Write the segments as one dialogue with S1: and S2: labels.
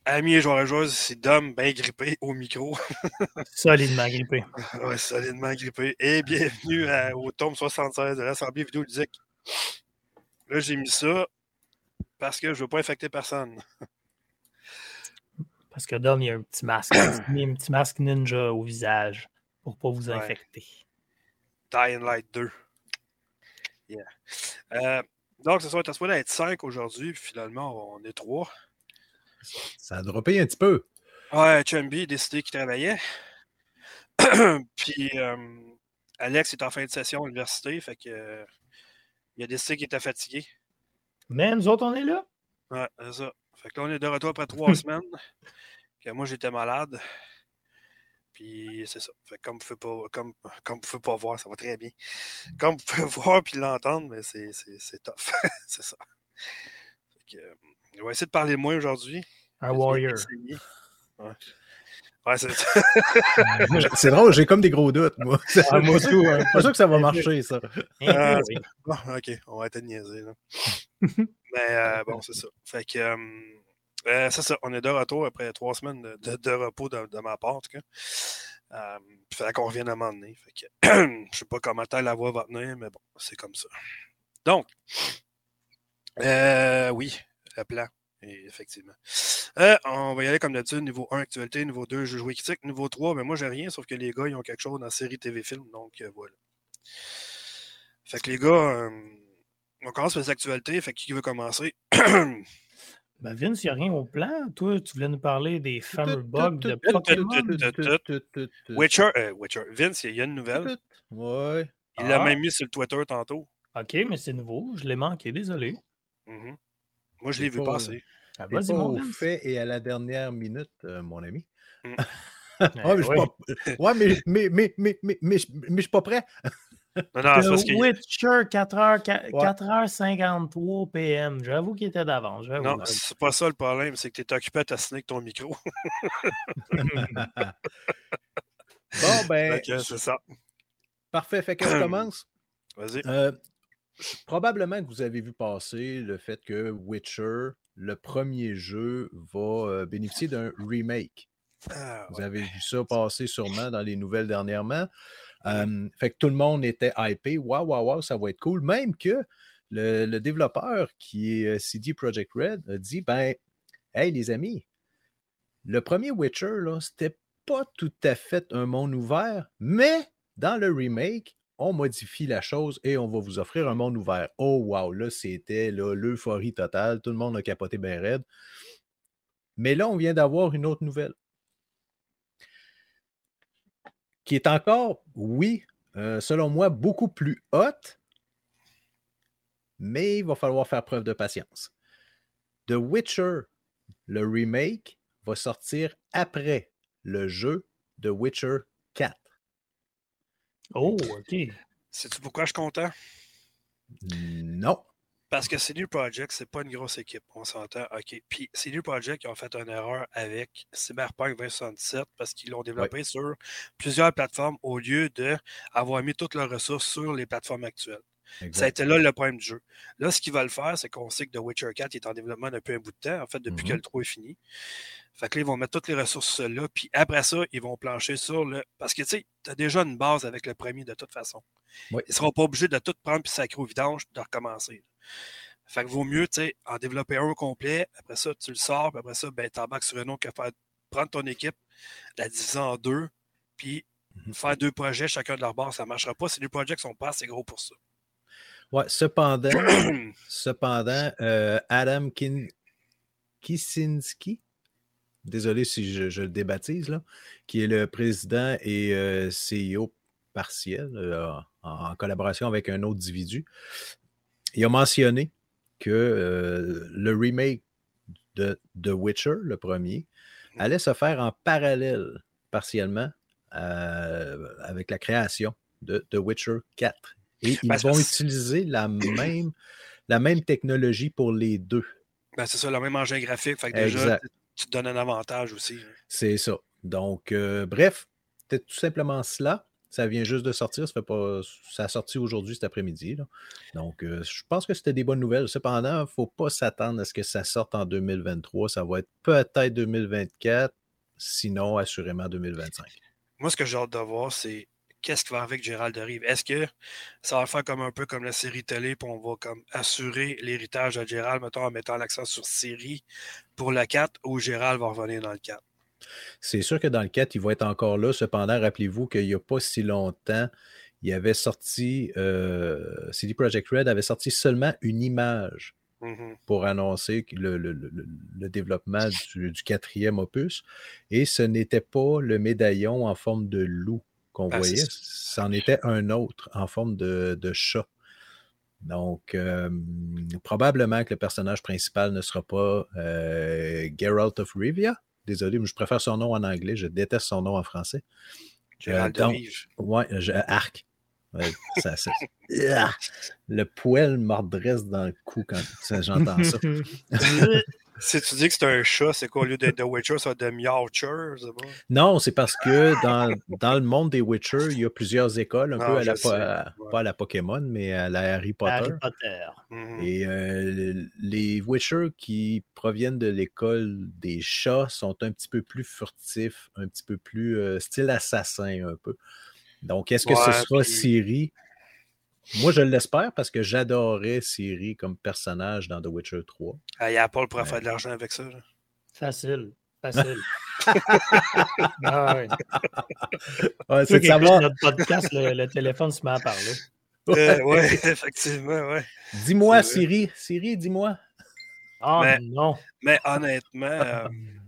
S1: Amis et joueurs et joueuses, c'est Dom, bien grippé au micro.
S2: Solidement grippé.
S1: Ouais, solidement grippé. Et bienvenue au tome 76 de l'Assemblée vidéoludique. Là, j'ai mis ça parce que je veux pas infecter personne.
S2: Parce que Dom, il y a un petit masque. Il a un petit masque ninja au visage pour pas vous infecter.
S1: Dying Light 2. Yeah. Donc, c'est ça, on était supposé être 5 aujourd'hui, puis finalement, on est 3.
S3: Ça a droppé un petit peu.
S1: Ouais, Chumby a décidé qu'il travaillait. Puis, Alex est en fin de session à l'université, fait que il a décidé qu'il était fatigué.
S2: Mais nous autres, on est là.
S1: Ouais, c'est ça. Fait que là, on est de retour après 3 semaines. Que moi, j'étais malade. Puis c'est ça. Fait que comme vous pouvez pas voir, ça va très bien. Comme vous pouvez voir puis l'entendre, mais c'est tough. C'est ça. Fait que, on va essayer de parler de moi aujourd'hui.
S2: Un warrior.
S1: Ouais. Ouais, c'est
S3: C'est drôle, j'ai comme des gros doutes, moi.
S2: Moi aussi, ouais.
S3: C'est pas sûr que ça va marcher, ça.
S2: Oui.
S1: Bon, ok, on va être niaiser, là. Mais bon, c'est ça. Fait que c'est ça. On est de retour après 3 semaines de repos de ma part, en tout cas. Fait qu'on revienne à un moment donné. Fait que je sais pas comment la voix va tenir, mais bon, c'est comme ça. Donc, oui, le plan. Et effectivement. On va y aller comme d'habitude, niveau 1, actualité, niveau 2, jeux joués critiques, niveau 3, mais moi j'ai rien, sauf que les gars, ils ont quelque chose dans la série TV-film, donc voilà. Fait que les gars, on commence par les actualités, fait que qui veut commencer?
S2: Ben Vince, il n'y a rien au plan. Toi, tu voulais nous parler des fameux bugs de Pokémon.
S1: Witcher. Vince, il y a une nouvelle.
S3: Ouais.
S1: Il l'a même mis sur le Twitter tantôt.
S2: OK, mais c'est nouveau. Je l'ai manqué, désolé.
S1: Mm-hmm. Moi, je l'ai vu passer.
S2: Ah,
S3: Vas-y,
S2: vas-y, mon
S3: au
S2: Vince.
S3: fait et à la dernière minute, mon ami.
S1: Mm.
S3: Mais je suis pas prêt.
S1: Non, c'est parce que...
S2: Witcher, 4h53 PM. J'avoue qu'il était d'avance.
S1: Non, c'est pas ça le problème, c'est que tu es occupé à t'assiner avec ton micro.
S3: Bon, ben.
S1: C'est ça.
S3: Parfait, fait que je commence.
S1: Vas-y.
S3: Probablement que vous avez vu passer le fait que Witcher, le premier jeu, va bénéficier d'un remake. Vous avez vu ça passer sûrement dans les nouvelles dernièrement. Fait que tout le monde était hypé. Waouh, ça va être cool. Même que le développeur qui est CD Projekt Red a dit, hey les amis, le premier Witcher, là, c'était pas tout à fait un monde ouvert, mais dans le remake, on modifie la chose et on va vous offrir un monde ouvert. Oh wow, là, c'était l'euphorie totale. Tout le monde a capoté bien raide. Mais là, on vient d'avoir une autre nouvelle. Qui est encore, oui, selon moi, beaucoup plus haute, mais il va falloir faire preuve de patience. The Witcher, le remake, va sortir après le jeu The Witcher 4.
S2: Oh, OK.
S1: Sais-tu pourquoi je suis content?
S3: Non.
S1: Parce que CD Projekt, c'est pas une grosse équipe, on s'entend. OK. Puis CD Projekt, ils ont fait une erreur avec Cyberpunk 2077 parce qu'ils l'ont développé sur plusieurs plateformes au lieu d'avoir mis toutes leurs ressources sur les plateformes actuelles. Exact. Ça a été là le problème du jeu. Là, ce qu'ils veulent faire, c'est qu'on sait que The Witcher 4 est en développement depuis un bout de temps, en fait, depuis que le 3 est fini. Fait que là, ils vont mettre toutes les ressources là, puis après ça, ils vont plancher sur le... Parce que, tu sais, tu as déjà une base avec le premier de toute façon. Oui. Ils ne seront pas obligés de tout prendre puis sacrer au vidange puis de recommencer. Fait que vaut mieux, tu sais, en développer un au complet, après ça, tu le sors, puis après ça, ben, t'embarques sur un autre que faire prendre ton équipe, la diviser en deux, puis faire 2 projets, chacun de leur base, ça ne marchera pas. Si les projets sont pas assez gros pour ça.
S3: Ouais, cependant, Adam Kicinski, désolé si je le débaptise, là, qui est le président et CEO partiel en collaboration avec un autre individu, il a mentionné que le remake de The Witcher, le premier, allait se faire en parallèle, partiellement, avec la création de The Witcher 4. Et ils vont utiliser la même technologie pour les deux.
S1: Ben, c'est ça, le même engin graphique. Fait que déjà, tu te donnes un avantage aussi.
S3: C'est ça. Donc, bref, c'était tout simplement cela. Ça vient juste de sortir. Ça a sorti aujourd'hui, cet après-midi. Là. Donc, je pense que c'était des bonnes nouvelles. Cependant, il ne faut pas s'attendre à ce que ça sorte en 2023. Ça va être peut-être 2024, sinon assurément 2025.
S1: Moi, ce que j'ai hâte de voir, c'est qu'est-ce qui va avec Gérald de Rive. Est-ce que ça va faire comme un peu comme la série télé, puis on va comme assurer l'héritage de Gérald, mettons, en mettant l'accent sur série pour le 4, ou Gérald va revenir dans le 4?
S3: C'est sûr que dans le 4, il va être encore là. Cependant, rappelez-vous qu'il n'y a pas si longtemps, il avait sorti, CD Projekt Red avait sorti seulement une image pour annoncer le développement du 4e opus. Et ce n'était pas le médaillon en forme de loup qu'on voyait, c'en était un autre en forme de chat. Donc, probablement que le personnage principal ne sera pas Geralt of Rivia. Désolé, mais je préfère son nom en anglais. Je déteste son nom en français.
S1: Gérald de Rive.
S3: Ouais, arc. Ouais, le poil m'ordresse dans le cou quand j'entends ça.
S1: Si tu dis que c'est un chat, c'est quoi, au lieu d'être The Witcher, ça va être The Meowcher?
S3: Non, c'est parce que dans le monde des Witcher, il y a plusieurs écoles, peu à la, pas à la Pokémon, mais à la Harry Potter. Et les Witcher qui proviennent de l'école des chats sont un petit peu plus furtifs, un petit peu plus style assassin un peu. Donc, est-ce que ce sera Ciri? Moi, je l'espère parce que j'adorais Ciri comme personnage dans The Witcher 3.
S1: Il y a Paul pour faire de l'argent avec ça. Là.
S2: Facile.
S3: Ouais, c'est de savoir...
S2: notre podcast, le téléphone se met à parler.
S1: Oui, effectivement, oui.
S3: Dis-moi, Ciri, dis-moi.
S2: Non.
S1: Mais honnêtement,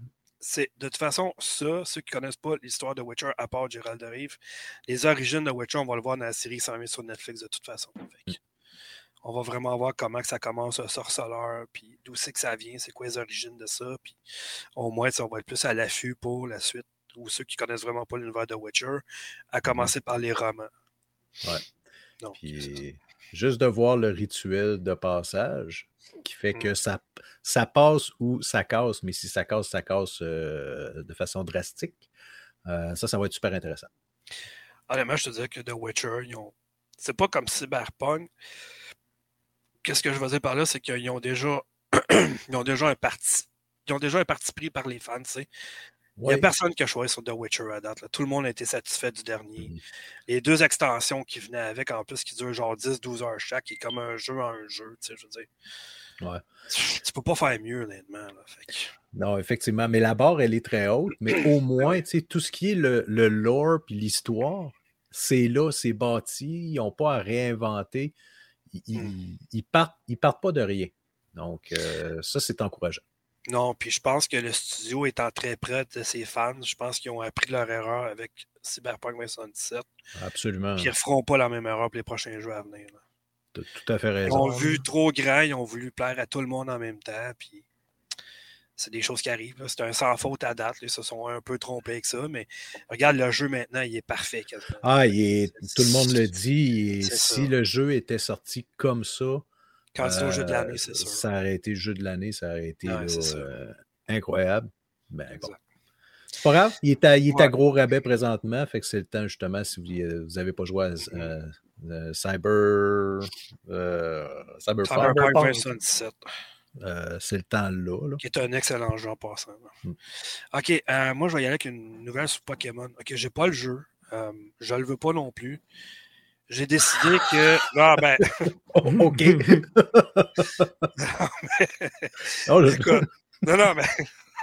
S1: de toute façon, ceux qui ne connaissent pas l'histoire de Witcher, à part Gérald de Rive, les origines de Witcher, on va le voir dans la série qui s'en vient sur Netflix de toute façon. On va vraiment voir comment que ça commence, un sorceleur, puis d'où c'est que ça vient, c'est quoi les origines de ça, puis au moins, on va être plus à l'affût pour la suite, ou ceux qui connaissent vraiment pas l'univers de Witcher, à commencer par les romans.
S3: Ouais. Donc, puis, juste de voir le rituel de passage qui fait que ça passe ou ça casse, mais si ça casse, ça casse de façon drastique. Ça va être super intéressant.
S1: Honnêtement, je te dirais que The Witcher, c'est pas comme Cyberpunk. Qu'est-ce que je veux dire par là, c'est qu'ils ont déjà un parti. Ils ont déjà un parti pris par les fans, tu sais. Il n'y a personne qui a choisi sur The Witcher à date. Là. Tout le monde a été satisfait du dernier. Les 2 extensions qui venaient avec, en plus, qui durent genre 10-12 heures chaque, qui est comme un jeu en un jeu, tu sais, je veux dire.
S3: Ouais.
S1: Tu peux pas faire mieux, honnêtement. Là,
S3: Non, effectivement. Mais la barre, elle est très haute. Mais au moins, tu sais, tout ce qui est le lore puis l'histoire, c'est là, c'est bâti. Ils n'ont pas à réinventer. Ils partent pas de rien. Donc, ça, c'est encourageant.
S1: Non, puis je pense que le studio étant très près de ses fans, je pense qu'ils ont appris leur erreur avec Cyberpunk 2077.
S3: Absolument.
S1: Puis ils ne referont pas la même erreur pour les prochains jeux à venir.
S3: Tu as tout à fait raison.
S1: Ils ont vu trop grand, ils ont voulu plaire à tout le monde en même temps, puis c'est des choses qui arrivent. Là. C'est un sans faute à date. Ils se sont un peu trompés avec ça, mais regarde, le jeu maintenant, il est parfait. Quasiment.
S3: Tout le monde le dit. Et si le jeu était sorti comme ça,
S1: candidat au jeu de l'année, c'est sûr.
S3: Ça aurait été le jeu de l'année, ça aurait été incroyable. Ben, bon. C'est pas grave, il est à gros rabais présentement, fait que c'est le temps justement si vous n'avez pas joué à Cyberpunk
S1: 2077.
S3: C'est le temps là.
S1: Qui est un excellent jeu en passant. OK, moi je vais y aller avec une nouvelle sur Pokémon. OK, j'ai pas le jeu. Je le veux pas non plus. J'ai décidé que. Non, ben.
S3: OK.
S1: Écoute, non, mais.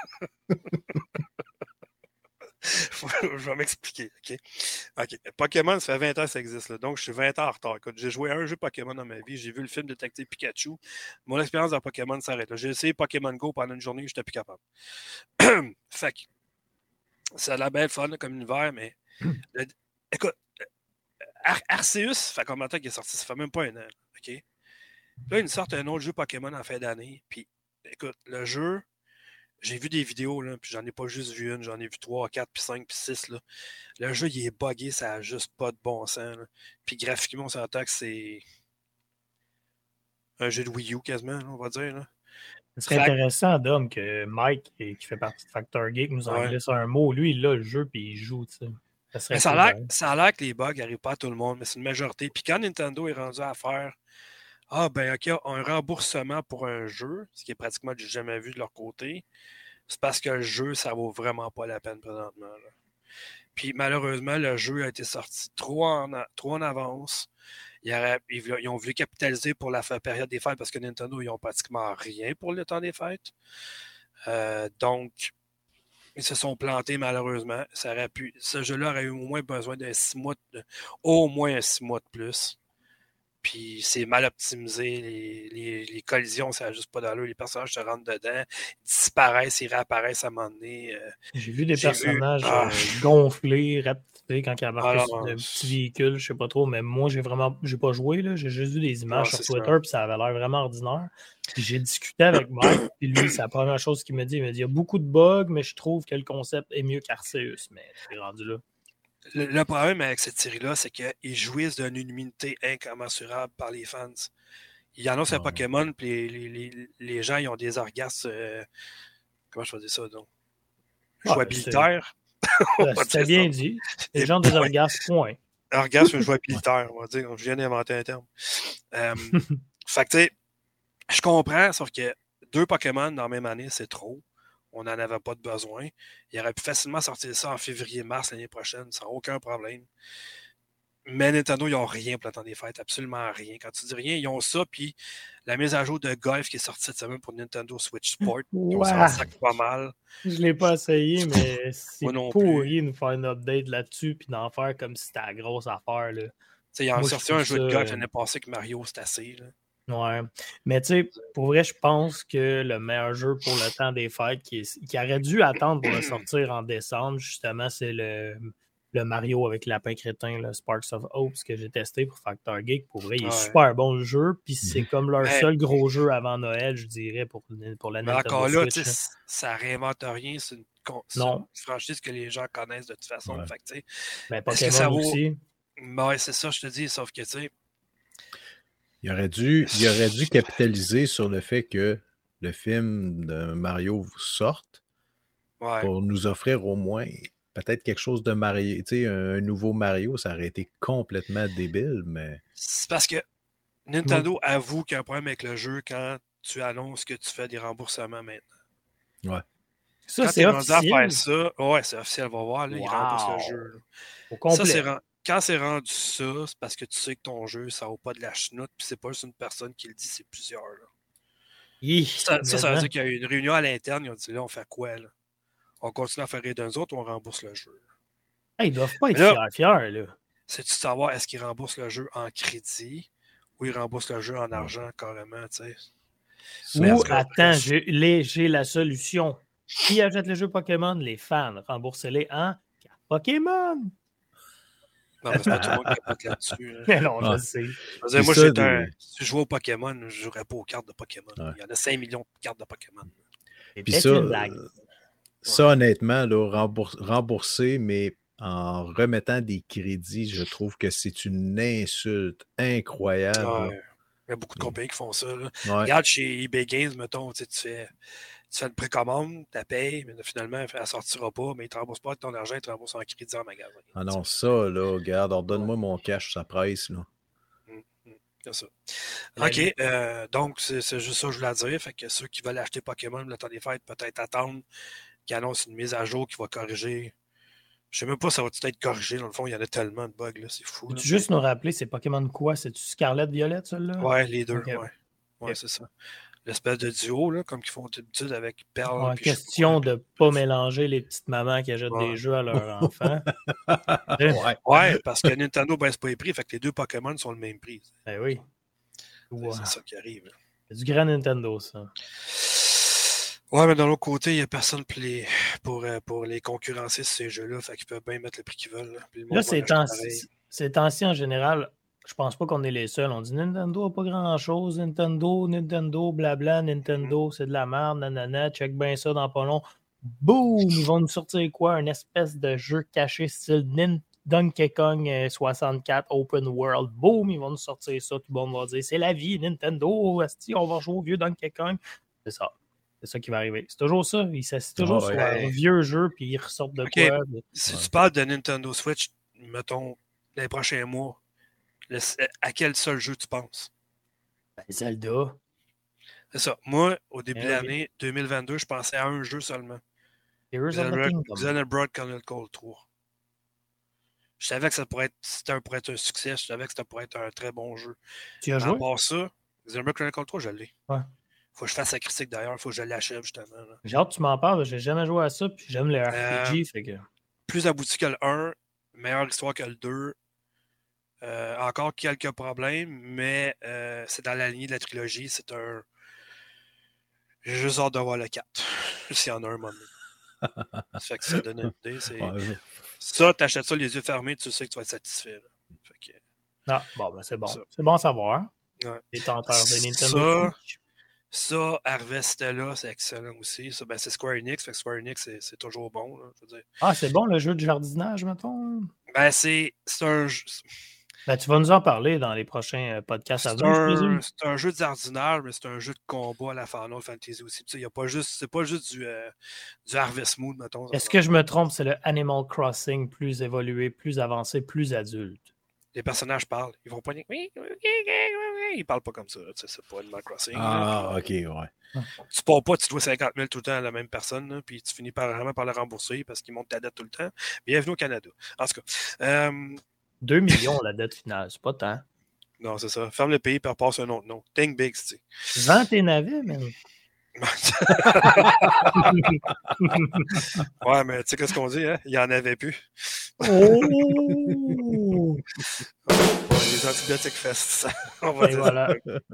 S1: Je vais m'expliquer, OK. Pokémon, ça fait 20 ans que ça existe. Là. Donc, je suis 20 ans en retard. Écoute, j'ai joué à un jeu Pokémon dans ma vie. J'ai vu le film Détective Pikachu. Mon expérience dans Pokémon s'arrête. J'ai essayé Pokémon Go pendant une journée, je n'étais plus capable. Fait que, c'est de la belle fun comme univers, mais. Écoute, Arceus, ça fait combien de temps qu'il est sorti? Ça fait même pas un an. OK? Là, ils sortent un autre jeu Pokémon en fin d'année. Puis, écoute, le jeu, j'ai vu des vidéos, là, puis j'en ai pas juste vu une, j'en ai vu 3, 4, puis 5, puis 6. Là. Le jeu, il est buggé, ça n'a juste pas de bon sens. Là. Puis graphiquement, on s'entend que c'est un jeu de Wii U quasiment, là, on va dire. Là.
S2: Ce serait intéressant, Dom, que Mike, qui fait partie de Factor Geek, nous en glisse un mot. Lui, il a le jeu, puis il joue, tu sais.
S1: Ça a l'air que les bugs n'arrivent pas à tout le monde, mais c'est une majorité. Puis quand Nintendo est rendu à faire OK, un remboursement pour un jeu, ce qui est pratiquement du jamais vu de leur côté, c'est parce que le jeu, ça vaut vraiment pas la peine présentement. Là. Puis malheureusement, le jeu a été sorti trop en avance. Ils ont voulu capitaliser pour la période des fêtes parce que Nintendo, ils n'ont pratiquement rien pour le temps des fêtes. Donc, ils se sont plantés malheureusement. Ce jeu-là aurait eu au moins besoin d'un 6 mois, au moins un 6 mois de plus. Puis c'est mal optimisé. Les collisions, ça n'a juste pas d'allure. Les personnages se rentrent dedans, disparaissent, ils réapparaissent à un moment donné.
S2: J'ai vu des personnages gonflés, rapetissés quand ils embarquaient sur un petit véhicule, je sais pas trop, mais moi, j'ai pas joué, là. J'ai juste vu des images sur Twitter, puis ça avait l'air vraiment ordinaire. Puis j'ai discuté avec Mike, puis lui, c'est la première chose qu'il m'a dit. Il m'a dit, il y a beaucoup de bugs, mais je trouve que le concept est mieux qu'Arceus, mais c'est rendu là.
S1: Le problème avec cette série-là, c'est qu'ils jouissent d'une immunité incommensurable par les fans. Ils annoncent un Pokémon, puis les gens, ils ont des orgasmes. Comment je faisais ça, donc? Jouabilitaire.
S2: C'était bien dit. Les gens des orgasmes, point.
S1: Orgasme jouabilitaire, on va dire. Je viens d'inventer un terme. Fait que, tu sais, je comprends, sauf que 2 Pokémon dans la même année, c'est trop. On n'en avait pas de besoin. Il aurait pu facilement sortir ça en février-mars l'année prochaine, sans aucun problème. Mais Nintendo, ils n'ont rien pour le temps des fêtes, absolument rien. Quand tu dis rien, ils ont ça, puis la mise à jour de Golf qui est sortie cette semaine pour Nintendo Switch Sport, on s'en sac pas mal.
S2: Je ne l'ai pas essayé, mais c'est pourri de nous faire une update là-dessus, puis d'en faire comme si c'était la grosse affaire. Là.
S1: Ils ont sorti un jeu de golf l'année passée que Mario, c'est assez. Là.
S2: Ouais. Mais tu sais, pour vrai, je pense que le meilleur jeu pour le temps des fêtes qui aurait dû attendre pour le sortir en décembre, justement, c'est le Mario avec Lapin Crétin, le Sparks of Hope, que j'ai testé pour Factor Geek. Pour vrai, il est super bon le jeu, puis c'est comme leur seul gros jeu avant Noël, je dirais, pour la Nintendo
S1: encore là,
S2: Switch.
S1: Ça réinvente rien, c'est une franchise que les gens connaissent de toute façon. Fait que,
S2: ben, Pokémon ça vaut... aussi.
S1: Ouais, c'est ça, je te dis, sauf que, tu sais...
S3: Il aurait dû capitaliser sur le fait que le film de Mario vous sorte pour nous offrir au moins peut-être quelque chose de Mario. Tu sais, un nouveau Mario, ça aurait été complètement débile, mais...
S1: C'est parce que Nintendo avoue qu'il y a un problème avec le jeu quand tu annonces que tu fais des remboursements maintenant.
S3: Ouais.
S2: Ça, quand c'est officiel.
S1: À faire ça, ouais, c'est officiel, va voir, là, ils remboursent le jeu.
S2: Au complet.
S1: Ça, quand c'est rendu ça, c'est parce que tu sais que ton jeu, ça vaut pas de la chenoute, puis c'est pas juste une personne qui le dit, c'est plusieurs. Là. Ça veut dire qu'il y a eu une réunion à l'interne, ils ont dit là, on fait quoi là? On continue à faire rire d'un autre ou on rembourse le jeu?
S2: Hey, ils doivent pas être fiers, là.
S1: C'est-tu de savoir est-ce qu'ils remboursent le jeu en crédit ou ils remboursent le jeu en argent carrément, tu sais?
S2: Ou attends, j'ai la solution. Qui achète le jeu Pokémon? Les fans. Remboursez-les en Pokémon.
S1: Non, mais c'est pas tout le monde qui capote là-dessus. Là.
S2: Mais non, je sais.
S1: Moi, si je jouais au Pokémon, je ne jouerais pas aux cartes de Pokémon. Ouais. Il y en a 5 millions de cartes de Pokémon.
S3: Puis ça, honnêtement, là, rembourser, mais en remettant des crédits, je trouve que c'est une insulte incroyable.
S1: Ouais. Il y a beaucoup de compagnies qui font ça. Là. Ouais. Regarde chez eBay Games, mettons, tu fais une précommande, tu la payes, mais finalement, elle ne sortira pas, mais ils ne te remboursent pas ton argent, ils te remboursent en crédit en magasin.
S3: Ah non, ça, là, regarde, ordonne-moi mon cash, ça presse, là.
S1: C'est ça. OK, donc, c'est juste ça que je voulais dire. Fait que ceux qui veulent acheter Pokémon le temps des fêtes, peut-être attendre qu'ils annoncent une mise à jour qui va corriger. Je sais même pas si ça va être corrigé. Dans le fond, il y en a tellement de bugs, là, c'est fou.
S2: Peux-tu juste nous rappeler, c'est Pokémon quoi? C'est-tu Scarlet, Violette, celui-là?
S1: Ouais, les deux, ouais, c'est ça. L'espèce de duo, là, comme qu'ils font d'habitude avec Perle.
S2: Question de ne pas mélanger les petites mamans qui achètent des jeux à leurs enfants.
S1: ouais, parce que Nintendo ne baisse pas les prix, fait que les deux Pokémon sont le même prix.
S2: Ben oui.
S1: C'est ça qui arrive.
S2: C'est du grand Nintendo, ça.
S1: Ouais, mais de l'autre côté, il n'y a personne pour les concurrencer sur ces jeux-là, fait qu'ils peuvent bien mettre le prix qu'ils veulent.
S2: Là, ces temps-ci, en général, je pense pas qu'on est les seuls. On dit Nintendo n'a pas grand-chose, Nintendo, blabla, Nintendo, c'est de la merde, nanana, check bien ça dans pas long. Boum! Ils vont nous sortir quoi? Une espèce de jeu caché style Donkey Kong 64 Open World. Boum! Ils vont nous sortir ça. Tout le monde va dire c'est la vie, Nintendo, on va jouer au vieux Donkey Kong. C'est ça. C'est ça qui va arriver. C'est toujours ça. Ils s'assient toujours sur un vieux jeu, puis ils ressortent de quoi.
S1: Si tu parles de Nintendo Switch, mettons, les prochains mois, à quel seul jeu tu penses?
S2: Ben, Zelda.
S1: C'est ça. Moi, au début de l'année 2022, je pensais à un jeu seulement. Xenoblade Chronicles 3. Je savais que ça pourrait être un succès. Je savais que ça pourrait être un très bon jeu.
S2: Tu as joué?
S1: À part ça, Xenoblade Chronicles 3, je l'ai.
S2: Ouais.
S1: Faut que je fasse la critique d'ailleurs. Faut que je l'achève, justement. Là.
S2: J'ai hâte que tu m'en parles. J'ai jamais joué à ça. Puis j'aime les RPG. Fait que...
S1: Plus abouti que le 1. Meilleure histoire que le 2. Encore quelques problèmes, mais c'est dans la lignée de la trilogie. C'est un... J'ai juste hâte de voir le 4. S'il y en a un moment. Ça fait que ça donne une idée. Ça, t'achètes ça les yeux fermés, tu sais que tu vas être satisfait. Là. Fait que...
S2: Ah, bon, ben c'est bon. Ça. C'est bon à savoir.
S1: Ouais.
S2: Les tenteurs de Nintendo.
S1: Ça, Harvestella, c'est excellent aussi. Ça, ben, c'est Square Enix. Fait que Square Enix, c'est toujours bon. Là, je veux dire.
S2: Ah, c'est bon le jeu de jardinage, mettons?
S1: Ben, c'est un jeu.
S2: Ben, tu vas nous en parler dans les prochains podcasts à venir.
S1: C'est un jeu de jardinage, mais c'est un jeu de combat à la Final Fantasy aussi. C'est pas juste du Harvest Moon, mettons.
S2: Est-ce que je me trompe? C'est le Animal Crossing plus évolué, plus avancé, plus adulte.
S1: Les personnages parlent. Ils vont pas dire ils parlent pas comme ça. C'est pas Animal Crossing.
S3: Ah, ok, ouais.
S1: Tu pars pas, tu dois 50 000 tout le temps à la même personne, là, puis tu finis vraiment par le rembourser parce qu'ils montent ta dette tout le temps. Bienvenue au Canada. En tout cas.
S2: 2 millions la dette finale, c'est pas tant.
S1: Non, c'est ça. Ferme le pays et repasse un autre nom. Think big, tu sais.
S2: Vends tes navets, man.
S1: Ouais, mais tu sais qu'est-ce qu'on dit, hein? Il n'y en avait plus.
S2: Oh!
S1: Les antibiotiques festent ça. On va dire
S2: voilà.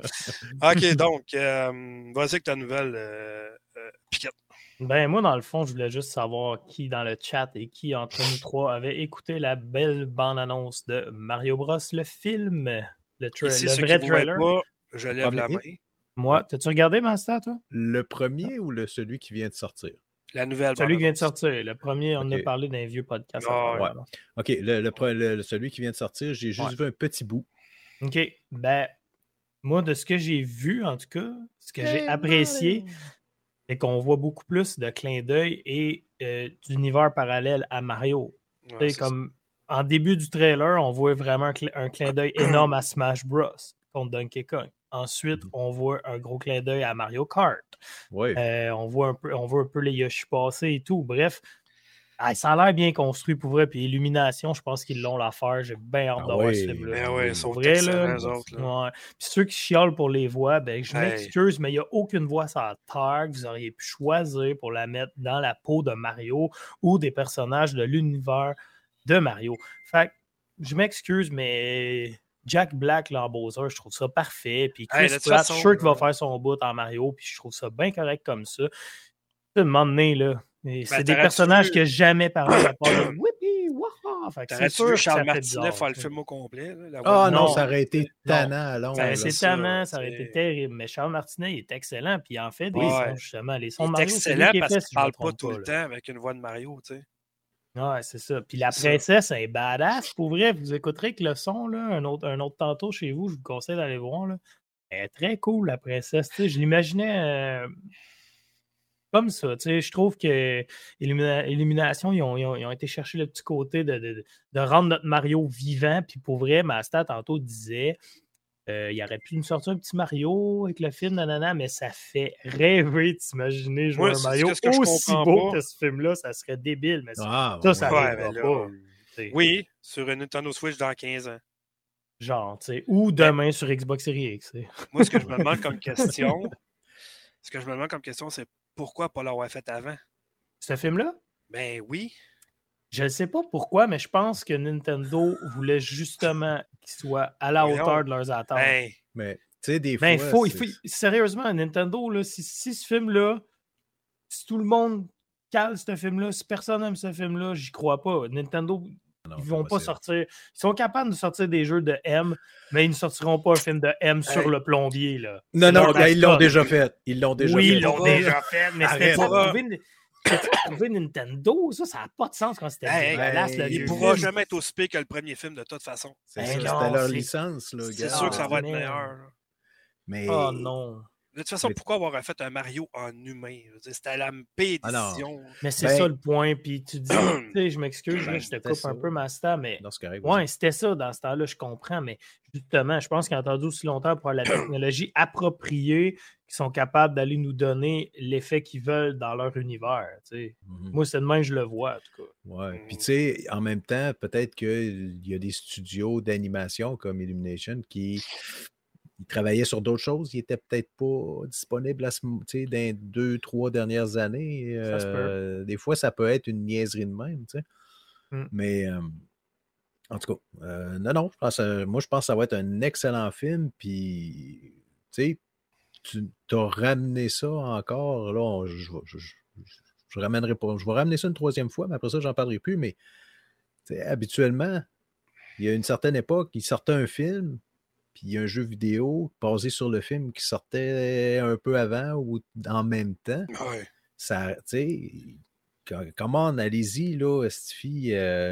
S1: OK, donc, vas-y avec ta nouvelle, Piquette.
S2: Ben, moi, dans le fond, je voulais juste savoir qui dans le chat et qui entre nous trois avait écouté la belle bande-annonce de Mario Bros, le film, le vrai trailer.
S1: Pas, je lève la main.
S2: Moi, t'as-tu regardé Master, toi?
S3: Le premier ou celui qui vient de sortir?
S1: La nouvelle
S2: celui qui vient de sortir. Le premier, on a parlé d'un vieux podcast.
S3: Ouais. OK, celui qui vient de sortir, j'ai juste vu un petit bout.
S2: OK, ben, moi, de ce que j'ai vu, en tout cas, ce que j'ai apprécié, c'est qu'on voit beaucoup plus de clins d'œil et d'univers parallèle à Mario. Ouais, comme en début du trailer, on voit vraiment un clin d'œil énorme à Smash Bros. Contre Donkey Kong. Ensuite, on voit un gros clin d'œil à Mario Kart.
S3: Oui.
S2: On voit un peu les Yoshi passés et tout. Bref, ça a l'air bien construit pour vrai. Puis Illumination, je pense qu'ils l'ont l'affaire. J'ai bien hâte d'avoir ce film-là.
S1: Ben ouais, c'est vrai, là. Autres,
S2: là. Ouais. Puis ceux qui chiolent pour les voix, ben je m'excuse, mais il n'y a aucune voix sur la terre que vous auriez pu choisir pour la mettre dans la peau de Mario ou des personnages de l'univers de Mario. Fait que je m'excuse, mais Jack Black, Bowser, je trouve ça parfait. Puis Chris Pratt, je suis sûr qu'il va faire son bout en Mario, puis je trouve ça bien correct comme ça. À un moment donné, là, c'est des personnages que j'ai jamais parlé à part de Whippy, waha!
S1: T'aurais-tu vu Charles Martinet faire le film au complet?
S3: Non, ça aurait été tannant à long.
S2: C'est tannant, ça aurait été terrible. Mais Charles Martinet, il est excellent. Puis en fait, des sons, justement, les sons de Mario,
S1: c'est excellent parce qu'il ne parle pas tout le temps avec une voix de Mario, tu sais.
S2: Ouais, c'est ça. Puis la princesse, elle est badass. Pour vrai, vous écouterez que le son, là, un autre tantôt chez vous, je vous conseille d'aller voir. Là. Elle est très cool, la princesse. Tu sais, je l'imaginais comme ça. Tu sais, je trouve que Illumination, ils ont été chercher le petit côté de rendre notre Mario vivant. Puis pour vrai, Master tantôt disait il aurait pu nous sortir un petit Mario avec le film, nanana, mais ça fait rêver t'imaginer jouer un Mario aussi beau que ce film-là, ça serait débile. Mais ça n'arrivera pas.
S1: Oui, sur une Nintendo Switch dans 15 ans.
S2: Genre, tu sais, ou demain sur Xbox Series X.
S1: Moi, ce que je me demande comme question, c'est pourquoi pas l'avoir fait avant?
S2: Ce film-là?
S1: Ben oui.
S2: Je ne sais pas pourquoi, mais je pense que Nintendo voulait justement qu'ils soient à la hauteur de leurs attentes.
S3: Mais, tu sais, des fois...
S2: Sérieusement, Nintendo, là, si ce film-là, si tout le monde cale ce film-là, si personne n'aime ce film-là, j'y crois pas. Nintendo, ils vont pas sortir... Ils sont capables de sortir des jeux de M, mais ils ne sortiront pas un film de M sur le plombier, là.
S3: Non, ils l'ont déjà fait. Ils l'ont déjà fait.
S2: Oui, ils l'ont déjà fait, mais c'était pas trouver Nintendo, ça n'a pas de sens quand c'était dégueulasse.
S1: Il ne pourra jamais être aussi pire que le premier film de toute façon.
S3: C'était leur licence. Là,
S1: c'est sûr que ça va être meilleur.
S3: Mais...
S2: Oh non.
S1: De toute façon, pourquoi avoir fait un Mario en humain? C'était la pire décision.
S2: Mais c'est ça le point. Puis tu dis, tu sais, je m'excuse, je te coupe un peu, Master, mais ouais, c'était ça dans ce temps-là, je comprends. Mais justement, je pense qu'ils ont attendu aussi longtemps pour avoir la technologie appropriée, qui sont capables d'aller nous donner l'effet qu'ils veulent dans leur univers. Moi, c'est de même, je le vois, en tout cas.
S3: Ouais. Puis, tu sais, en même temps, peut-être qu'il y a des studios d'animation comme Illumination qui travaillaient sur d'autres choses. Ils n'étaient peut-être pas disponibles dans les 2-3 dernières années. Des fois, ça peut être une niaiserie de même, tu sais. Mais, en tout cas, non, moi, je pense que ça va être un excellent film. Puis, tu sais, tu as ramené ça encore. Là, je ramènerai pas. Je vais ramener ça une troisième fois, mais après ça, j'en parlerai plus. Mais habituellement, il y a une certaine époque, il sortait un film, puis il y a un jeu vidéo basé sur le film qui sortait un peu avant ou en même temps.
S1: Ouais.
S3: Ça, tu sais, comment allez-y, là, Stifi,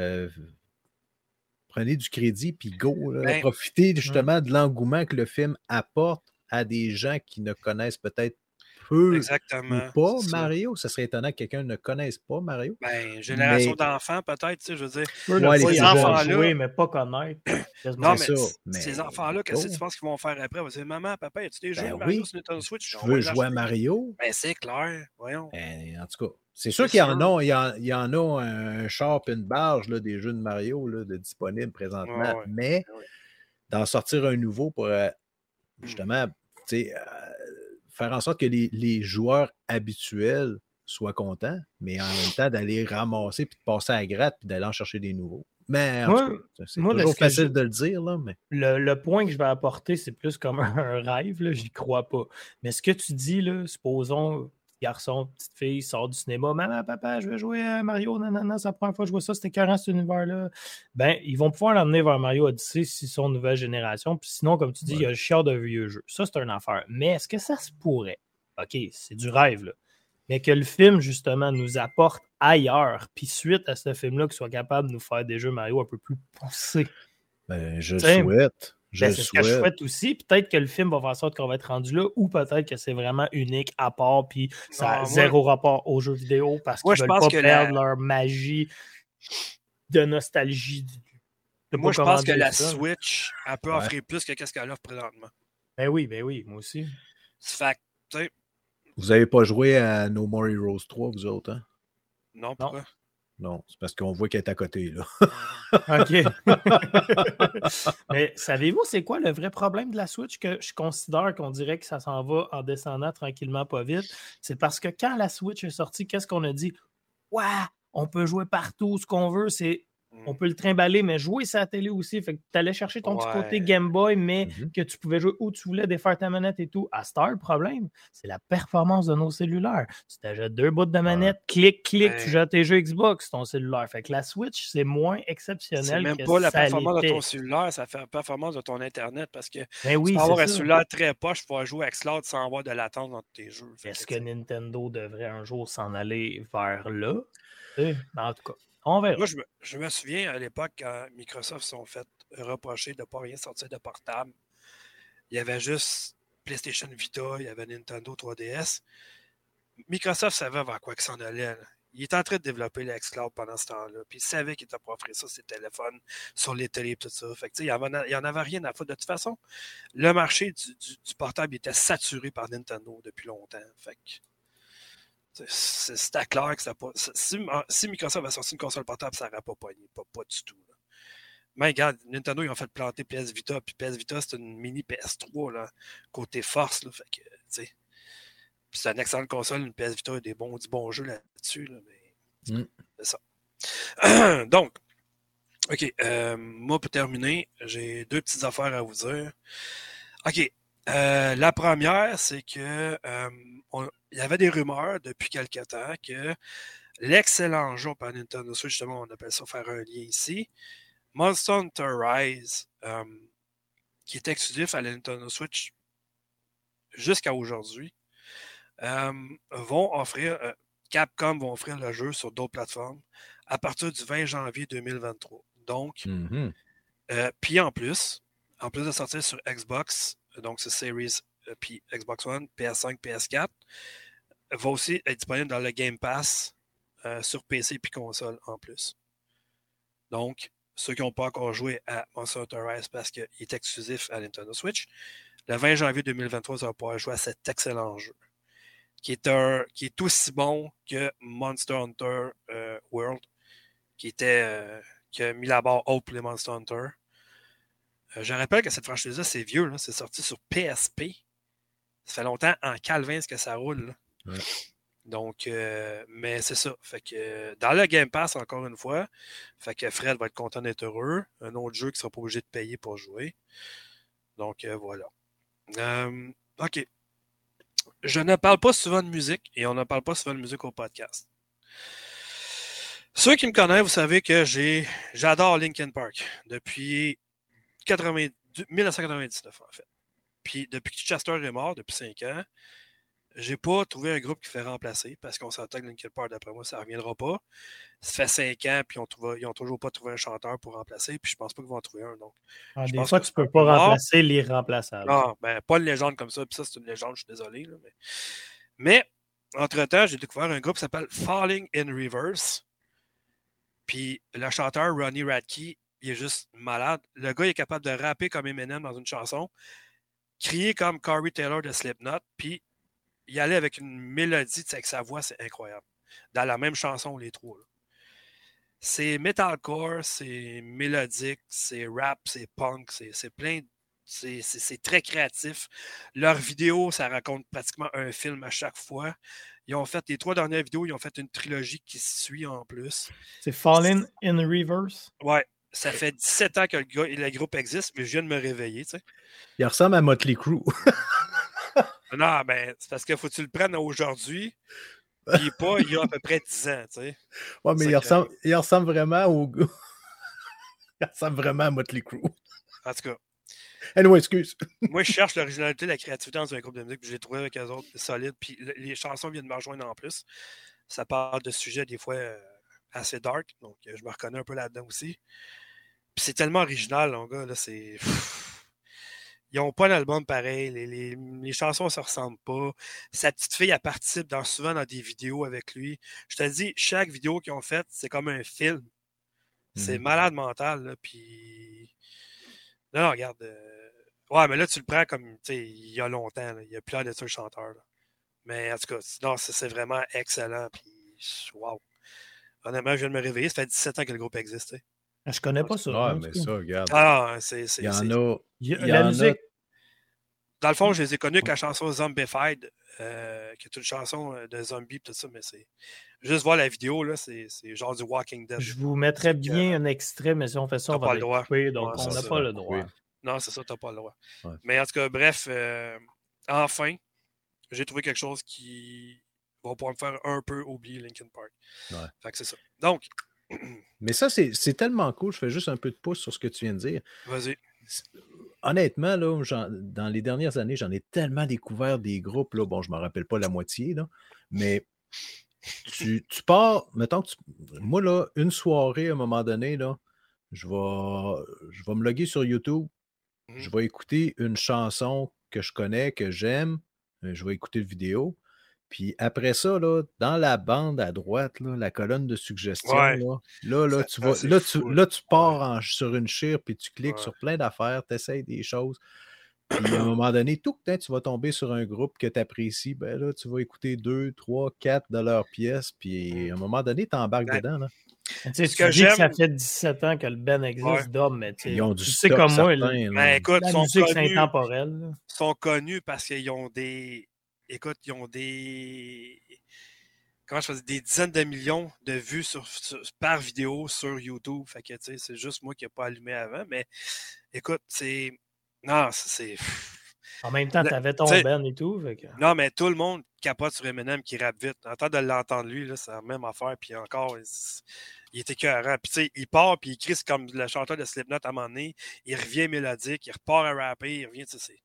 S3: prenez du crédit, puis go, là, profitez justement de l'engouement que le film apporte à des gens qui ne connaissent peut-être peu ou pas Mario. Ça serait étonnant que quelqu'un ne connaisse pas Mario.
S1: Génération d'enfants, peut-être, tu sais, je veux dire.
S2: Les enfants jouer, mais pas connaître.
S1: Non, mais ces enfants-là, qu'est-ce que tu penses qu'ils vont faire après? Ils vont dire, maman, papa, as-tu des jeux Mario sur Nintendo Switch?
S3: Je veux jouer à Mario.
S1: C'est clair, voyons.
S3: En tout cas, c'est sûr qu'il y en a, il y en a un char et une barge, là, des jeux de Mario là, de disponibles présentement, mais d'en sortir un nouveau pour justement, tu sais, faire en sorte que les joueurs habituels soient contents, mais en même temps d'aller ramasser puis de passer à la gratte puis d'aller en chercher des nouveaux. Mais en tout cas, c'est toujours facile de le dire. Là, mais...
S2: le point que je vais apporter, c'est plus comme un rêve, là, j'y crois pas. Mais ce que tu dis, là, supposons, petit garçon, petite fille, sort du cinéma, maman, papa, je vais jouer à Mario, non, c'est la première fois que je vois ça, c'était écœurant cet univers-là. Ben, ils vont pouvoir l'emmener vers Mario Odyssey s'ils sont nouvelle génération. Puis sinon, comme tu dis, il y a le chiard de vieux jeu. Ça, c'est une affaire. Mais est-ce que ça se pourrait? OK, c'est du rêve, là. Mais que le film, justement, nous apporte ailleurs, puis suite à ce film-là, qu'il soit capable de nous faire des jeux Mario un peu plus poussés.
S3: Ben, je souhaite.
S2: C'est ce que je souhaite aussi. Peut-être que le film va faire en sorte qu'on va être rendu là, ou peut-être que c'est vraiment unique, à part, puis ça a zéro rapport aux jeux vidéo, parce qu'ils ne veulent pas perdre leur magie de nostalgie.
S1: Moi, je pense que la Switch, elle peut offrir plus que ce qu'elle offre présentement.
S2: Ben oui, moi aussi.
S1: Fait que, tu sais...
S3: Vous n'avez pas joué à No More Heroes 3, vous autres, hein?
S1: Non, pourquoi?
S3: Non, c'est parce qu'on voit qu'elle est à côté, là.
S2: OK. Mais savez-vous, c'est quoi le vrai problème de la Switch que je considère qu'on dirait que ça s'en va en descendant tranquillement, pas vite? C'est parce que quand la Switch est sortie, qu'est-ce qu'on a dit? Ouais, on peut jouer partout, ce qu'on veut, c'est... On peut le trimballer, mais jouer sur la télé aussi. Fait que tu allais chercher ton petit côté Game Boy, mais que tu pouvais jouer où tu voulais, défaire ta manette et tout. À Star, le problème, c'est la performance de nos cellulaires. Tu t'achètes 2 bouts de manette, clic, tu jettes tes jeux Xbox sur ton cellulaire. Fait que la Switch, c'est moins exceptionnel.
S1: C'est même pas la performance de ton cellulaire, ça fait la performance de ton Internet parce que tu peux avoir un cellulaire très poche pour pouvoir jouer avec Cloud sans avoir de latence dans tes jeux.
S2: Est-ce que Nintendo devrait un jour s'en aller vers là? En tout cas. On verra.
S1: Moi, je me souviens à l'époque quand Microsoft se sont fait reprocher de ne pas rien sortir de portable. Il y avait juste PlayStation Vita, il y avait Nintendo 3DS. Microsoft savait vers quoi il s'en allait. Là. Il était en train de développer le xCloud pendant ce temps-là. Puis il savait qu'il n'était pas offrir ça, ses téléphones, sur les télés et tout ça. Fait que, il n'y en avait rien à foutre. De toute façon, le marché du portable était saturé par Nintendo depuis longtemps. Fait que, c'était clair que ça pas. Si Microsoft avait sorti une console portable, ça n'aurait pas pogné. Pas du tout. Là. Mais regarde, Nintendo, ils ont fait planter PS Vita. Puis PS Vita, c'est une mini PS3, là, côté force. Là, fait que, tu sais. C'est une excellente console. Une PS Vita a du bon jeu là-dessus. Là, mais c'est ça. Donc, OK. Moi, pour terminer, j'ai 2 petites affaires à vous dire. OK. La première, c'est que il y avait des rumeurs depuis quelque temps que l'excellent jeu par Nintendo Switch, justement, on appelle ça faire un lien ici, Monster Hunter Rise, qui est exclusif à la Nintendo Switch jusqu'à aujourd'hui, vont offrir, Capcom vont offrir le jeu sur d'autres plateformes à partir du 20 janvier 2023. Donc, puis en plus de sortir sur Xbox, donc c'est Series puis Xbox One, PS5, PS4, va aussi être disponible dans le Game Pass sur PC et console en plus. Donc, ceux qui n'ont pas encore joué à Monster Hunter Rise parce qu'il est exclusif à Nintendo Switch, le 20 janvier 2023, vous allez pouvoir jouer à cet excellent jeu, qui est aussi bon que Monster Hunter World, qui a mis la barre haute pour les Monster Hunter. Je rappelle que cette franchise-là, c'est vieux, là. C'est sorti sur PSP. Ça fait longtemps en calvin que ça roule. Là.
S3: Ouais.
S1: Donc, mais c'est ça. Fait que dans le Game Pass, encore une fois, fait que Fred va être content d'être heureux. Un autre jeu qui ne sera pas obligé de payer pour jouer. Donc, voilà. OK. Je ne parle pas souvent de musique et on ne parle pas souvent de musique au podcast. Ceux qui me connaissent, vous savez que j'adore Linkin Park depuis 1999, en fait. Puis, depuis que Chester est mort, depuis 5 ans, j'ai pas trouvé un groupe qui fait remplacer parce qu'on s'entend que Linkin Park, d'après moi, ça ne reviendra pas. Ça fait 5 ans, puis ils n'ont toujours pas trouvé un chanteur pour remplacer, puis je pense pas qu'ils vont en trouver un. Donc,
S2: des fois, tu peux pas remplacer l'irremplaçable.
S1: Non, ben, pas une légende comme ça, puis ça, c'est une légende, je suis désolé. Là, mais entre-temps, j'ai découvert un groupe qui s'appelle Falling in Reverse. Puis le chanteur Ronnie Radke, il est juste malade. Le gars, il est capable de rapper comme Eminem dans une chanson, crier comme Corey Taylor de Slipknot, puis y aller avec une mélodie, avec sa voix, c'est incroyable. Dans la même chanson, les trois. Là. C'est metalcore, c'est mélodique, c'est rap, c'est punk, c'est plein. C'est très créatif. Leurs vidéos, ça raconte pratiquement un film à chaque fois. Ils ont fait les 3 dernières vidéos, ils ont fait une trilogie qui se suit en plus.
S2: C'est Fallen in Reverse?
S1: Ouais. Ça fait 17 ans que le groupe existe, mais je viens de me réveiller, tu sais.
S3: Il ressemble à Motley Crue.
S1: Non, ben, c'est parce qu'il faut que tu le prennes aujourd'hui, puis pas il y a à peu près 10 ans, tu sais.
S3: Ouais, mais il ressemble vraiment au gars. Il ressemble vraiment à Motley Crue.
S1: En tout cas.
S3: Anyway, excuse.
S1: Moi, je cherche l'originalité et la créativité dans un groupe de musique, puis je l'ai trouvé avec eux autres solides, puis les chansons viennent me rejoindre en plus. Ça parle de sujets des fois assez dark, donc je me reconnais un peu là-dedans aussi. Puis c'est tellement original, mon gars, là, c'est... Ils n'ont pas d'album pareil, les chansons ne se ressemblent pas. Sa petite fille, elle participe souvent dans des vidéos avec lui. Je te dis, chaque vidéo qu'ils ont faite, c'est comme un film. C'est malade mental, là, puis... Non, regarde... Ouais, mais là, tu le prends comme, tu sais, il y a longtemps, là. Il y a plus l'air de ça, le chanteur, là. Mais en tout cas, non, c'est vraiment excellent, puis... Wow! Honnêtement, je viens de me réveiller, ça fait 17 ans que le groupe existe, tu sais.
S2: Je connais pas ça.
S3: Ouais, mais ça, regarde.
S1: Ah,
S3: il y en a.
S2: La musique.
S1: Dans le fond, je les ai connus avec la chanson Zombified, qui est une chanson de zombie, tout ça, mais c'est. Juste voir la vidéo, là, c'est genre du Walking Dead.
S2: Je vous mettrais bien un extrait, mais si on fait ça, on va le couper, donc on n'a pas le droit.
S1: Oui. Non, c'est ça, t'as pas le droit.
S3: Ouais.
S1: Mais en tout cas, bref, enfin, j'ai trouvé quelque chose qui va pouvoir me faire un peu oublier Linkin Park.
S3: Ouais.
S1: Fait que c'est ça. Donc.
S3: Mais ça, c'est tellement cool. Je fais juste un peu de pouce sur ce que tu viens de dire.
S1: Vas-y.
S3: Honnêtement, là, dans les dernières années, j'en ai tellement découvert des groupes. Là, bon, je ne m'en rappelle pas la moitié, là, mais tu pars, mettons que moi, là, une soirée, à un moment donné, là, je vais me loguer sur YouTube, je vais écouter une chanson que je connais, que j'aime, je vais écouter la vidéo. Puis après ça, là, dans la bande à droite, là, la colonne de suggestions,
S1: ouais.
S3: là, tu pars sur une chire, puis tu cliques sur plein d'affaires, tu essaies des choses. Puis à un moment donné, tout le temps, tu vas tomber sur un groupe que tu apprécies. Ben là, tu vas écouter 2, 3, 4 de leurs pièces. Puis à un moment donné, tu embarques dedans. Là.
S2: Tu sais que ça fait 17 ans que le Ben existe d'hommes, mais
S3: ils ont du
S2: stock comme moi,
S1: écoute,
S2: la musique, c'est intemporel.
S1: Ils sont connus parce qu'ils ont des... Écoute, ils ont des... Comment je faisais? Des dizaines de millions de vues par vidéo sur YouTube. Fait que, tu sais, c'est juste moi qui n'ai pas allumé avant. Mais, écoute, c'est... Non, c'est...
S2: En même temps, tu avais ton Ben et tout. Fait que...
S1: Non, mais tout le monde capote sur Eminem qui rappe vite. En temps de l'entendre, lui, là, c'est la même affaire. Puis encore, il est écœurant. Puis, tu sais, il part, puis il crie comme le chanteur de Slipknot à un moment donné. Il revient mélodique, il repart à rapper, il revient, tu sais,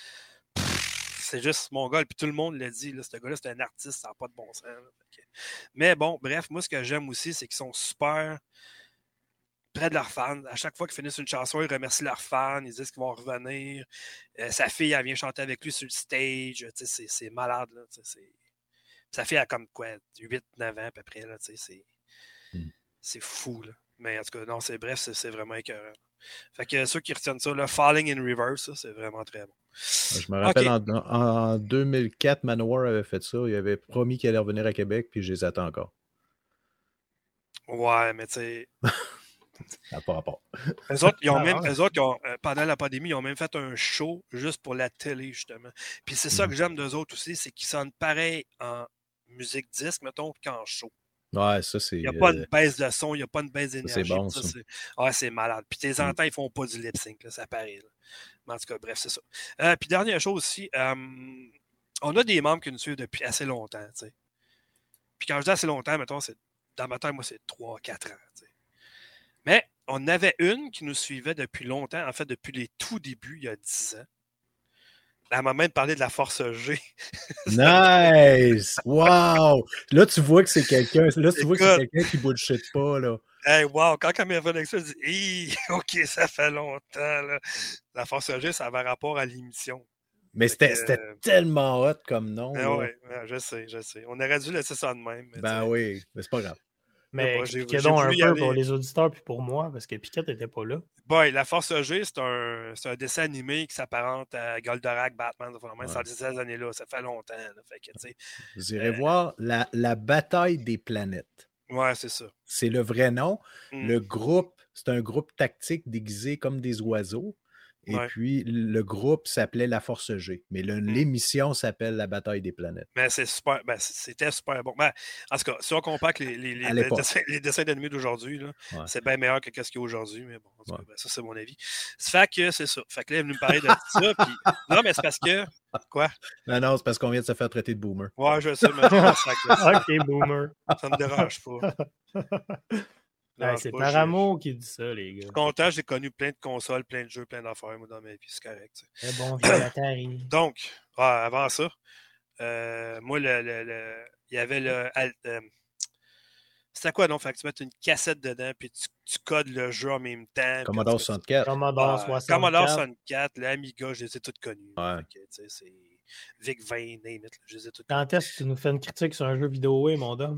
S1: c'est juste mon gars, puis tout le monde l'a dit, là, ce gars-là, c'est un artiste, ça n'a pas de bon sens. Là. Mais bon, bref, moi, ce que j'aime aussi, c'est qu'ils sont super près de leurs fans. À chaque fois qu'ils finissent une chanson, ils remercient leurs fans, ils disent qu'ils vont revenir. Sa fille, elle vient chanter avec lui sur le stage. C'est malade. Là, sa fille a comme quoi, 8-9 ans à peu près. Là, c'est fou. Là. Mais en tout cas, non, bref, c'est vraiment écœurant. Fait que ceux qui retiennent ça, là, Falling in Reverse, ça, c'est vraiment très bon.
S3: Je me rappelle, en 2004, Manowar avait fait ça. Il avait promis qu'il allait revenir à Québec, puis je les attends encore.
S1: Ouais, mais tu sais...
S3: Ça n'a pas rapport.
S1: Eux autres, pendant la pandémie, ils ont même fait un show juste pour la télé, justement. Puis c'est ça que j'aime d'eux autres aussi, c'est qu'ils sonnent pareil en musique disque, mettons, qu'en show.
S3: Ouais, ça, c'est...
S1: Il n'y a pas de baisse de son, il n'y a pas de baisse d'énergie.
S3: C'est bon, ça.
S1: C'est malade. Puis tes entends, ils ne font pas du lip-sync, là, ça paraît. Là. Mais en tout cas, bref, c'est ça. Puis dernière chose aussi, on a des membres qui nous suivent depuis assez longtemps, tu sais. Puis quand je dis assez longtemps, mettons, dans ma tête, moi, c'est 3-4 ans, tu sais. Mais on avait une qui nous suivait depuis longtemps, en fait, depuis les tout débuts, il y a 10 ans. Elle m'a même parlé de la Force G.
S3: Nice! Wow! Là, tu vois que c'est quelqu'un. Là, tu vois que c'est quelqu'un qui bullshit pas, là.
S1: Hey, wow! Quand elle m'est revenue avec ça, je dis OK, ça fait longtemps, là. La Force G, ça avait rapport à l'émission.
S3: Mais c'était tellement hot comme nom.
S1: Oui, je sais. On aurait dû laisser ça de même.
S3: Ben oui, mais c'est pas grave.
S2: Mais expliquez donc un peu pour les auditeurs puis pour moi, parce que Piquette n'était pas là.
S1: Bon, la Force G, c'est un dessin animé qui s'apparente à Goldorak, Batman. Ouais. Ça ces années-là, ça fait longtemps. Là, fait que,
S3: vous irez voir la bataille des planètes.
S1: Ouais, c'est ça.
S3: C'est le vrai nom. Le groupe, c'est un groupe tactique déguisé comme des oiseaux. Et puis, le groupe s'appelait la Force G. Mais l'émission s'appelle la Bataille des planètes.
S1: Mais c'est super. C'était super bon. Ben, en tout cas, si on compare que les dessins d'animés d'aujourd'hui, c'est bien meilleur que ce qu'il y a aujourd'hui. Mais bon, en tout cas, ça, c'est mon avis. Ça fait que c'est ça. Fait que là, elle est venue me parler de ça. Puis... Non, mais c'est parce que. Quoi?
S3: Non, c'est parce qu'on vient de se faire traiter de boomer.
S1: Ouais, je sais, mais
S2: OK, boomer.
S1: Ça me dérange pas.
S2: C'est par amour qu'il dit ça, les gars.
S1: Je suis content, j'ai connu plein de consoles, plein de jeux, plein d'affaires, moi, dans ma vie, c'est correct.
S2: C'est bon, vieux Atari.
S1: Donc, avant ça, moi, il y avait le... c'était quoi, donc? Fait que tu mets une cassette dedans, puis tu codes le jeu en même temps.
S3: Commodore 64.
S2: Commodore 64.
S1: Commodore 64, l'Amiga, je les ai toutes connues.
S3: Ouais.
S1: C'est Vic 20, je les ai toutes
S2: connues. Quand est-ce que tu nous fais une critique sur un jeu vidéo, mon homme?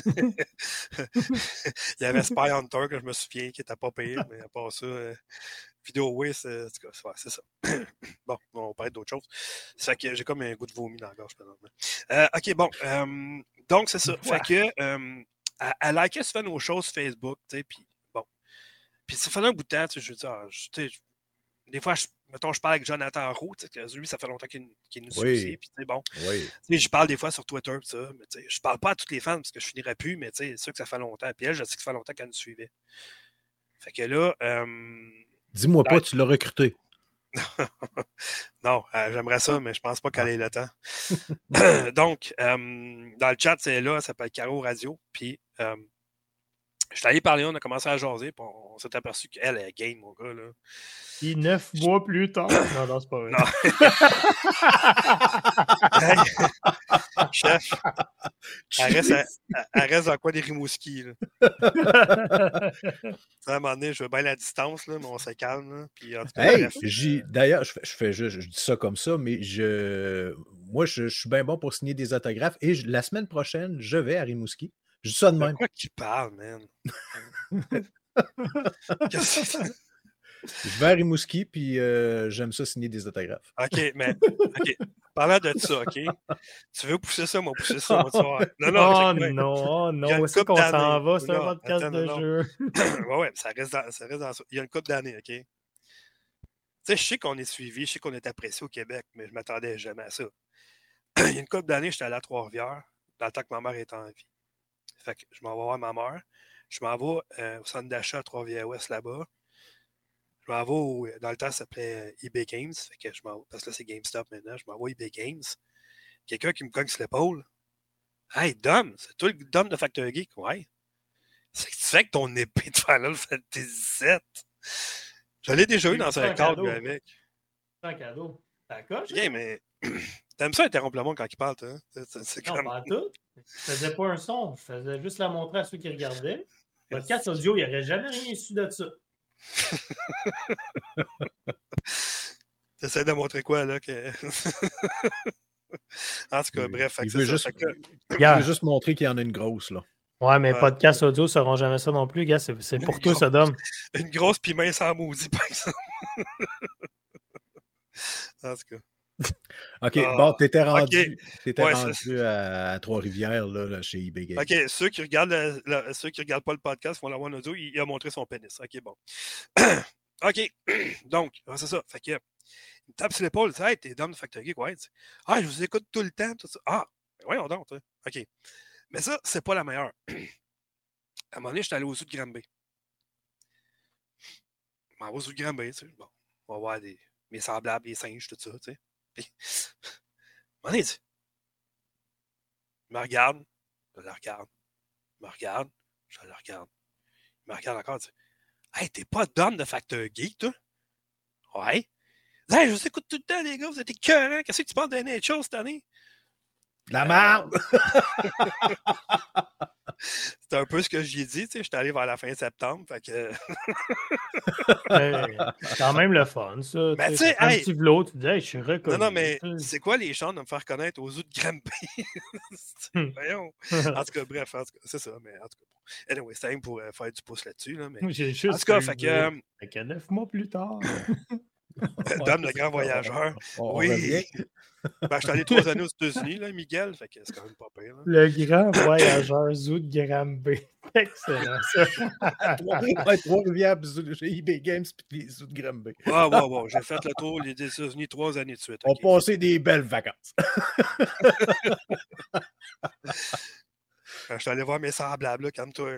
S1: Il y avait Spy Hunter, que je me souviens, qui n'était pas payé, mais à part ça, Vidéo c'est ça. Bon, on va parler d'autre chose. Ça fait que j'ai comme un goût de vomi dans la gorge. OK, bon. Donc, c'est ça. Fait que elle likait souvent nos choses Facebook, tu sais, puis bon. Puis ça faisait un bout de temps, tu sais, je veux dire, des fois, mettons, je parle avec Jonathan Roux, tu sais, lui, ça fait longtemps qu'il nous suit aussi, puis tu sais, bon.
S3: Oui.
S1: Tu sais, je parle des fois sur Twitter, ça, mais tu sais, je parle pas à toutes les fans parce que je finirais plus, mais tu sais, c'est sûr que ça fait longtemps. Puis elle, je sais que ça fait longtemps qu'elle nous suivait. Fait que là...
S3: Dis-moi pas, tu l'as recruté.
S1: Non, j'aimerais ça, mais je pense pas qu'elle ait le temps. Donc, dans le chat, c'est là, ça s'appelle Caro Radio, puis... je suis allé parler, on a commencé à jaser, puis on s'est aperçu qu'elle est game, mon gars, là.
S2: Puis 9 mois plus tard. Non, c'est pas vrai.
S1: Non. Chef, elle reste dans quoi des Rimouski, là. À un moment donné, je veux bien la distance, là, mais on se calme, là. Puis, en tout cas,
S3: d'ailleurs, je dis ça comme ça, mais moi, je suis bien bon pour signer des autographes, et la semaine prochaine, je vais à Rimouski. Je dis ça de même.
S1: De quoi tu parles, man?
S3: Je vais à Rimouski, puis j'aime ça signer des autographes.
S1: OK, mais parlant de ça, OK? Tu veux pousser ça, moi, pousser ça, moi, tu vois.
S2: Non, c'est qu'on s'en va, c'est un podcast de jeu.
S1: Ouais, ça reste dans ça. Il y a une couple d'années, OK? Tu sais, je sais qu'on est suivi, je sais qu'on est apprécié au Québec, mais je ne m'attendais jamais à ça. Il y a une couple d'années, j'étais allé à Trois-Rivières, dans le temps que ma mère était en vie. Fait que je m'en vais voir ma mère. Je m'en vais au centre d'achat à Trois-Rivières-Ouest, là-bas. Je m'en vais dans le temps, ça s'appelait eBay Games. Fait que parce que là, c'est GameStop maintenant. Je m'en vais eBay Games. Quelqu'un qui me cogne sur l'épaule. Hey, Dom, c'est toi le Dom de Factor Geek? Ouais. C'est que tu fais que ton épée de Final Fantasy VII. Je l'ai déjà eu dans un cadre avec.
S2: C'est un cadeau. T'as coche?
S1: Yeah, mais t'aimes ça interrompre le monde quand il parle, toi?
S2: Non, pas tout. Je faisais pas un son. Je faisais juste la montrer à ceux qui regardaient. Podcast audio, il n'y aurait jamais rien su de ça.
S1: T'essaies de montrer quoi, là? Que... En tout cas, bref.
S3: Il veut juste montrer qu'il y en a une grosse, là.
S2: Ouais, mais podcast audio ne seront jamais ça non plus, gars. C'est pour toi, Sodome.
S1: Une grosse pis mince en maudit, par exemple. En tout cas.
S3: OK, bon, t'étais rendu à Trois-Rivières, là, chez eBay Games.
S1: OK, ceux qui regardent pas le podcast vont l'avoir en audio, il a montré son pénis. OK, bon. OK, donc, c'est ça. Fait que, il me tape sur l'épaule, il dit, hey, t'es Dom de Factory Geek, ouais. Ah, je vous écoute tout le temps, tout ça. Ah, ben voyons donc, OK. Mais ça, c'est pas la meilleure. À un moment donné, j'étais allé au zoo de Granby. Je m'en vais au zoo de Granby, tu sais. Bon, on va voir mes semblables, les singes, tout ça, tu sais. Puis, à un moment donné, il dit, il me regarde, je le regarde, il me regarde, je le regarde. Il me regarde encore, il dit, hey, t'es pas Dom de Factor Geek, toi? Ouais. Hey, je vous écoute tout le temps, les gars, vous êtes écœurants. Qu'est-ce que tu penses de NHL cette année?
S3: La merde!
S1: C'était un peu ce que j'y dit, tu sais. J'étais allé vers la fin septembre, fait que...
S2: C'est quand même le fun, ça.
S1: Mais tu sais,
S2: un petit vlog, tu dis, hey, je suis reconnu.
S1: Non, mais c'est quoi les chances de me faire connaître aux zoo de Granby? Voyons. En tout cas, bref, c'est ça, mais en tout cas. Anyway, c'était pour faire du pouce là-dessus, là, mais... En tout cas, fait que...
S2: Fait que 9 mois plus tard...
S1: Dom, le grand voyageur. Oui. Ben, je suis allé 3 années aux États-Unis, là, Miguel. Fait que c'est quand même pas pire. Là.
S2: Le grand voyageur zoo de Granby. Excellent, ça.
S3: Trois-Rivières, chez eBay Games, puis les zoos de Granby.
S1: Wow. J'ai fait le tour des États-Unis 3 années de suite.
S3: On passait des belles vacances.
S1: Je suis allé voir mes semblables, là, calme-toi.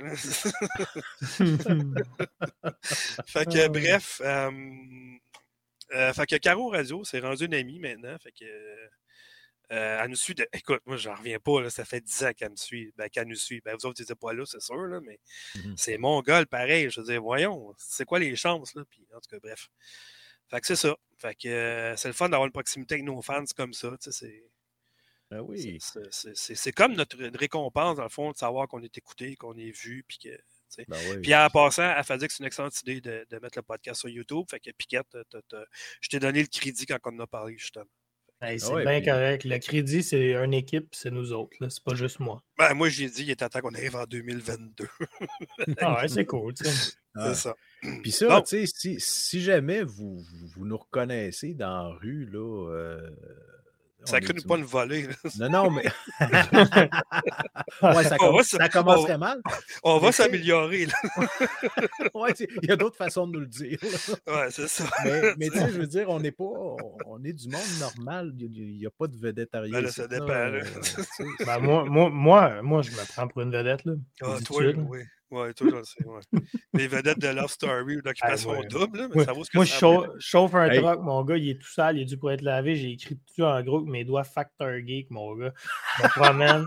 S1: Fait que, bref. Fait que Caro Radio, c'est rendu une amie maintenant. Fait que elle nous suit. Écoute, moi, j'en reviens pas. Là, ça fait 10 ans qu'elle me suit. Qu'elle nous suit. Vous autres, vous n'étiez pas là, c'est sûr, là, mais c'est mon gars, pareil. Je veux dire, voyons, c'est quoi les chances? Là? Puis, en tout cas, bref. Fait que c'est ça. Fait que c'est le fun d'avoir une proximité avec nos fans comme ça.
S3: Ben oui.
S1: C'est comme notre récompense, dans le fond, de savoir qu'on est écouté, qu'on est vu, puis que.
S3: Ben oui,
S1: puis en passant, elle fait dire que c'est une excellente idée de mettre le podcast sur YouTube. Fait que Piquette, je t'ai donné le crédit quand on en a parlé, justement.
S2: Hey, c'est bien correct. Le crédit, c'est une équipe, c'est nous autres. Là. C'est pas juste moi.
S1: Ben, moi, j'ai dit, il est temps qu'on arrive en 2022.
S2: Ah ouais, c'est cool.
S1: C'est ça.
S3: Puis ça, tu sais, si jamais vous nous reconnaissez dans la rue, là...
S1: ça crée pas une volée. Là.
S3: Non, mais... ouais, ça commencerait mal.
S1: On va s'améliorer.
S3: Ouais, il y a d'autres façons de nous le dire.
S1: Ouais, c'est ça.
S3: Mais tu sais, je veux dire, on est du monde normal. Il n'y a pas de vedettarié.
S1: Ben là, ça dépend. Là.
S2: Ben, moi, je me prends pour une vedette. Là.
S1: Ah, toi, oui. Ouais, toi, je le sais. Ouais. Les vedettes de Love Story ou d'Occupation Double, là, mais ça vaut ce que
S2: ça vaut. Je chauffe un truck, mon gars, il est tout sale, il est dû pour être lavé. J'ai écrit tout en gros avec mes doigts Factor Geek, mon gars. Je me promène.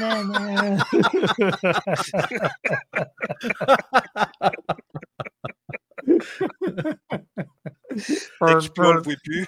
S1: Puis on le voit plus.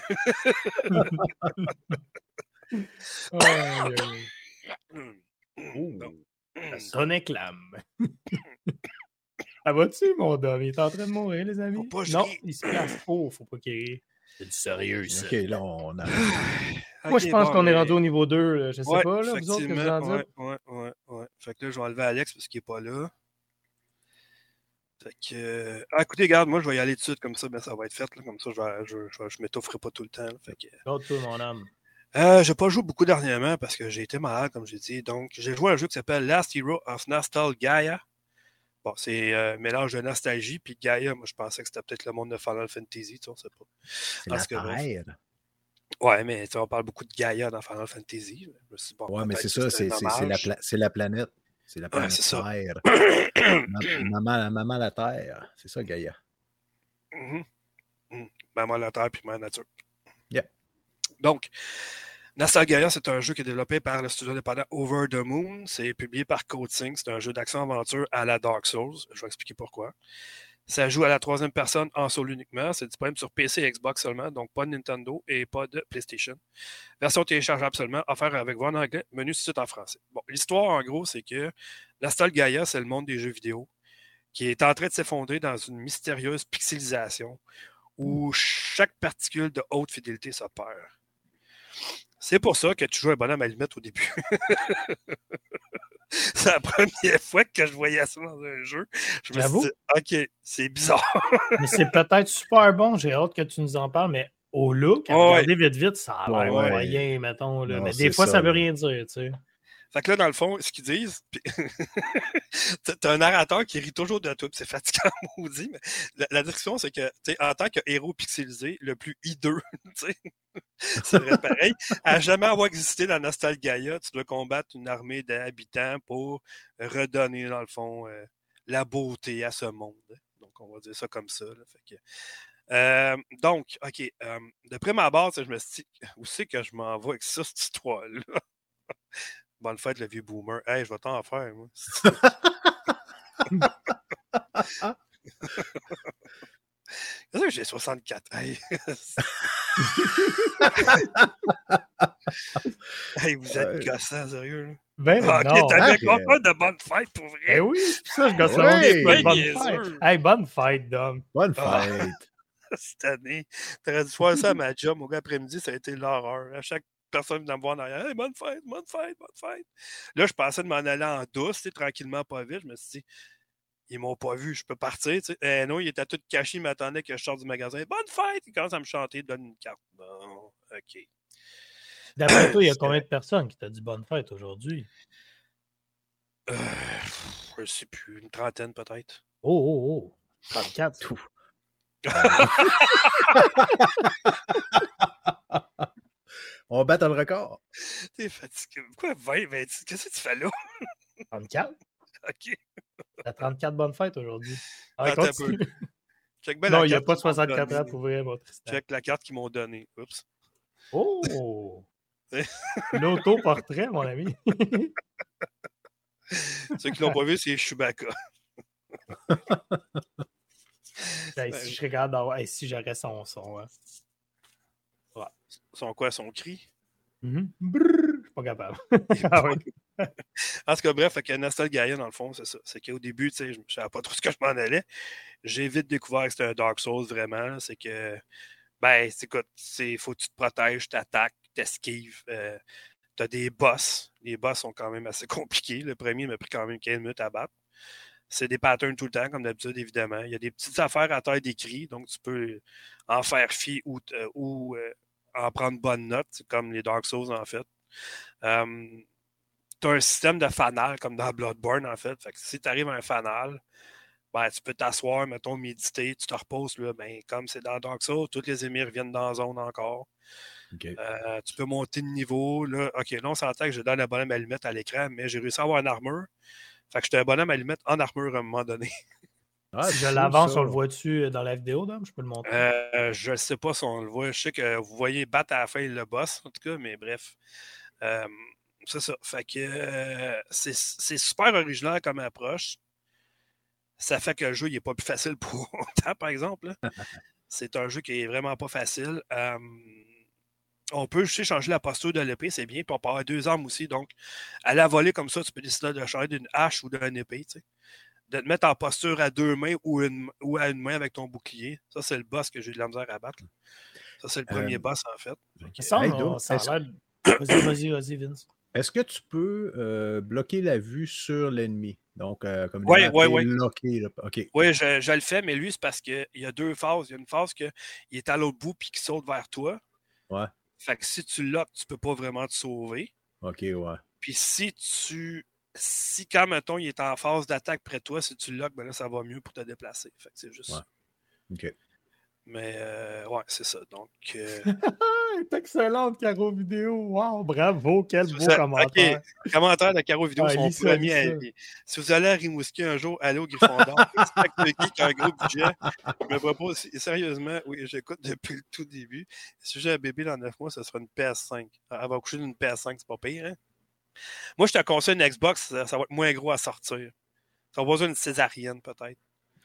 S2: Ça sonnait clame. Ça va-tu, mon Dom? Il est en train de mourir, les amis? Non, il se place. Oh, faut pas qu'il ait. C'est du sérieux, ça.
S3: OK, là, on a...
S2: Moi, je pense qu'on est rendu au niveau 2. Là. Je sais pas, là, vous autres, que vous en dites?
S1: Ouais. Fait que là, je vais enlever Alex parce qu'il n'est pas là. Fait que... écoutez, regarde, moi, je vais y aller tout de suite, comme ça, ben, ça va être fait. Là, comme ça, je m'étoufferai pas tout le temps. Là, fait que...
S2: Toi, mon âme.
S1: J'ai pas joué beaucoup dernièrement parce que j'ai été malade, comme j'ai dit. Donc, j'ai joué à un jeu qui s'appelle Last Hero of Nostalgia. Bon, c'est un mélange de nostalgie puis Gaia. Moi, je pensais que c'était peut-être le monde de Final Fantasy, tu sais, on sait pas.
S3: C'est la Terre.
S1: Ouais, mais on parle beaucoup de Gaia dans Final Fantasy.
S3: Ouais, mais c'est ça, c'est la planète. C'est la planète Terre. Maman la Terre. C'est ça, Gaia.
S1: Maman la Terre puis Mère Nature.
S3: Yeah.
S1: Donc, Nostalgia, c'est un jeu qui est développé par le studio indépendant Over the Moon. C'est publié par Coatsink. C'est un jeu d'action-aventure à la Dark Souls. Je vais expliquer pourquoi. Ça joue à la 3e personne en solo uniquement. C'est disponible sur PC et Xbox seulement, donc pas de Nintendo et pas de PlayStation. Version téléchargeable seulement, offert avec voix en anglais, menu sous-titres en français. Bon, l'histoire, en gros, c'est que Nostalgia, c'est le monde des jeux vidéo qui est en train de s'effondrer dans une mystérieuse pixelisation où chaque particule de haute fidélité se perd. C'est pour ça que tu joues un bonhomme allumette au début. C'est la première fois que je voyais ça dans un jeu. Je me suis dit, OK, c'est bizarre.
S2: Mais c'est peut-être super bon. J'ai hâte que tu nous en parles, mais au look, à regarder vite, ça a l'air moyen, mettons. Là. Non, mais des fois, ça veut rien dire, tu sais.
S1: Fait que là, dans le fond, ce qu'ils disent, t'as un narrateur qui rit toujours de tout, c'est fatigant, maudit, mais la discussion, c'est que, tu sais, en tant que héros pixelisé, le plus hideux, tu sais, c'est vrai pareil, à jamais avoir existé dans Nostalgaia, tu dois combattre une armée d'habitants pour redonner, dans le fond, la beauté à ce monde. Donc, on va dire ça comme ça. Là. Fait que, donc, OK, de prime abord, je me suis dit, où c'est que je m'en vais avec ça, cette histoire-là? Bonne fête, le vieux boomer. Hey, je vais t'en faire, moi. C'est ça que j'ai 64. Hey, hey vous êtes gossant, sérieux. Là.
S2: Ben
S1: non. OK, t'avais combien de bonnes fêtes pour vrai?
S2: Eh oui, ça, je gosse la bonne fête. Hey, bonne fête, Dom.
S3: Bonne fête.
S1: Cette année, t'aurais dû faire ça à ma job. Au gars, après-midi, ça a été l'horreur. À chaque personne vient me voir en arrière. Hey, bonne fête, bonne fête, bonne fête. Là, je pensais de m'en aller en douce, tranquillement, pas vite. Je me suis dit, ils m'ont pas vu, je peux partir. Non, il était tout caché, il m'attendait que je sorte du magasin. Bonne fête! Il commence à me chanter, donne une carte. Bon, OK.
S2: D'après toi, il y a combien de personnes qui t'ont dit bonne fête aujourd'hui?
S1: Je sais plus, une trentaine peut-être.
S2: Oh. 34, tout.
S3: On va battre le record.
S1: T'es fatigué. Pourquoi 20, 20? Qu'est-ce que tu fais là?
S2: 34?
S1: OK.
S2: T'as 34 bonnes fêtes aujourd'hui.
S1: Attends un peu. Check bien
S2: non, il n'y a pas 64 ans pour vrai, mon Tristan.
S1: Check la carte qu'ils m'ont donnée. Oups.
S2: Oh! L'auto-portrait, mon ami.
S1: Ceux qui l'ont pas vu, c'est Chewbacca.
S2: Si je regarde d'avoir. Si j'aurais son. Hein.
S1: Ouais. Son quoi? Son cri?
S2: Mm-hmm. Brrr, je suis pas capable. Ah oui.
S1: En tout cas, bref, avec Nostalgaia, dans le fond, c'est ça. C'est qu'au début, tu sais, je ne savais pas trop ce que je m'en allais. J'ai vite découvert que c'était un Dark Souls, vraiment. C'est que, ben, écoute, faut que tu te protèges, t'attaques, t'esquives. T'as des boss. Les boss sont quand même assez compliqués. Le premier m'a pris quand même 15 minutes à battre. C'est des patterns tout le temps, comme d'habitude, évidemment. Il y a des petites affaires à taille d'écrit, donc tu peux en faire fi ou en prendre bonne note, comme les Dark Souls, en fait. Tu as un système de fanal, comme dans Bloodborne, en fait. Fait que si tu arrives à un fanal, ben, tu peux t'asseoir, mettons, méditer, tu te reposes, là, ben, comme c'est dans Dark Souls, tous les ennemis reviennent dans la zone encore.
S3: Okay.
S1: Tu peux monter de niveau. Là, OK, là, on s'entend que je donne un bonhomme allumette à l'écran, mais j'ai réussi à avoir une armure. Fait que j'étais un bonhomme allumette en armure à un moment donné.
S2: Si je l'avance, on le voit-tu dans la vidéo, Dom? Je peux le montrer?
S1: Je ne sais pas si on le voit. Je sais que vous voyez battre à la fin le boss, en tout cas, mais bref. C'est ça. Fait que c'est super original comme approche. Ça fait que le jeu n'est pas plus facile pour autant, par exemple. C'est un jeu qui est vraiment pas facile. On peut juste changer la posture de l'épée, c'est bien. Puis on peut avoir 2 armes aussi. Donc, à la volée comme ça, tu peux décider de changer d'une hache ou d'une épée. Tu sais. De te mettre en posture à 2 mains ou à une main avec ton bouclier. Ça, c'est le boss que j'ai de la misère à battre. Ça, c'est le premier boss, en fait.
S2: Ça a l'air... Vas-y, Vince.
S3: Est-ce que tu peux bloquer la vue sur l'ennemi? Donc, comme
S1: oui.
S3: bloquer. Okay.
S1: Oui, je le fais, mais lui, c'est parce qu'il y a 2 phases. Il y a une phase qu'il est à l'autre bout et qu'il saute vers toi.
S3: Ouais.
S1: Fait que si tu loques, tu peux pas vraiment te sauver.
S3: OK, ouais.
S1: Puis si quand, mettons, il est en phase d'attaque près de toi, si tu loques, ben là, ça va mieux pour te déplacer. Fait que c'est juste ça.
S3: OK.
S1: Mais, ouais, c'est ça. Donc...
S2: C'est excellente, Caro Vidéo. Wow, bravo, quel beau commentaire.
S1: OK, commentaire de Caro Vidéo, son premier avis. Si vous allez à Rimouski un jour, allez au Gryffondor. Spectre qui a un gros budget. Je me propose, sérieusement, oui, j'écoute depuis le tout début. Si j'ai un bébé dans 9 mois, ce sera une PS5. Elle va coucher d'une PS5, c'est pas pire, hein? Moi, je te conseille une Xbox, ça va être moins gros à sortir. Ça va besoin d'une césarienne, peut-être.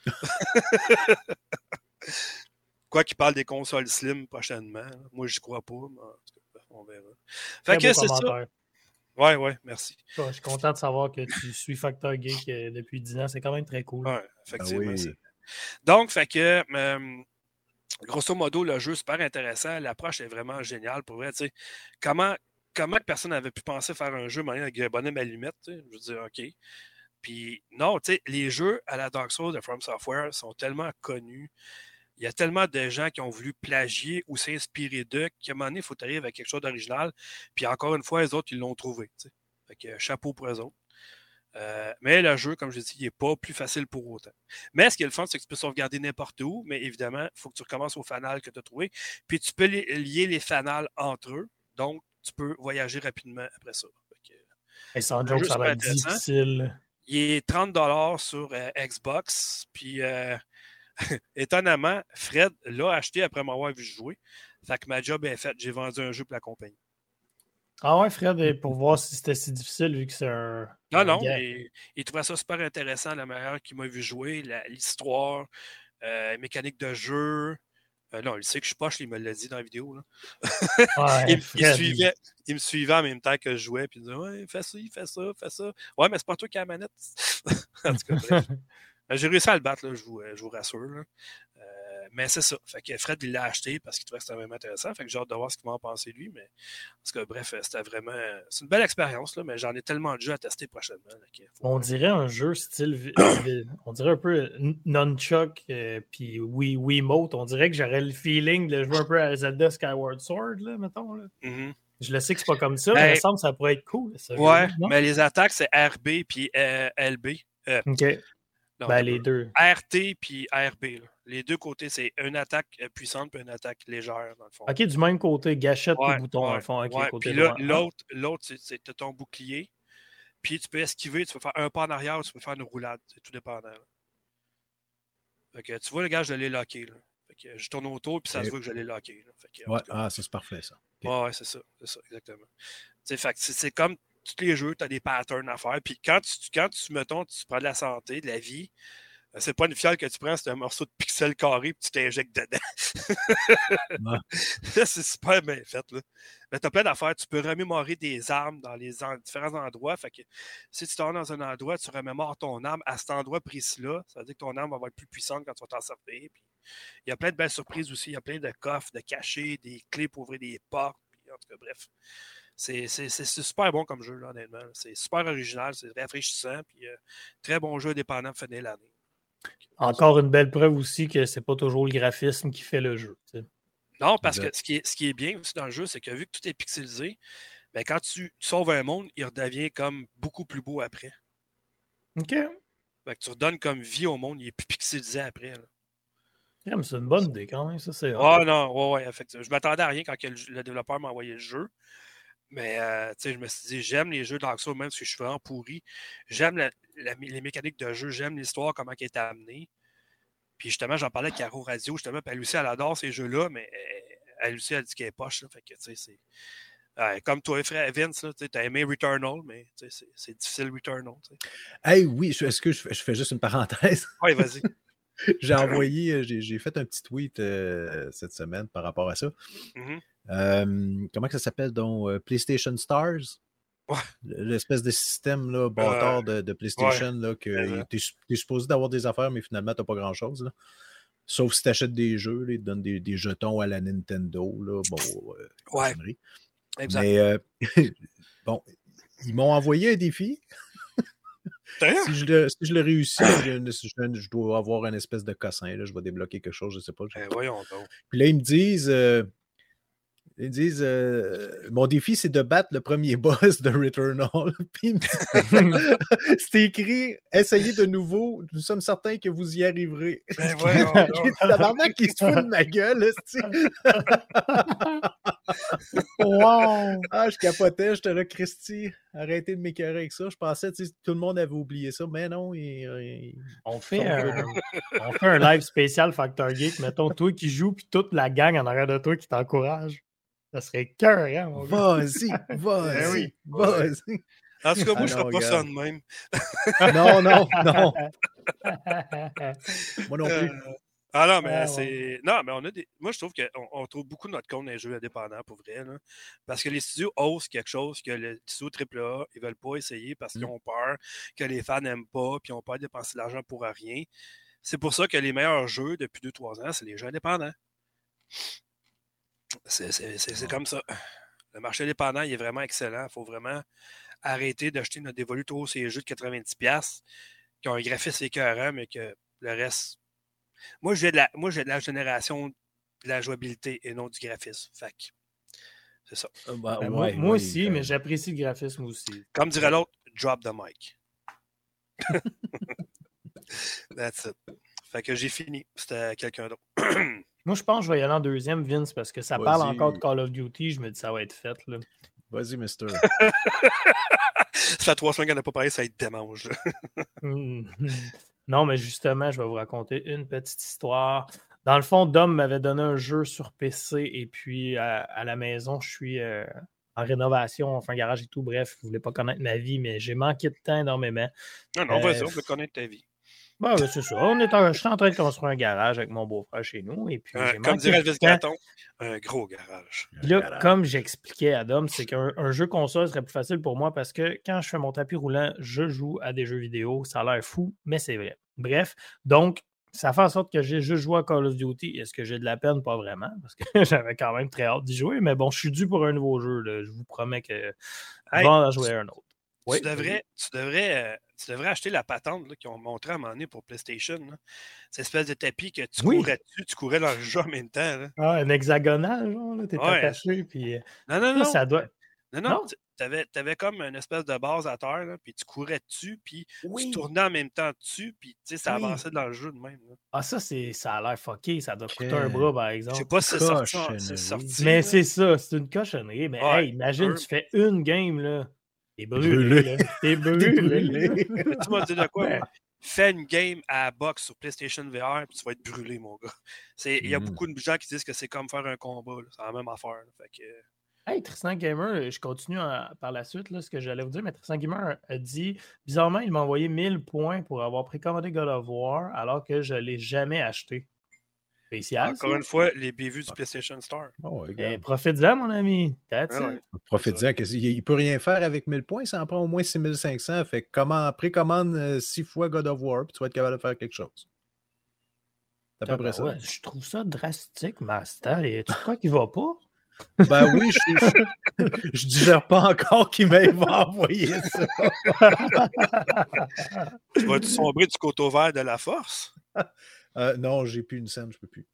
S1: Quoi qu'il parle des consoles slim prochainement. Moi, je crois pas, mais on verra. Fait que c'est ça. Ouais, merci.
S2: Je suis content de savoir que tu suis Factor Geek depuis 10 ans. C'est quand même très cool.
S1: Ouais, effectivement.
S3: Oui.
S1: Donc, fait que, grosso modo, le jeu est super intéressant. L'approche est vraiment géniale. Pour vrai, tu sais, comment que personne n'avait pu penser faire un jeu avec un bonhomme allumette, tu sais? Je veux dire, OK. Puis, non, tu sais, les jeux à la Dark Souls de From Software sont tellement connus. Il y a tellement de gens qui ont voulu plagier ou s'inspirer d'eux qu'à un moment donné, il faut arriver avec quelque chose d'original. Puis encore une fois, les autres, ils l'ont trouvé. T'sais. Fait que chapeau pour eux autres. Mais le jeu, comme je dis, il n'est pas plus facile pour autant. Mais ce qui est le fun, c'est que tu peux sauvegarder n'importe où, mais évidemment, il faut que tu recommences au fanal que tu as trouvé. Puis tu peux lier les fanals entre eux. Donc, tu peux voyager rapidement après ça.
S2: Et sans joke, ça va être difficile.
S1: Il est 30$ sur Xbox. Puis étonnamment, Fred l'a acheté après m'avoir vu jouer. Fait que ma job est faite. J'ai vendu un jeu pour la compagnie.
S2: Ah ouais, Fred, pour voir si c'était si difficile, vu que c'est un.
S1: Non, il trouvait ça super intéressant, la manière qu'il m'a vu jouer, l'histoire, mécanique de jeu. Non, il sait que je suis poche, il me l'a dit dans la vidéo. Là.
S2: Ouais,
S1: il me suivait en même temps que je jouais, puis il me disait ouais, fais ça, fais ça. Ouais, mais c'est pas toi qui as la manette. En tout cas, bref. J'ai réussi à le battre, là, je vous rassure. Là. Mais c'est ça. Fait que Fred, il l'a acheté parce qu'il trouvait que c'était vraiment intéressant. Fait que j'ai hâte de voir ce qu'il va en penser lui. Mais parce que bref, c'était vraiment. C'est une belle expérience, là, mais j'en ai tellement de jeux à tester prochainement. Là,
S2: on dirait un jeu style. On dirait un peu Nunchuck puis Wiimote. On dirait que j'aurais le feeling de jouer un peu à Zelda Skyward Sword, là, mettons. Là.
S1: Mm-hmm.
S2: Je le sais que c'est pas comme ça, mais il me semble que ça pourrait être cool. Ça,
S1: ouais, mais les attaques, c'est RB puis LB.
S2: OK. Non, ben, les deux.
S1: RT puis RB. Là. Les deux côtés, c'est une attaque puissante et une attaque légère, dans le fond.
S2: OK, du même côté, gâchette et bouton, dans le fond. Okay, côté
S1: puis l'autre, c'est ton bouclier. Puis tu peux esquiver, tu peux faire un pas en arrière ou tu peux faire une roulade. C'est tout dépendant. Là. Fait que, tu vois, le gars, je l'ai locké. Là. Fait que, je tourne autour puis ça se voit que je l'ai locké. Là. Fait que,
S3: ouais, ça c'est parfait, ça.
S1: Okay. Ouais, c'est ça, exactement. Fait que c'est comme tous les jeux, tu as des patterns à faire. Puis quand tu mettons, tu prends de la santé, de la vie, c'est pas une fiole que tu prends, c'est un morceau de pixel carré puis tu t'injectes dedans. Ouais. C'est super bien fait. Là. Mais tu as plein d'affaires. Tu peux remémorer des armes dans les différents endroits. Fait que si tu t'en dans un endroit, tu remémores ton arme à cet endroit précis-là. Ça veut dire que ton arme va être plus puissante quand tu vas t'en servir. Puis, il y a plein de belles surprises aussi. Il y a plein de coffres, de cachets, des clés pour ouvrir des portes. Puis, en tout cas, bref. C'est super bon comme jeu, là, honnêtement. C'est super original, c'est rafraîchissant. Puis, très bon jeu indépendant pour finir l'année.
S2: Encore une belle preuve aussi que c'est pas toujours le graphisme qui fait le jeu. T'sais.
S1: Non, parce que ce qui est bien aussi dans le jeu, c'est que vu que tout est pixelisé, ben quand tu sauves un monde, il redevient comme beaucoup plus beau après.
S2: OK.
S1: Fait que tu redonnes comme vie au monde, il est plus pixelisé après.
S2: Yeah, mais c'est une bonne idée quand même, ça c'est.
S1: Ah non, ouais, effectivement. Je m'attendais à rien quand le développeur m'a envoyé le jeu. Mais je me suis dit, j'aime les jeux Dark Souls, même si je suis vraiment pourri. J'aime les mécaniques de jeu, j'aime l'histoire, comment elle est amenée. Puis justement, j'en parlais avec Caro Radio, justement, puis elle aussi, elle adore ces jeux-là, mais elle aussi, elle dit qu'elle est poche. Là, fait que, tu sais, c'est. Comme toi, frère Vince, tu as aimé Returnal, mais c'est difficile Returnal. T'sais.
S3: Hey, oui, est-ce que je fais juste une parenthèse?
S1: Oui, vas-y.
S3: J'ai fait un petit tweet cette semaine par rapport à ça.
S1: Mm-hmm.
S3: Comment ça s'appelle donc PlayStation Stars?
S1: Ouais.
S3: L'espèce de système là, bâtard de PlayStation là, que t'es supposé d'avoir des affaires, mais finalement, t'as pas grand-chose. Là. Sauf si t'achètes des jeux, là, ils te donnent des jetons à la Nintendo. Là, bon,
S1: ouais. Exact.
S3: Mais bon, ils m'ont envoyé un défi. Si je le réussis, je dois avoir une espèce de cossin. Là, je vais débloquer quelque chose, je ne sais pas.
S1: Voyons donc.
S3: Puis là, ils me disent mon défi, c'est de battre le premier boss de Returnal. Puis c'est écrit essayez de nouveau, nous sommes certains que vous y arriverez.
S1: Ben voyons donc.
S3: Tabarnak qui se fout de ma gueule.
S2: Wow!
S3: Ah, je capotais, j'étais là, Christy, arrêtez de m'écœurer avec ça. Je pensais que tout le monde avait oublié ça, mais non.
S2: On fait un live spécial Factor Geek, mettons, toi qui joues, puis toute la gang en arrière de toi qui t'encourage. Ça serait cœur, hein, mon
S3: gars. Vas-y.
S1: En tout cas, moi, je ne ferais pas ça de même.
S3: Non. Moi non plus.
S1: Ah non, mais c'est. Non, mais on a des. Moi, je trouve qu'on trouve beaucoup de notre compte dans les jeux indépendants, pour vrai. Là. Parce que les studios osent quelque chose que les studios AAA, ils veulent pas essayer parce qu'ils ont peur, que les fans n'aiment pas, puis ils ont peur de dépenser de l'argent pour rien. C'est pour ça que les meilleurs jeux depuis 2-3 ans, c'est les jeux indépendants. C'est comme ça. Le marché indépendant, il est vraiment excellent. Il faut vraiment arrêter d'acheter notre dévolu trop ces jeux de 90$ qui ont un graphisme écœurant, mais que le reste. Moi, j'ai de la génération de la jouabilité et non du graphisme. Fait que, c'est ça.
S2: Moi aussi, mais j'apprécie le graphisme aussi.
S1: Comme dirait l'autre, drop the mic. That's it. Fait que j'ai fini. C'était quelqu'un d'autre.
S2: Moi, je pense que je vais y aller en deuxième, Vince, parce que ça parle encore de Call of Duty. Je me dis ça va être fait. Là.
S3: Vas-y, mister.
S1: Ça fait 3 semaines qu'on n'a pas parlé, ça être démange.
S2: Non, mais justement, je vais vous raconter une petite histoire. Dans le fond, Dom m'avait donné un jeu sur PC et puis à la maison, je suis en rénovation, enfin garage et tout. Bref, je ne voulais pas connaître ma vie, mais j'ai manqué de temps énormément.
S1: Non, vas-y, on peut connaître ta vie.
S2: Ben, c'est ça. Je suis en train de construire un garage avec mon beau-frère chez nous. Et puis,
S1: comme dirait Elvis Gratton, un gros garage.
S2: Là, comme j'expliquais à Dom, c'est qu'un jeu console serait plus facile pour moi parce que quand je fais mon tapis roulant, je joue à des jeux vidéo. Ça a l'air fou, mais c'est vrai. Bref, donc, ça fait en sorte que j'ai juste joué à Call of Duty. Est-ce que j'ai de la peine? Pas vraiment, parce que j'avais quand même très hâte d'y jouer. Mais bon, je suis dû pour un nouveau jeu. Là. Je vous promets que je vais en jouer un autre.
S1: Tu devrais acheter la patente là, qu'ils ont montré à un moment donné pour PlayStation. Là. Cette espèce de tapis que tu courais dessus, tu courais dans le jeu en même temps. Là.
S2: Ah, un hexagonal, genre, là, t'es attaché. Puis...
S1: Non.
S2: Ça doit...
S1: Non. T'avais comme une espèce de base à terre, là, puis tu courais dessus, puis tu tournais en même temps dessus, puis ça avançait dans le jeu de même. Là.
S2: Ah, ça a l'air fucké. Ça doit coûter un bras, par exemple.
S1: Je sais pas si c'est sorti.
S2: Mais c'est ça, c'est une cochonnerie. Mais hey, imagine, tu fais une game, là. T'es brûlé. T'es brûlé.
S1: Tu m'as dit de quoi? Fais une game à la boxe sur PlayStation VR, puis tu vas être brûlé, mon gars. Il y a beaucoup de gens qui disent que c'est comme faire un combat. C'est la même affaire. Là. Fait que...
S2: Hey, Tristan Gamer, je continue par la suite là, ce que j'allais vous dire, mais Tristan Gamer a dit, bizarrement, il m'a envoyé 1000 points pour avoir précommandé God of War alors que je ne l'ai jamais acheté. Spécial,
S1: encore une fois, les bévues du PlayStation Store.
S2: Profite-en, mon ami.
S3: Profite-en. Il ne peut rien faire avec 1000 points, ça en prend au moins 6500. Fait que précommande 6 fois God of War, puis tu vas être capable de faire quelque chose. C'est à peu près ça.
S2: Ouais, je trouve ça drastique, Master. Et tu crois qu'il va pas?
S3: Ben oui, je digère pas encore qu'il m'ait envoyé ça.
S1: Tu vas-tu sombrer du coteau vert de la force?
S3: Non, j'ai plus une scène, je peux plus.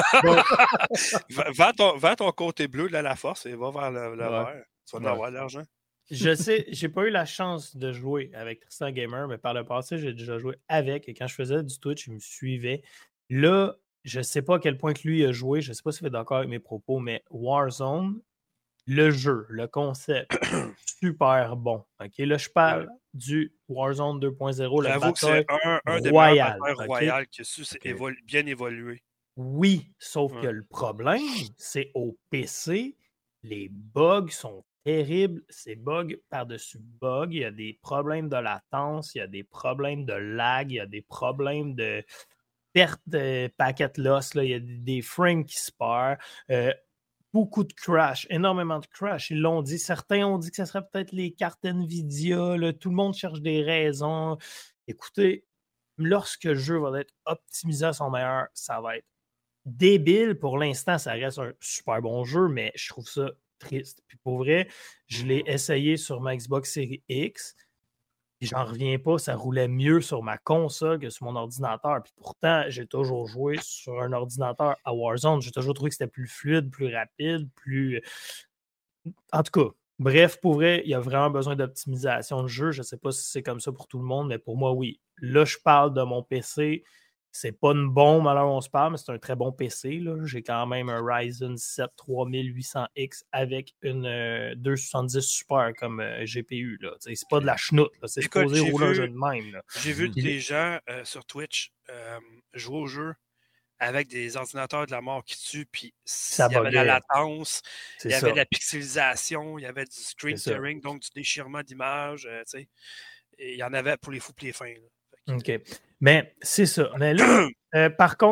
S1: Vends ton côté bleu de la force et va vers le vert. Tu vas avoir de l'argent.
S2: Je sais, j'ai pas eu la chance de jouer avec Tristan Gamer, mais par le passé, j'ai déjà joué avec. Et quand je faisais du Twitch, il me suivait. Là, je sais pas à quel point que lui a joué. Je sais pas s'il fait d'accord avec mes propos, mais Warzone, le jeu, le concept, super bon. Okay? Là, je parle du Warzone 2.0.
S1: J'avoue que c'est un des
S2: meilleurs
S1: batailles royales qui a bien évolué.
S2: Oui, sauf que le problème, c'est au PC, les bugs sont terribles. C'est bug par-dessus bug. Il y a des problèmes de latence, il y a des problèmes de lag, il y a des problèmes de perte de packet loss. Là. Il y a des frames qui se perdent. Beaucoup de crash, énormément de crash. Ils l'ont dit. Certains ont dit que ce serait peut-être les cartes NVIDIA. Là. Tout le monde cherche des raisons. Écoutez, lorsque le jeu va être optimisé à son meilleur, ça va être débile. Pour l'instant, ça reste un super bon jeu, mais je trouve ça triste. Puis pour vrai, je l'ai essayé sur ma Xbox Series X. Et j'en reviens pas, ça roulait mieux sur ma console que sur mon ordinateur. Puis pourtant, j'ai toujours joué sur un ordinateur à Warzone. J'ai toujours trouvé que c'était plus fluide, plus rapide, plus... En tout cas, bref, pour vrai, il y a vraiment besoin d'optimisation de jeu. Je ne sais pas si c'est comme ça pour tout le monde, mais pour moi, oui. Là, je parle de mon PC. C'est pas une bombe à l'heure où on se parle, mais c'est un très bon PC. Là. J'ai quand même un Ryzen 7 3800X avec une 270 Super comme GPU. Là. C'est pas de la chenoute. Là. C'est supposé rouler un jeu de même. Là.
S1: J'ai vu des gens sur Twitch jouer au jeu avec des ordinateurs de la mort qui tuent, puis il y avait de la latence, il y avait de la pixelisation, il y avait du screen tearing, donc du déchirement d'image. Il y en avait pour les fous et les fins. Là.
S2: OK. Mais c'est ça. Mais là, par contre,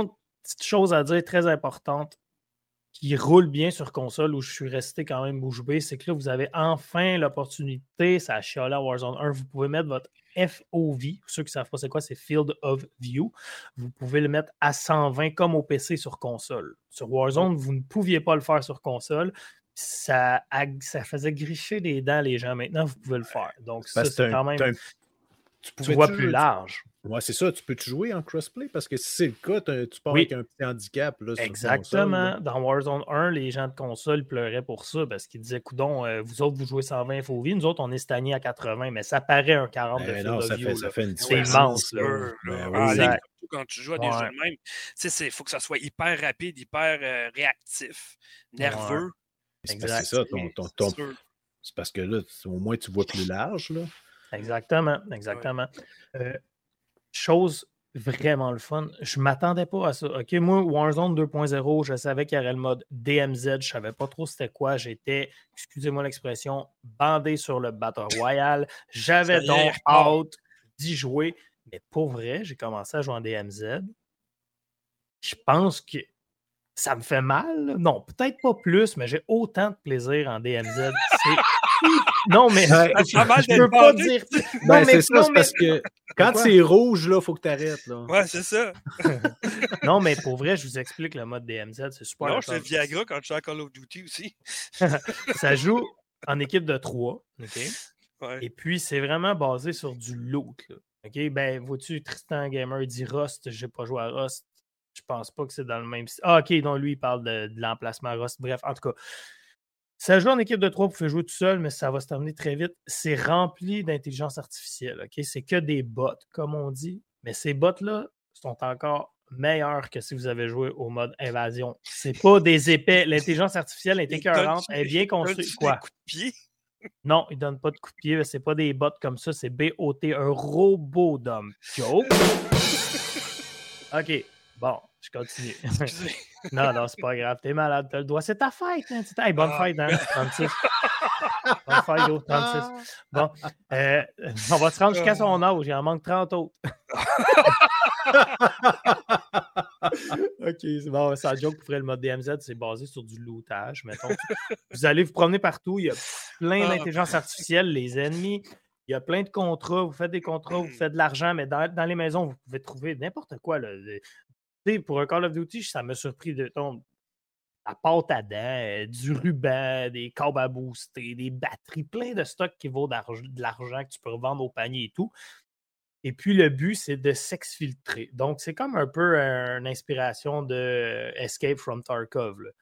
S2: petite chose à dire très importante qui roule bien sur console où je suis resté quand même bouche bée, c'est que là, vous avez enfin l'opportunité, ça a chialé à Warzone 1, vous pouvez mettre votre FOV, pour ceux qui ne savent pas c'est quoi, c'est Field of View. Vous pouvez le mettre à 120 comme au PC sur console. Sur Warzone, vous ne pouviez pas le faire sur console. Ça faisait gricher les dents les gens. Maintenant, vous pouvez le faire. Donc, ça, c'est quand même... Tu vois plus large.
S3: Ouais, c'est ça. Tu peux-tu jouer en crossplay? Parce que si c'est le cas, tu pars avec un petit handicap. Là,
S2: exactement.
S3: Sur console,
S2: dans Warzone 1, les gens de console pleuraient pour ça parce qu'ils disaient, coudon, vous autres, vous jouez 120 FOV, nous autres, on est stagné à 80, mais ça paraît un 40 de Field of View.
S3: Ça fait une
S2: c'est immense.
S1: En ligne, surtout quand tu joues à des jeux de même, il faut que ça soit hyper rapide, hyper réactif, nerveux.
S3: C'est ça. C'est parce que là, au moins, tu vois plus large. Là.
S2: Exactement. Chose vraiment le fun. Je ne m'attendais pas à ça. OK, moi, Warzone 2.0, je savais qu'il y aurait le mode DMZ. Je ne savais pas trop c'était quoi. J'étais, excusez-moi l'expression, bandé sur le Battle Royale. J'avais donc hâte d'y jouer. Mais pour vrai, j'ai commencé à jouer en DMZ. Je pense que ça me fait mal. Non, peut-être pas plus, mais j'ai autant de plaisir en DMZ. Non, mais je peux pas dire...
S3: c'est parce que quand c'est rouge, il faut que tu arrêtes. Là.
S1: Ouais, c'est ça.
S2: Non, mais pour vrai, je vous explique le mode DMZ. C'est super.
S1: Non, je fais Viagra quand je suis à Call of Duty aussi.
S2: Ça joue en équipe de 3. OK?
S1: Ouais.
S2: Et puis, c'est vraiment basé sur du loot. Là. OK? Ben, vois-tu, Tristan Gamer dit Rust. J'ai pas joué à Rust. Je pense pas que c'est dans le même... Ah, OK, donc lui, il parle de l'emplacement Rust. Bref, en tout cas, ça joue en équipe de 3, vous pouvez jouer tout seul, mais ça va se terminer très vite. C'est rempli d'intelligence artificielle. OK? C'est que des bots, comme on dit. Mais ces bots-là sont encore meilleurs que si vous avez joué au mode invasion. C'est pas des épais. L'intelligence artificielle est écœurante. Elle est bien construite. Quoi?
S1: Coups de pied?
S2: Non, il donne pas de coups de pied. C'est pas des bots comme ça. C'est BOT, un robot d'homme. Joke. OK. Bon, je continue. Non, c'est pas grave. T'es malade, t'as le doigt. C'est ta fête, hein? Hey, bonne fête, hein? 36. Bonne fête, yo, 36. Bon, on va se rendre jusqu'à son âge. Il en manque 30 autres. OK, c'est bon. Ça joke pour le mode DMZ, c'est basé sur du lootage, mettons. Vous allez vous promener partout. Il y a plein d'intelligence artificielle, les ennemis. Il y a plein de contrats. Vous faites des contrats, vous faites de l'argent, mais dans les maisons, vous pouvez trouver n'importe quoi, là. Pour un Call of Duty, ça m'a surpris de la pâte à dents, du ruban, des câbles à booster, des batteries, plein de stocks qui vaut de l'argent que tu peux revendre au panier et tout. Et puis, le but, c'est de s'exfiltrer. Donc, c'est comme un peu une inspiration de Escape from Tarkov. Là.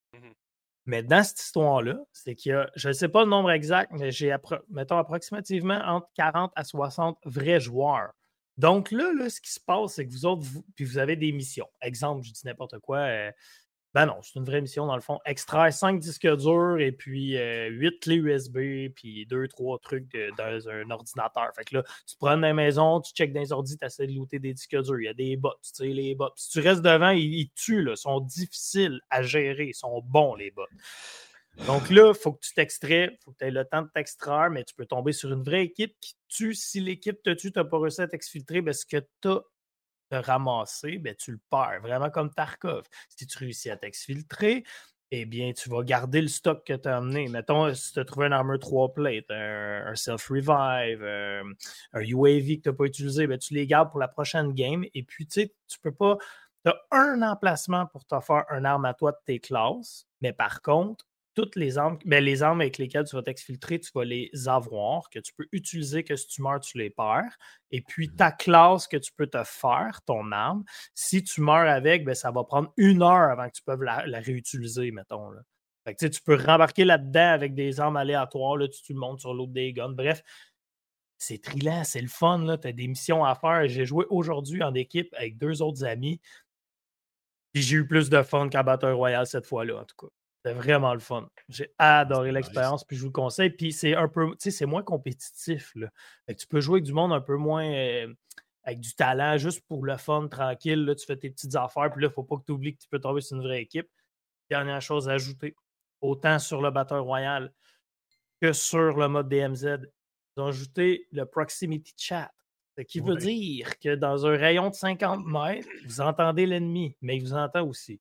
S2: Mais dans cette histoire-là, c'est qu'il y a, je ne sais pas le nombre exact, mais j'ai, mettons, approximativement entre 40 à 60 vrais joueurs. Donc là, ce qui se passe, c'est que vous autres, puis vous avez des missions. Exemple, je dis n'importe quoi. Ben non, c'est une vraie mission dans le fond. Extraire 5 disques durs et puis 8 clés USB, puis 2-3 trucs dans un ordinateur. Fait que là, tu te prends dans la maison, tu checkes dans les ordi, tu essaies de looter des disques durs. Il y a des bots, tu sais, les bots. Si tu restes devant, ils tuent, là. Ils sont difficiles à gérer. Ils sont bons, les bots. Donc là, il faut que tu t'extrais, il faut que tu aies le temps de t'extraire, mais tu peux tomber sur une vraie équipe qui tue. Si l'équipe te tue, tu n'as pas réussi à t'exfiltrer, ben, ce que tu as ramasser, ben, tu le perds, vraiment comme Tarkov. Si tu réussis à t'exfiltrer, eh bien, tu vas garder le stock que tu as amené. Mettons, si tu as trouvé une armure 3 plates, un self-revive, un UAV que tu n'as pas utilisé, ben, tu les gardes pour la prochaine game. Et puis, tu sais, tu peux pas... Tu as un emplacement pour te faire une arme à toi de tes classes, mais par contre, toutes les armes, les armes avec lesquelles tu vas t'exfiltrer, tu vas les avoir, que tu peux utiliser, que si tu meurs, tu les perds. Et puis, ta classe que tu peux te faire, ton arme, si tu meurs avec, ben, ça va prendre 1 heure avant que tu puisses la réutiliser, mettons. Là. Fait que, tu peux rembarquer là-dedans avec des armes aléatoires, là, tu le montes sur l'autre des guns. Bref, c'est trillant, c'est le fun. Tu as des missions à faire. J'ai joué aujourd'hui en équipe avec 2 autres amis. Puis j'ai eu plus de fun qu'à Battle Royale cette fois-là, en tout cas. C'était vraiment le fun. J'ai adoré l'expérience, puis je vous le conseille. Puis c'est un peu, tu sais, c'est moins compétitif. Là. Fait que tu peux jouer avec du monde un peu moins avec du talent, juste pour le fun, tranquille. Là, tu fais tes petites affaires, puis là, il ne faut pas que tu oublies que tu peux tomber sur une vraie équipe. Dernière chose à ajouter, autant sur le Battle Royale que sur le mode DMZ, ils ont ajouté le Proximity Chat. Ce qui veut dire que dans un rayon de 50 mètres, vous entendez l'ennemi, mais il vous entend aussi.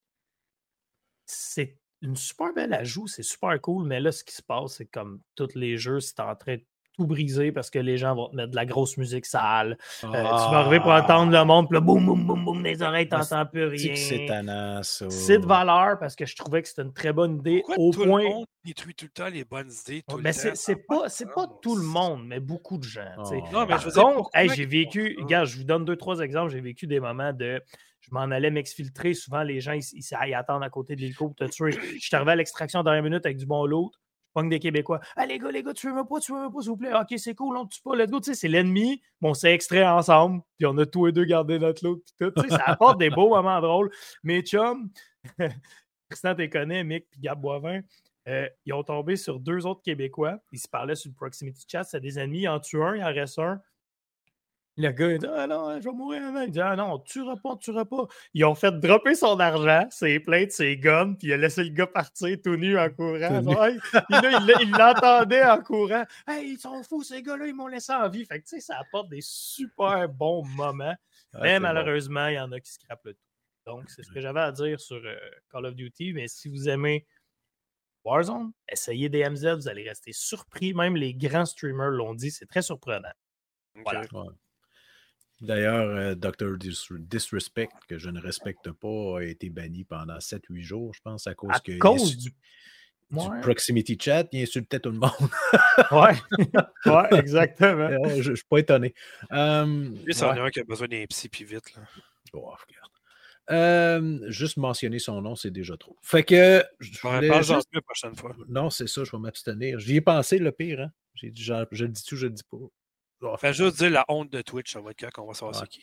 S2: C'est une super belle ajout, c'est super cool, mais là, ce qui se passe, c'est comme tous les jeux, c'est en train de tout briser parce que les gens vont te mettre de la grosse musique sale. Tu vas arriver pour entendre le monde, puis là, boum, boum, boum, boum, les oreilles, t'entends plus rien.
S3: C'est tannant, ça.
S2: C'est de valeur parce que je trouvais que c'était une très bonne idée.
S1: Pourquoi
S2: au
S1: tout
S2: point...
S1: le monde détruit tout le temps les bonnes idées tout le temps?
S2: C'est pas tout le monde, mais beaucoup de gens.
S1: Non, mais
S2: Par
S1: je veux dire,
S2: contre,
S1: pourquoi
S2: j'ai vécu, regarde, je vous donne 2-3 exemples, j'ai vécu des moments de je m'en allais m'exfiltrer. Souvent, les gens, ils attendent à côté de l'hélico pour te tuer. Je suis arrivé à l'extraction dans 1 minute avec du bon lot. Je pogne des Québécois. Ah, les gars, tuez-moi pas, s'il vous plaît. Ok, c'est cool, on ne tue pas, let's go. Tu sais, c'est l'ennemi. Bon, on s'est extrait ensemble, puis on a tous les deux gardé notre lot. Tu sais, ça apporte des beaux moments drôles. Mes chums, Tristan, tu connais, Mick et Gab Boivin, ils ont tombé sur 2 autres Québécois. Ils se parlaient sur le proximity chat. C'est des ennemis. Ils en tuent un, il en reste un. Le gars, il dit ah non, je vais mourir avant. Il dit ah non, on ne tuera pas. Ils ont fait dropper son argent, ses plaintes, ses guns, puis il a laissé le gars partir tout nu en courant. Il l'entendait en courant. Hey, ils sont fous, ces gars-là, ils m'ont laissé en vie. Fait que tu sais, ça apporte des super bons moments. Mais malheureusement, il y en a qui scrapent le tout. Donc, c'est ce que j'avais à dire sur Call of Duty. Mais si vous aimez Warzone, essayez DMZ, vous allez rester surpris. Même les grands streamers l'ont dit, c'est très surprenant. Voilà.
S3: Ouais. D'ailleurs, Dr. Disrespect, que je ne respecte pas, a été banni pendant 7-8 jours, je pense, à cause du proximity chat. Il insultait tout le monde.
S2: ouais, exactement.
S3: Je ne suis pas étonné.
S1: Lui, c'en est un qui a besoin d'un psy puis vite. Là.
S3: Oh, regarde. Juste mentionner son nom, c'est déjà trop. Fait que.
S1: Parle-en plus la prochaine fois.
S3: Non, c'est ça, je vais m'abstenir. J'y ai pensé le pire, hein. Je le dis-tu, je le dis pas.
S1: Fais juste dire la honte de Twitch, ça va être quand on va savoir c'est qui.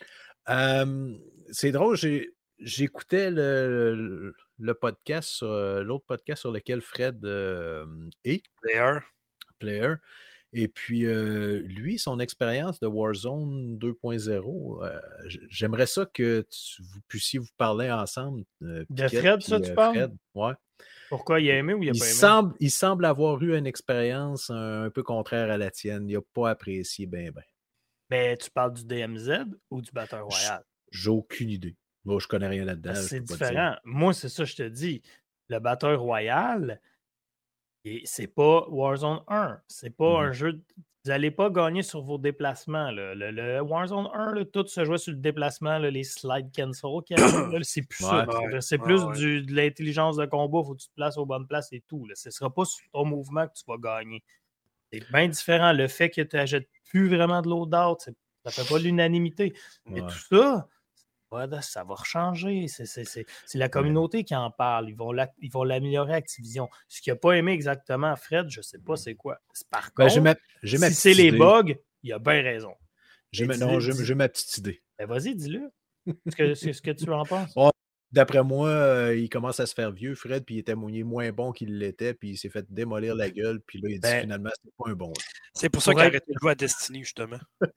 S3: C'est drôle, j'écoutais le podcast, l'autre podcast sur lequel Fred est. Player. Et puis, lui, son expérience de Warzone 2.0, j'aimerais ça que vous puissiez vous parler ensemble.
S2: De Fred, ça, tu parles?
S3: Fred, ouais.
S2: Pourquoi il a aimé ou il n'a pas aimé?
S3: Il semble avoir eu une expérience un peu contraire à la tienne. Il n'a pas apprécié bien.
S2: Mais tu parles du DMZ ou du Battle Royale?
S3: J'ai aucune idée. Bon, je connais rien là-dedans.
S2: C'est différent. Moi, c'est ça, je te dis. Le Battle Royale, c'est pas Warzone 1. C'est pas un jeu. Vous n'allez pas gagner sur vos déplacements. Là. Le Warzone 1, là, tout se jouait sur le déplacement, là, les slide cancel. C'est plus ça. C'est plus de l'intelligence de combat. Il faut que tu te places aux bonnes places et tout. Là. Ce ne sera pas sur ton mouvement que tu vas gagner. C'est bien différent. Le fait que tu n'achètes plus vraiment de loadout, ça ne fait pas l'unanimité. Mais tout ça, ça va changer. C'est la communauté qui en parle. Ils vont l'améliorer à Activision. Ce qu'il n'a pas aimé exactement, Fred, je ne sais pas c'est quoi. Par contre, si c'est les bugs, il a bien raison.
S3: J'ai ma petite idée.
S2: Ben vas-y, dis-le. C'est ce que tu en penses.
S3: D'après moi, il commence à se faire vieux, Fred, puis il est moins bon qu'il l'était, puis il s'est fait démolir la gueule, puis là, il dit finalement, c'est pas un bon jeu.
S1: C'est pour ça qu'il a arrêté de jouer à Destiny, justement.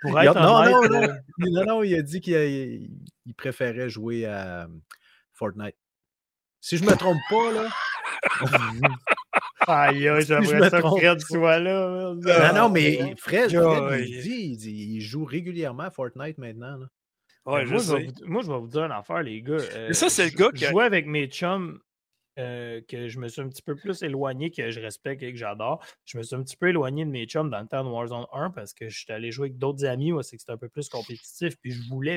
S3: Non, il a dit qu'il préférait jouer à Fortnite. Si je me trompe pas, là...
S2: j'aimerais ça que Fred soit là.
S3: Non, mais Fred il joue régulièrement à Fortnite maintenant, là.
S2: Ouais, moi, je vais vous dire une affaire, les gars.
S1: Ça, c'est le gars qui
S2: jouait avec mes chums que je me suis un petit peu plus éloigné, que je respecte et que j'adore. Je me suis un petit peu éloigné de mes chums dans le temps de Warzone 1 parce que je suis allé jouer avec d'autres amis. C'est que c'était un peu plus compétitif. Puis je voulais.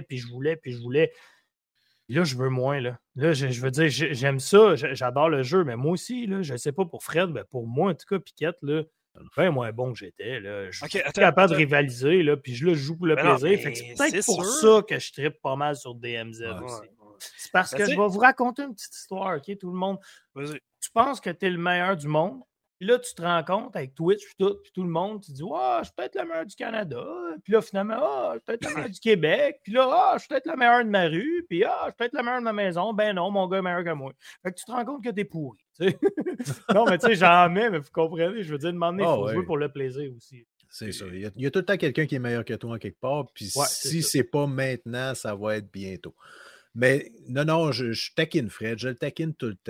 S2: Là, je veux moins. Là je veux dire, j'aime ça. J'adore le jeu. Mais moi aussi, là, je ne sais pas pour Fred, mais pour moi, en tout cas, Piquette, là, bien moins bon que j'étais. Là. Je suis capable de rivaliser, là, puis je joue pour le plaisir. Fait que c'est peut-être pour ça que je trippe pas mal sur DMZ aussi. C'est parce que je vais vous raconter une petite histoire, OK, tout le monde.
S1: Vas-y.
S2: Tu penses que tu es le meilleur du monde, puis là, tu te rends compte avec Twitch, puis tout le monde, tu dis « je suis peut-être le meilleur du Canada. » Puis là, finalement, « je suis peut-être le meilleur du Québec. » Puis là, « je suis peut-être le meilleur de ma rue. » Puis « je suis peut-être le meilleur de ma maison. » Ben non, mon gars est meilleur que moi. Fait que tu te rends compte que t'es pourri. Non, mais tu sais, j'en mets, mais vous comprenez. Je veux dire, demander, il faut jouer pour le plaisir aussi.
S3: C'est ça. Il y a tout le temps quelqu'un qui est meilleur que toi en quelque part. Puis si c'est pas maintenant, ça va être bientôt. Mais non, je taquine Fred. Je le taquine tout le temps.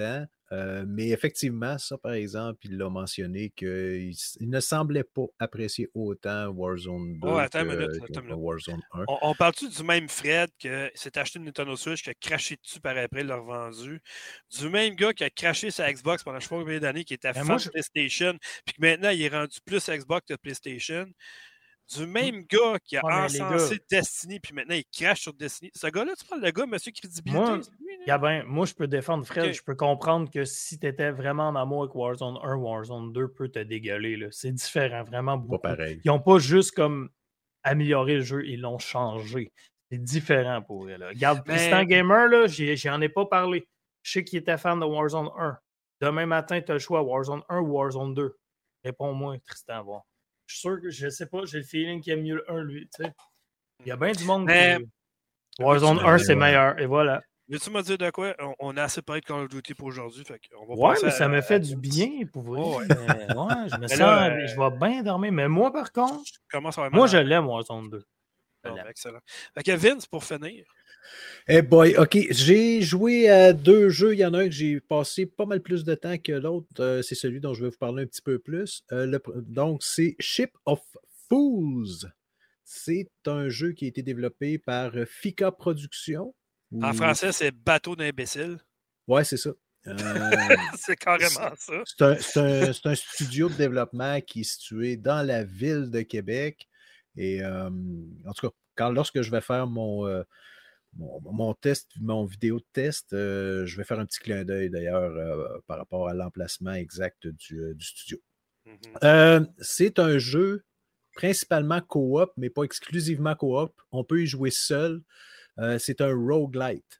S3: Mais effectivement, ça, par exemple, il l'a mentionné qu'il ne semblait pas apprécier autant Warzone 2
S1: attends une
S3: que
S1: minute.
S3: Warzone 1.
S1: On parle-tu du même Fred qui s'est acheté une Nintendo Switch, qui a craché dessus par après, il l'a revendu? Du même gars qui a craché sa Xbox pendant je sais pas combien d'années, qui était fan de PlayStation, puis que maintenant il est rendu plus Xbox que PlayStation? Du même gars qui a encensé Destiny, puis maintenant il crache sur Destiny. Ce gars-là, tu parles le gars, monsieur Crédibilité?
S2: Moi, je peux défendre Fred. Okay. Je peux comprendre que si tu étais vraiment en amour avec Warzone 1, Warzone 2 peut te dégueuler. Là. C'est différent, vraiment beaucoup.
S3: Pas pareil.
S2: Ils n'ont pas juste comme amélioré le jeu, ils l'ont changé. C'est différent pour eux. Là. Regarde, Tristan Gamer, là, j'en ai pas parlé. Je sais qu'il était fan de Warzone 1. Demain matin, tu as le choix Warzone 1 ou Warzone 2. Réponds-moi, Tristan, bon. Je suis sûr que je sais pas, j'ai le feeling qu'il aime mieux le 1, lui. T'sais. Il y a bien du monde qui. Warzone 1, c'est meilleur. Et voilà.
S1: Veux-tu me dire de quoi? On a assez parlé de Call of Duty pour aujourd'hui.
S2: Mais ça me fait du bien pour vous. Je me sens. Je vais bien dormir. Mais moi, par contre, moi, je l'aime, Warzone 2.
S1: Excellent. Fait que Vince, pour finir.
S3: Eh boy, OK. J'ai joué à 2 jeux. Il y en a un que j'ai passé pas mal plus de temps que l'autre. C'est celui dont je vais vous parler un petit peu plus. Donc, c'est Ship of Fools. C'est un jeu qui a été développé par Fika Productions.
S1: En français, c'est Bateau d'imbéciles.
S3: Ouais, c'est ça.
S1: C'est carrément ça.
S3: C'est un studio de développement qui est situé dans la ville de Québec. Et en tout cas, lorsque je vais faire mon test, mon vidéo de test, je vais faire un petit clin d'œil d'ailleurs par rapport à l'emplacement exact du studio. C'est un jeu principalement coop, mais pas exclusivement coop. On peut y jouer seul. C'est un roguelite.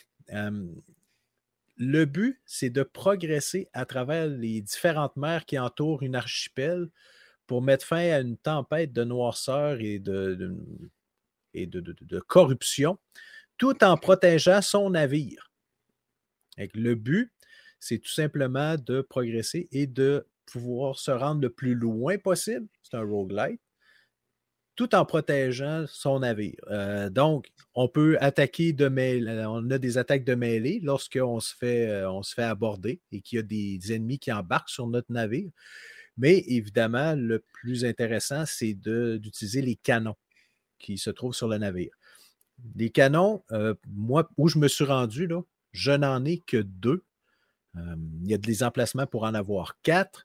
S3: Le but, c'est de progresser à travers les différentes mers qui entourent une archipel pour mettre fin à une tempête de noirceur et de corruption, tout en protégeant son navire. Le but, c'est tout simplement de progresser et de pouvoir se rendre le plus loin possible. C'est un roguelite. Tout en protégeant son navire. Donc, on peut attaquer de mêlée. On a des attaques de mêlée lorsqu'on se fait aborder et qu'il y a des ennemis qui embarquent sur notre navire. Mais évidemment, le plus intéressant, c'est d'utiliser les canons qui se trouvent sur le navire. Les canons, moi, où je me suis rendu, là, je n'en ai que 2. Il y a des emplacements pour en avoir 4.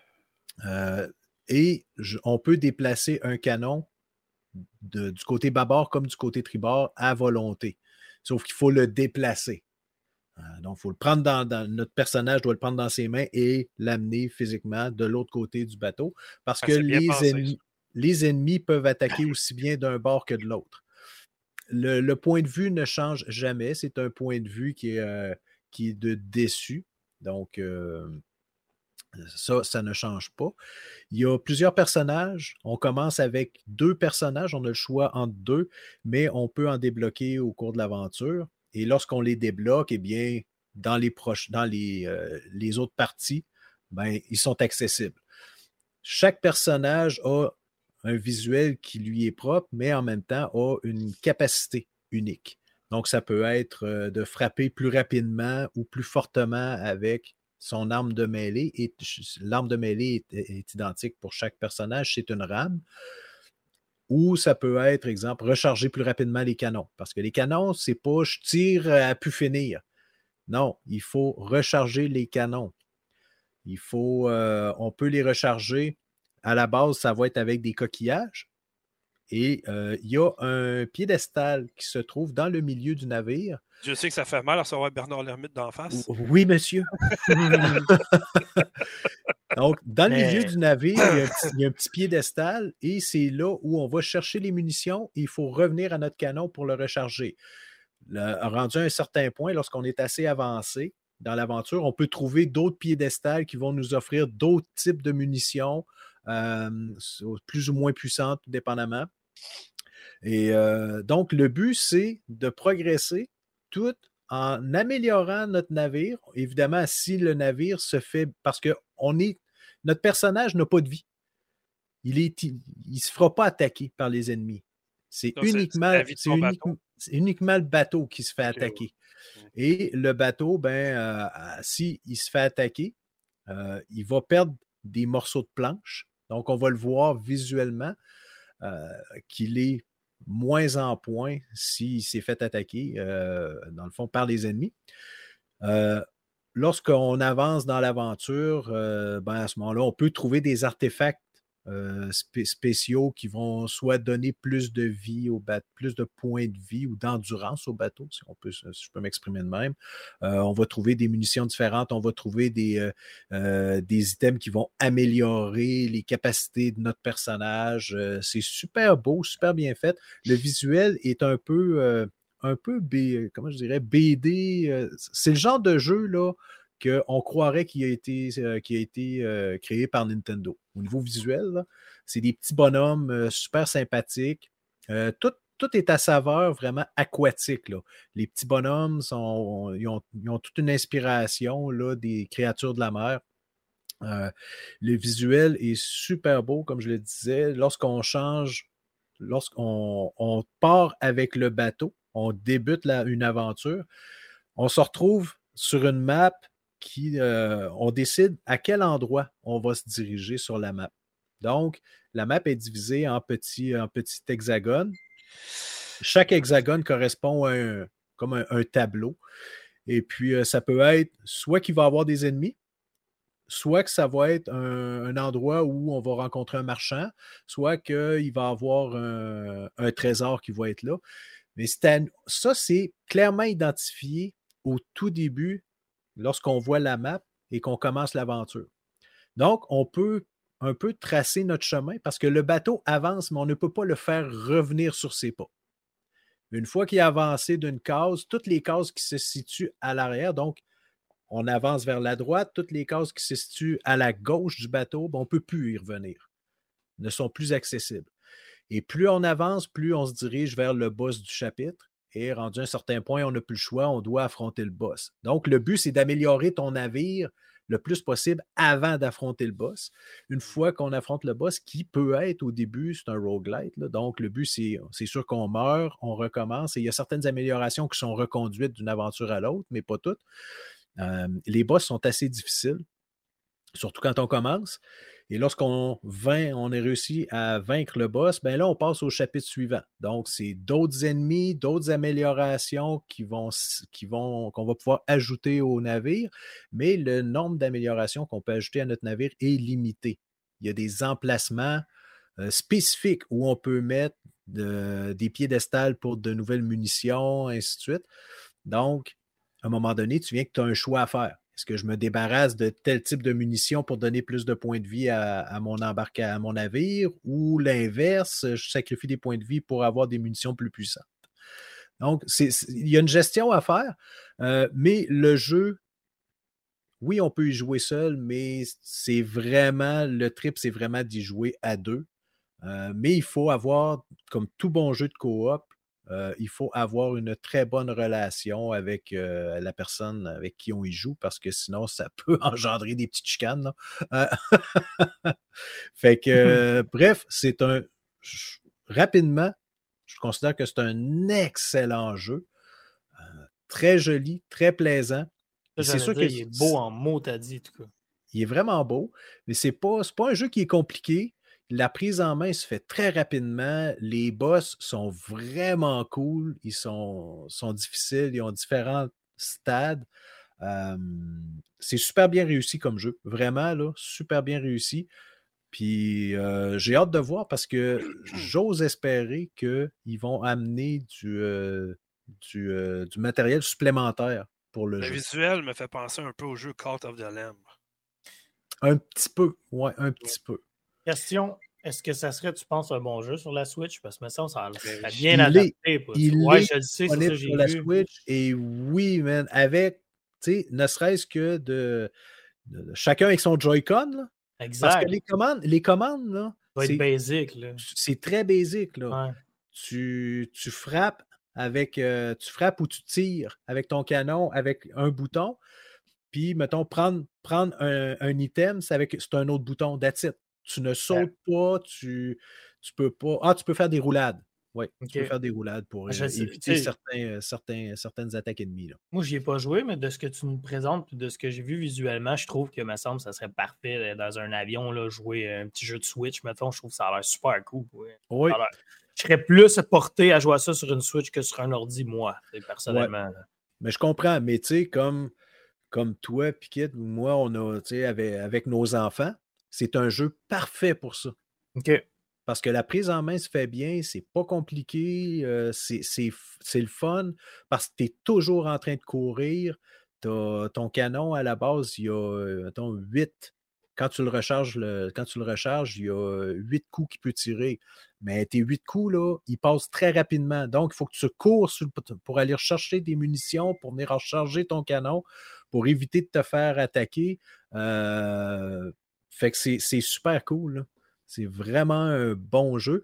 S3: Et on peut déplacer un canon du côté bâbord comme du côté tribord à volonté. Sauf qu'il faut le déplacer. Donc, il faut le prendre notre personnage doit le prendre dans ses mains et l'amener physiquement de l'autre côté du bateau parce que les ennemis peuvent attaquer aussi bien d'un bord que de l'autre. Le point de vue ne change jamais. C'est un point de vue qui est de dessus. Donc, ça ne change pas. Il y a plusieurs personnages. On commence avec 2 personnages. On a le choix entre 2, mais on peut en débloquer au cours de l'aventure. Et lorsqu'on les débloque, eh bien, dans les autres parties, ben, ils sont accessibles. Chaque personnage a un visuel qui lui est propre, mais en même temps a une capacité unique. Donc, ça peut être de frapper plus rapidement ou plus fortement avec son arme de mêlée. Et l'arme de mêlée est identique pour chaque personnage. C'est une rame. Ou ça peut être, exemple, recharger plus rapidement les canons. Parce que les canons, c'est pas je tire à pu finir. Non, il faut recharger les canons. On peut les recharger. À la base, ça va être avec des coquillages. Et il y a un piédestal qui se trouve dans le milieu du navire.
S1: Je sais que ça fait mal à recevoir Bernard Lermite d'en face.
S3: Oui, monsieur. Donc, dans le milieu du navire, il y a un petit piédestal et c'est là où on va chercher les munitions et il faut revenir à notre canon pour le recharger. Rendu à un certain point, lorsqu'on est assez avancé dans l'aventure, on peut trouver d'autres piédestals qui vont nous offrir d'autres types de munitions, plus ou moins puissantes, dépendamment. Et donc, le but, c'est de progresser tout en améliorant notre navire. Évidemment, si le navire se fait... Parce que notre personnage n'a pas de vie. Il ne se fera pas attaquer par les ennemis. C'est uniquement C'est uniquement le bateau qui se fait attaquer. Et le bateau, s'il se fait attaquer, il va perdre des morceaux de planche. Donc, on va le voir visuellement qu'il est moins en point s'il s'est fait attaquer, dans le fond, par les ennemis. Lorsqu'on avance dans l'aventure, à ce moment-là, on peut trouver des artefacts spéciaux qui vont soit donner plus de vie au bateau, plus de points de vie ou d'endurance au bateau, si je peux m'exprimer de même. On va trouver des munitions différentes, on va trouver des items qui vont améliorer les capacités de notre personnage. C'est super beau, super bien fait. Le visuel est un peu comment je dirais, BD. C'est le genre de jeu là qu'on croirait qu'il a été créé par Nintendo. Au niveau visuel, là, c'est des petits bonhommes super sympathiques. Tout est à saveur vraiment aquatique. Là. Les petits bonhommes, ils ont toute une inspiration là, des créatures de la mer. Le visuel est super beau, comme je le disais. Lorsqu'on part avec le bateau, on débute une aventure, on se retrouve sur une map on décide à quel endroit on va se diriger sur la map. Donc, la map est divisée en petits hexagones. Chaque hexagone correspond à un tableau. Et puis, ça peut être soit qu'il va y avoir des ennemis, soit que ça va être un endroit où on va rencontrer un marchand, soit qu'il va y avoir un trésor qui va être là. Mais ça, c'est clairement identifié au tout début lorsqu'on voit la map et qu'on commence l'aventure. Donc, on peut un peu tracer notre chemin parce que le bateau avance, mais on ne peut pas le faire revenir sur ses pas. Une fois qu'il a avancé d'une case, toutes les cases qui se situent à l'arrière, donc on avance vers la droite, toutes les cases qui se situent à la gauche du bateau, on ne peut plus y revenir, ne sont plus accessibles. Et plus on avance, plus on se dirige vers le boss du chapitre. Et rendu à un certain point, on n'a plus le choix, on doit affronter le boss. Donc, le but, c'est d'améliorer ton navire le plus possible avant d'affronter le boss. Une fois qu'on affronte le boss, qui peut être au début, c'est un roguelite. Là. Donc, le but, c'est sûr qu'on meurt, on recommence. Et il y a certaines améliorations qui sont reconduites d'une aventure à l'autre, mais pas toutes. Les boss sont assez difficiles, surtout quand on commence. Et lorsqu'on est réussi à vaincre le boss, là, on passe au chapitre suivant. Donc, c'est d'autres ennemis, d'autres améliorations qu'on va pouvoir ajouter au navire, mais le nombre d'améliorations qu'on peut ajouter à notre navire est limité. Il y a des emplacements spécifiques où on peut mettre des piédestals pour de nouvelles munitions, ainsi de suite. Donc, à un moment donné, tu viens que tu as un choix à faire. Est-ce que je me débarrasse de tel type de munitions pour donner plus de points de vie à mon navire ou l'inverse, je sacrifie des points de vie pour avoir des munitions plus puissantes? Donc, il y a une gestion à faire, mais le jeu, oui, on peut y jouer seul, mais le trip, c'est vraiment d'y jouer à deux. Mais il faut avoir, comme tout bon jeu de coop, il faut avoir une très bonne relation avec la personne avec qui on y joue parce que sinon, ça peut engendrer des petites chicanes. Fait que, bref, rapidement, je considère que c'est un excellent jeu. Très joli, très plaisant.
S2: C'est sûr qu'il est beau en mots, t'as dit, en tout cas.
S3: Il est vraiment beau, mais c'est pas un jeu qui est compliqué. La prise en main se fait très rapidement. Les boss sont vraiment cool. Ils sont difficiles. Ils ont différents stades. C'est super bien réussi comme jeu. Vraiment, là, super bien réussi. Puis j'ai hâte de voir parce que j'ose espérer qu'ils vont amener du matériel supplémentaire pour le jeu.
S1: Le visuel me fait penser un peu au jeu Cult of the Lamb.
S3: Un petit peu, ouais, un petit peu.
S2: Question, est-ce que ça serait, tu penses, un bon jeu sur la Switch? Parce que ça a bien adapté.
S3: Je le sais, c'est ça, sur la Switch. Et oui, man, avec, tu sais, ne serait-ce que de chacun avec son Joy-Con, là.
S2: Exact.
S3: Parce que les commandes, là,
S2: c'est basic, là.
S3: C'est très basic, là.
S2: Ouais.
S3: Tu frappes tu frappes ou tu tires avec ton canon avec un bouton. Puis, mettons, prendre un item, c'est un autre bouton, that's it. Tu ne sautes pas, tu peux pas. Tu peux faire des roulades. Oui,
S2: OK.
S3: tu peux faire des roulades pour éviter certaines attaques ennemies. Là.
S2: Moi, je n'y ai pas joué, mais de ce que tu nous présentes et de ce que j'ai vu visuellement, je trouve que, me semble, ça serait parfait dans un avion, là, jouer un petit jeu de Switch, mettons. Je trouve que ça a l'air super cool.
S3: Oui.
S2: Je serais plus porté à jouer à ça sur une Switch que sur un ordi, moi, personnellement.
S3: Ouais. Mais je comprends, mais tu sais, comme toi, Piquette, ou moi, on a, tu sais, avec nos enfants, c'est un jeu parfait pour ça.
S2: OK.
S3: Parce que la prise en main se fait bien, c'est pas compliqué, c'est le fun, parce que tu es toujours en train de courir. Ton canon, à la base, il y a, mettons, 8. Quand tu le recharges, il y a 8 coups qu'il peut tirer. Mais tes 8 coups, là, ils passent très rapidement. Donc, il faut que tu cours pour aller rechercher des munitions, pour venir recharger ton canon, pour éviter de te faire attaquer. Fait que c'est super cool, là. C'est vraiment un bon jeu.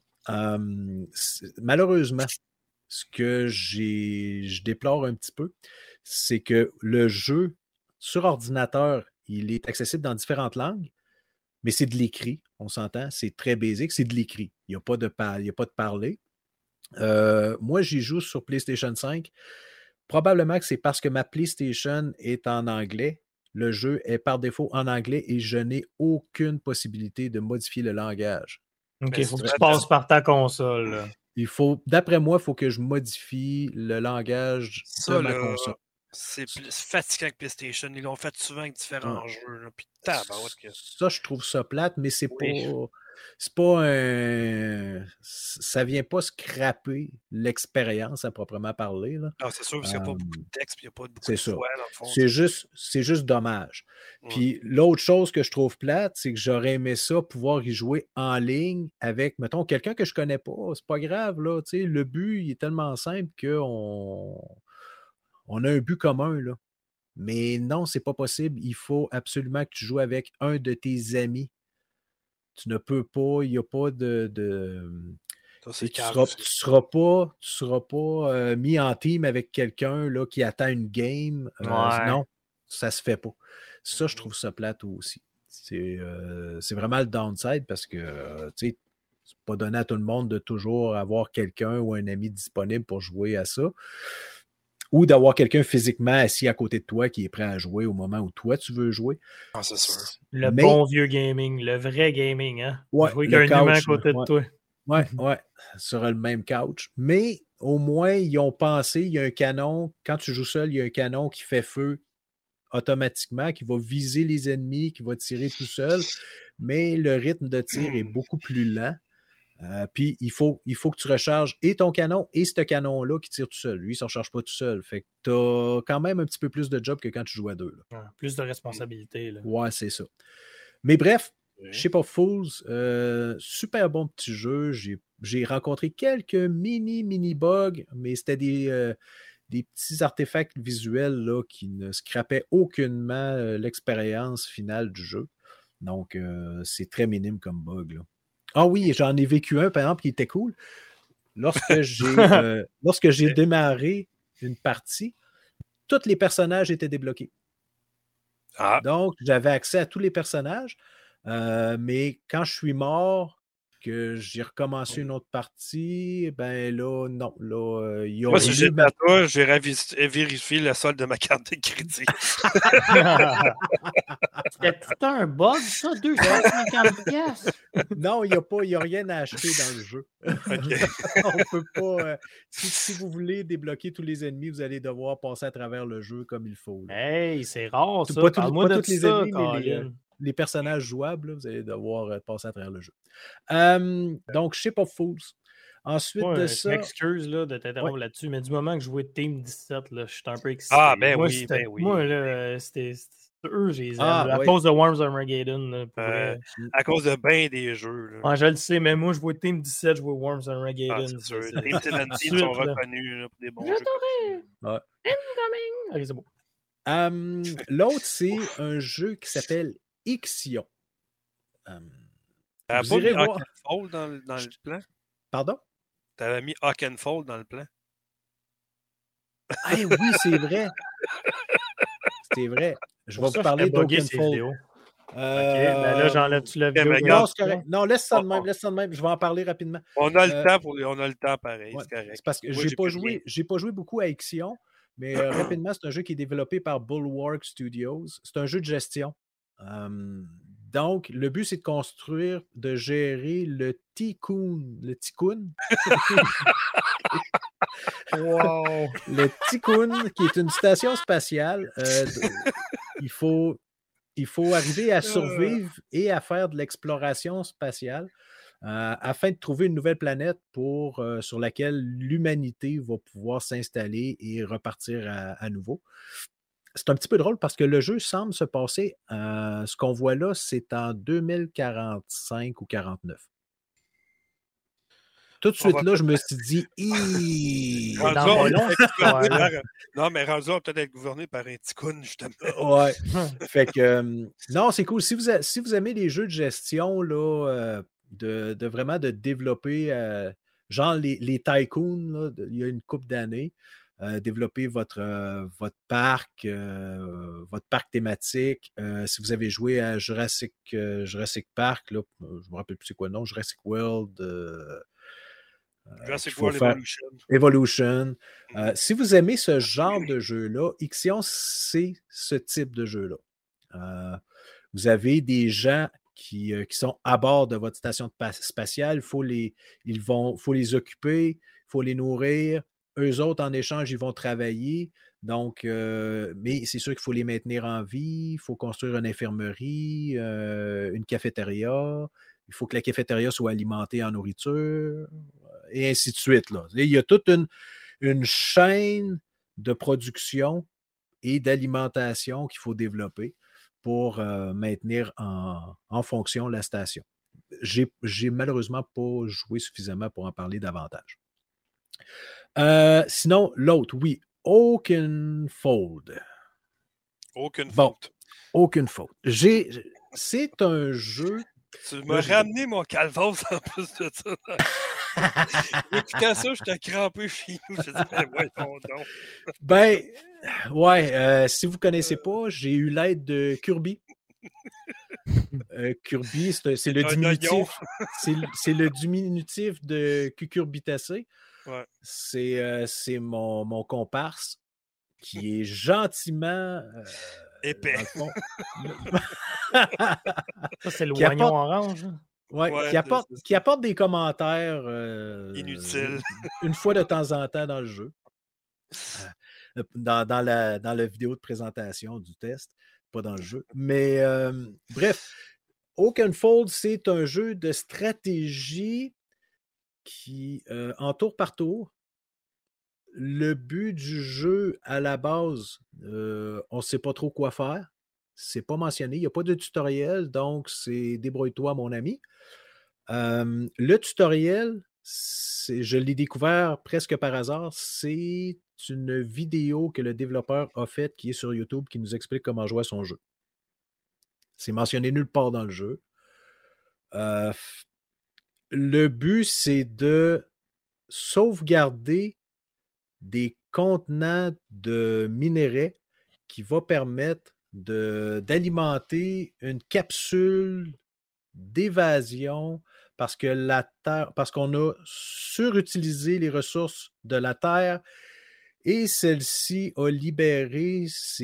S3: Malheureusement, ce que je déplore un petit peu, c'est que le jeu sur ordinateur, il est accessible dans différentes langues, mais c'est de l'écrit, on s'entend, c'est très basique, c'est de l'écrit. Il n'y a pas de parler. Moi, j'y joue sur PlayStation 5. Probablement que c'est parce que ma PlayStation est en anglais. Le jeu est par défaut en anglais et je n'ai aucune possibilité de modifier le langage.
S2: OK, il faut que tu passes par ta console. Là.
S3: D'après moi, il faut que je modifie le langage de ma console.
S1: C'est plus fatigant que PlayStation. Ils l'ont fait souvent avec différents jeux. Là, puis
S3: ça, je trouve ça plate, mais c'est pas un. Ça vient pas scraper l'expérience à proprement parler. Là.
S1: Non, c'est sûr, parce qu'il n'y a pas beaucoup de texte, puis il n'y a pas beaucoup
S3: de
S1: voix, dans le fond.
S3: C'est juste dommage. Puis l'autre chose que je trouve plate, c'est que j'aurais aimé ça, pouvoir y jouer en ligne avec, mettons, quelqu'un que je connais pas. C'est pas grave, là. Tu sais, le but, il est tellement simple qu'on a un but commun, là. Mais non, c'est pas possible. Il faut absolument que tu joues avec un de tes amis. Tu ne peux pas, il n'y a pas de tu ne seras pas mis en team avec quelqu'un là, qui attend une game. Non, ça ne se fait pas. Ça, je trouve ça plate aussi. C'est vraiment le downside parce que c'est pas donné à tout le monde de toujours avoir quelqu'un ou un ami disponible pour jouer à ça. Ou d'avoir quelqu'un physiquement assis à côté de toi qui est prêt à jouer au moment où toi tu veux jouer.
S1: Ah, c'est sûr.
S2: Bon vieux gaming, le vrai gaming, hein?
S3: Ouais,
S2: jouer avec un humain à côté de toi.
S3: Ouais, sur le même couch. Mais au moins, ils ont pensé, il y a un canon, quand tu joues seul, il y a un canon qui fait feu automatiquement, qui va viser les ennemis, qui va tirer tout seul, mais le rythme de tir est beaucoup plus lent. Puis, il faut que tu recharges et ton canon et ce canon-là qui tire tout seul. Lui, il ne se recharge pas tout seul. Fait que tu as quand même un petit peu plus de job que quand tu joues à deux. Là.
S2: Plus de responsabilité. Là.
S3: Ouais, c'est ça. Mais bref, Ship of Fools, super bon petit jeu. J'ai rencontré quelques mini bugs, mais c'était des petits artefacts visuels là, qui ne scrapaient aucunement l'expérience finale du jeu. Donc, c'est très minime comme bug. Là. Ah oui, j'en ai vécu un, par exemple, qui était cool. Lorsque j'ai démarré une partie, tous les personnages étaient débloqués. Donc, j'avais accès à tous les personnages, mais quand je suis mort, que j'ai recommencé une autre partie, ben là, non. Là,
S1: moi, si j'étais à toi, j'irais vérifier le solde de ma carte de crédit.
S2: C'était tout un bug, ça, 250$.
S3: Non, il n'y a rien à acheter dans le jeu. On peut pas. Si vous voulez débloquer tous les ennemis, vous allez devoir passer à travers le jeu comme il faut. Là.
S2: Hey, c'est rare, ça.
S3: Pas tous les ennemis, mais les personnages jouables, là, vous allez devoir passer à travers le jeu. Donc, Ship of Fools. Ensuite de ça.
S2: Je m'excuse là, de t'interrompre là-dessus, mais du moment que je jouais Team 17, là, je suis un peu excité.
S1: Ah, ben oui.
S2: Moi, là, c'était eux, j'ai à cause de Worms Armageddon.
S1: À cause de bien des jeux. Là.
S2: Ouais, je le sais, mais moi, je vois Team 17, je vois Worms Armageddon.
S1: C'est sûr. Team 17 sont reconnus là, pour des bons jeux.
S2: Incoming! Ok, c'est beau.
S3: L'autre, c'est un jeu qui s'appelle Ixion.
S1: T'avais pas mis Hawkenfold dans le plan?
S3: Pardon?
S1: T'avais mis Hawkenfold dans le plan?
S3: Ah oui, c'est vrai. C'est vrai. Je vais vous parler d'Hawkenfold.
S2: Ben là, j'enlève-tu la vidéo?
S3: Non, c'est correct. Non, laisse ça de même. Je vais en parler rapidement.
S1: On a le temps pareil,
S3: ouais,
S1: c'est correct.
S3: C'est parce que j'ai pas joué beaucoup à Ixion, mais rapidement, c'est un jeu qui est développé par Bulwark Studios. C'est un jeu de gestion. Donc, le but, c'est de construire, de gérer le Tikkun. Le Tikkun.
S2: Wow!
S3: Le Tikkun, qui est une station spatiale. Il faut arriver à survivre et à faire de l'exploration spatiale afin de trouver une nouvelle planète sur laquelle l'humanité va pouvoir s'installer et repartir à nouveau. C'est un petit peu drôle parce que le jeu semble se passer, ce qu'on voit là, c'est en 2045 ou 49. Tout de suite là, je me suis dit,
S1: non, mais rendu, on va peut-être être gouverné par un Tikkun, justement.
S3: Ouais. Fait que, non, c'est cool. Si vous aimez les jeux de gestion, là, de vraiment de développer, genre les tycoons, là, il y a une couple d'années, développer votre parc thématique. Si vous avez joué à Jurassic Park, là, je ne me rappelle plus c'est quoi le nom, Jurassic World.
S1: Jurassic World
S3: Evolution. Si vous aimez ce genre de jeu-là, Ixion, c'est ce type de jeu-là. Vous avez des gens qui sont à bord de votre station spatiale. Il faut les occuper, il faut les nourrir. Eux autres, en échange, ils vont travailler. Donc, mais c'est sûr qu'il faut les maintenir en vie. Il faut construire une infirmerie, une cafétéria. Il faut que la cafétéria soit alimentée en nourriture, et ainsi de suite. Là. Il y a toute une chaîne de production et d'alimentation qu'il faut développer pour maintenir en fonction la station. J'ai malheureusement pas joué suffisamment pour en parler davantage. Sinon, l'autre, oui, Oakenfold. Oakenfold. C'est un jeu...
S1: Tu m'as ramené mon calvaire en plus de ça. Écoutant ça, j'étais crampé chez nous. Je dis, voyons donc.
S3: Ben, ouais, si vous ne connaissez pas, j'ai eu l'aide de Kirby. Kirby, c'est le diminutif. C'est le diminutif de cucurbitacé.
S1: Ouais.
S3: C'est mon comparse qui est gentiment
S1: épais.
S2: Ça, c'est l'oignon orange.
S3: Ouais, qui apporte des commentaires
S1: inutiles
S3: une fois de temps en temps dans le jeu. Dans la vidéo de présentation du test, pas dans le jeu. Mais bref, Oakenfold, c'est un jeu de stratégie qui, en tour par tour, le but du jeu à la base, on ne sait pas trop quoi faire. C'est pas mentionné. Il n'y a pas de tutoriel, donc c'est débrouille-toi, mon ami. Le tutoriel, je l'ai découvert presque par hasard. C'est une vidéo que le développeur a faite qui est sur YouTube qui nous explique comment jouer à son jeu. C'est mentionné nulle part dans le jeu. Le but, c'est de sauvegarder des contenants de minerais qui va permettre d'alimenter une capsule d'évasion parce que la Terre, parce qu'on a surutilisé les ressources de la Terre et celle-ci a libéré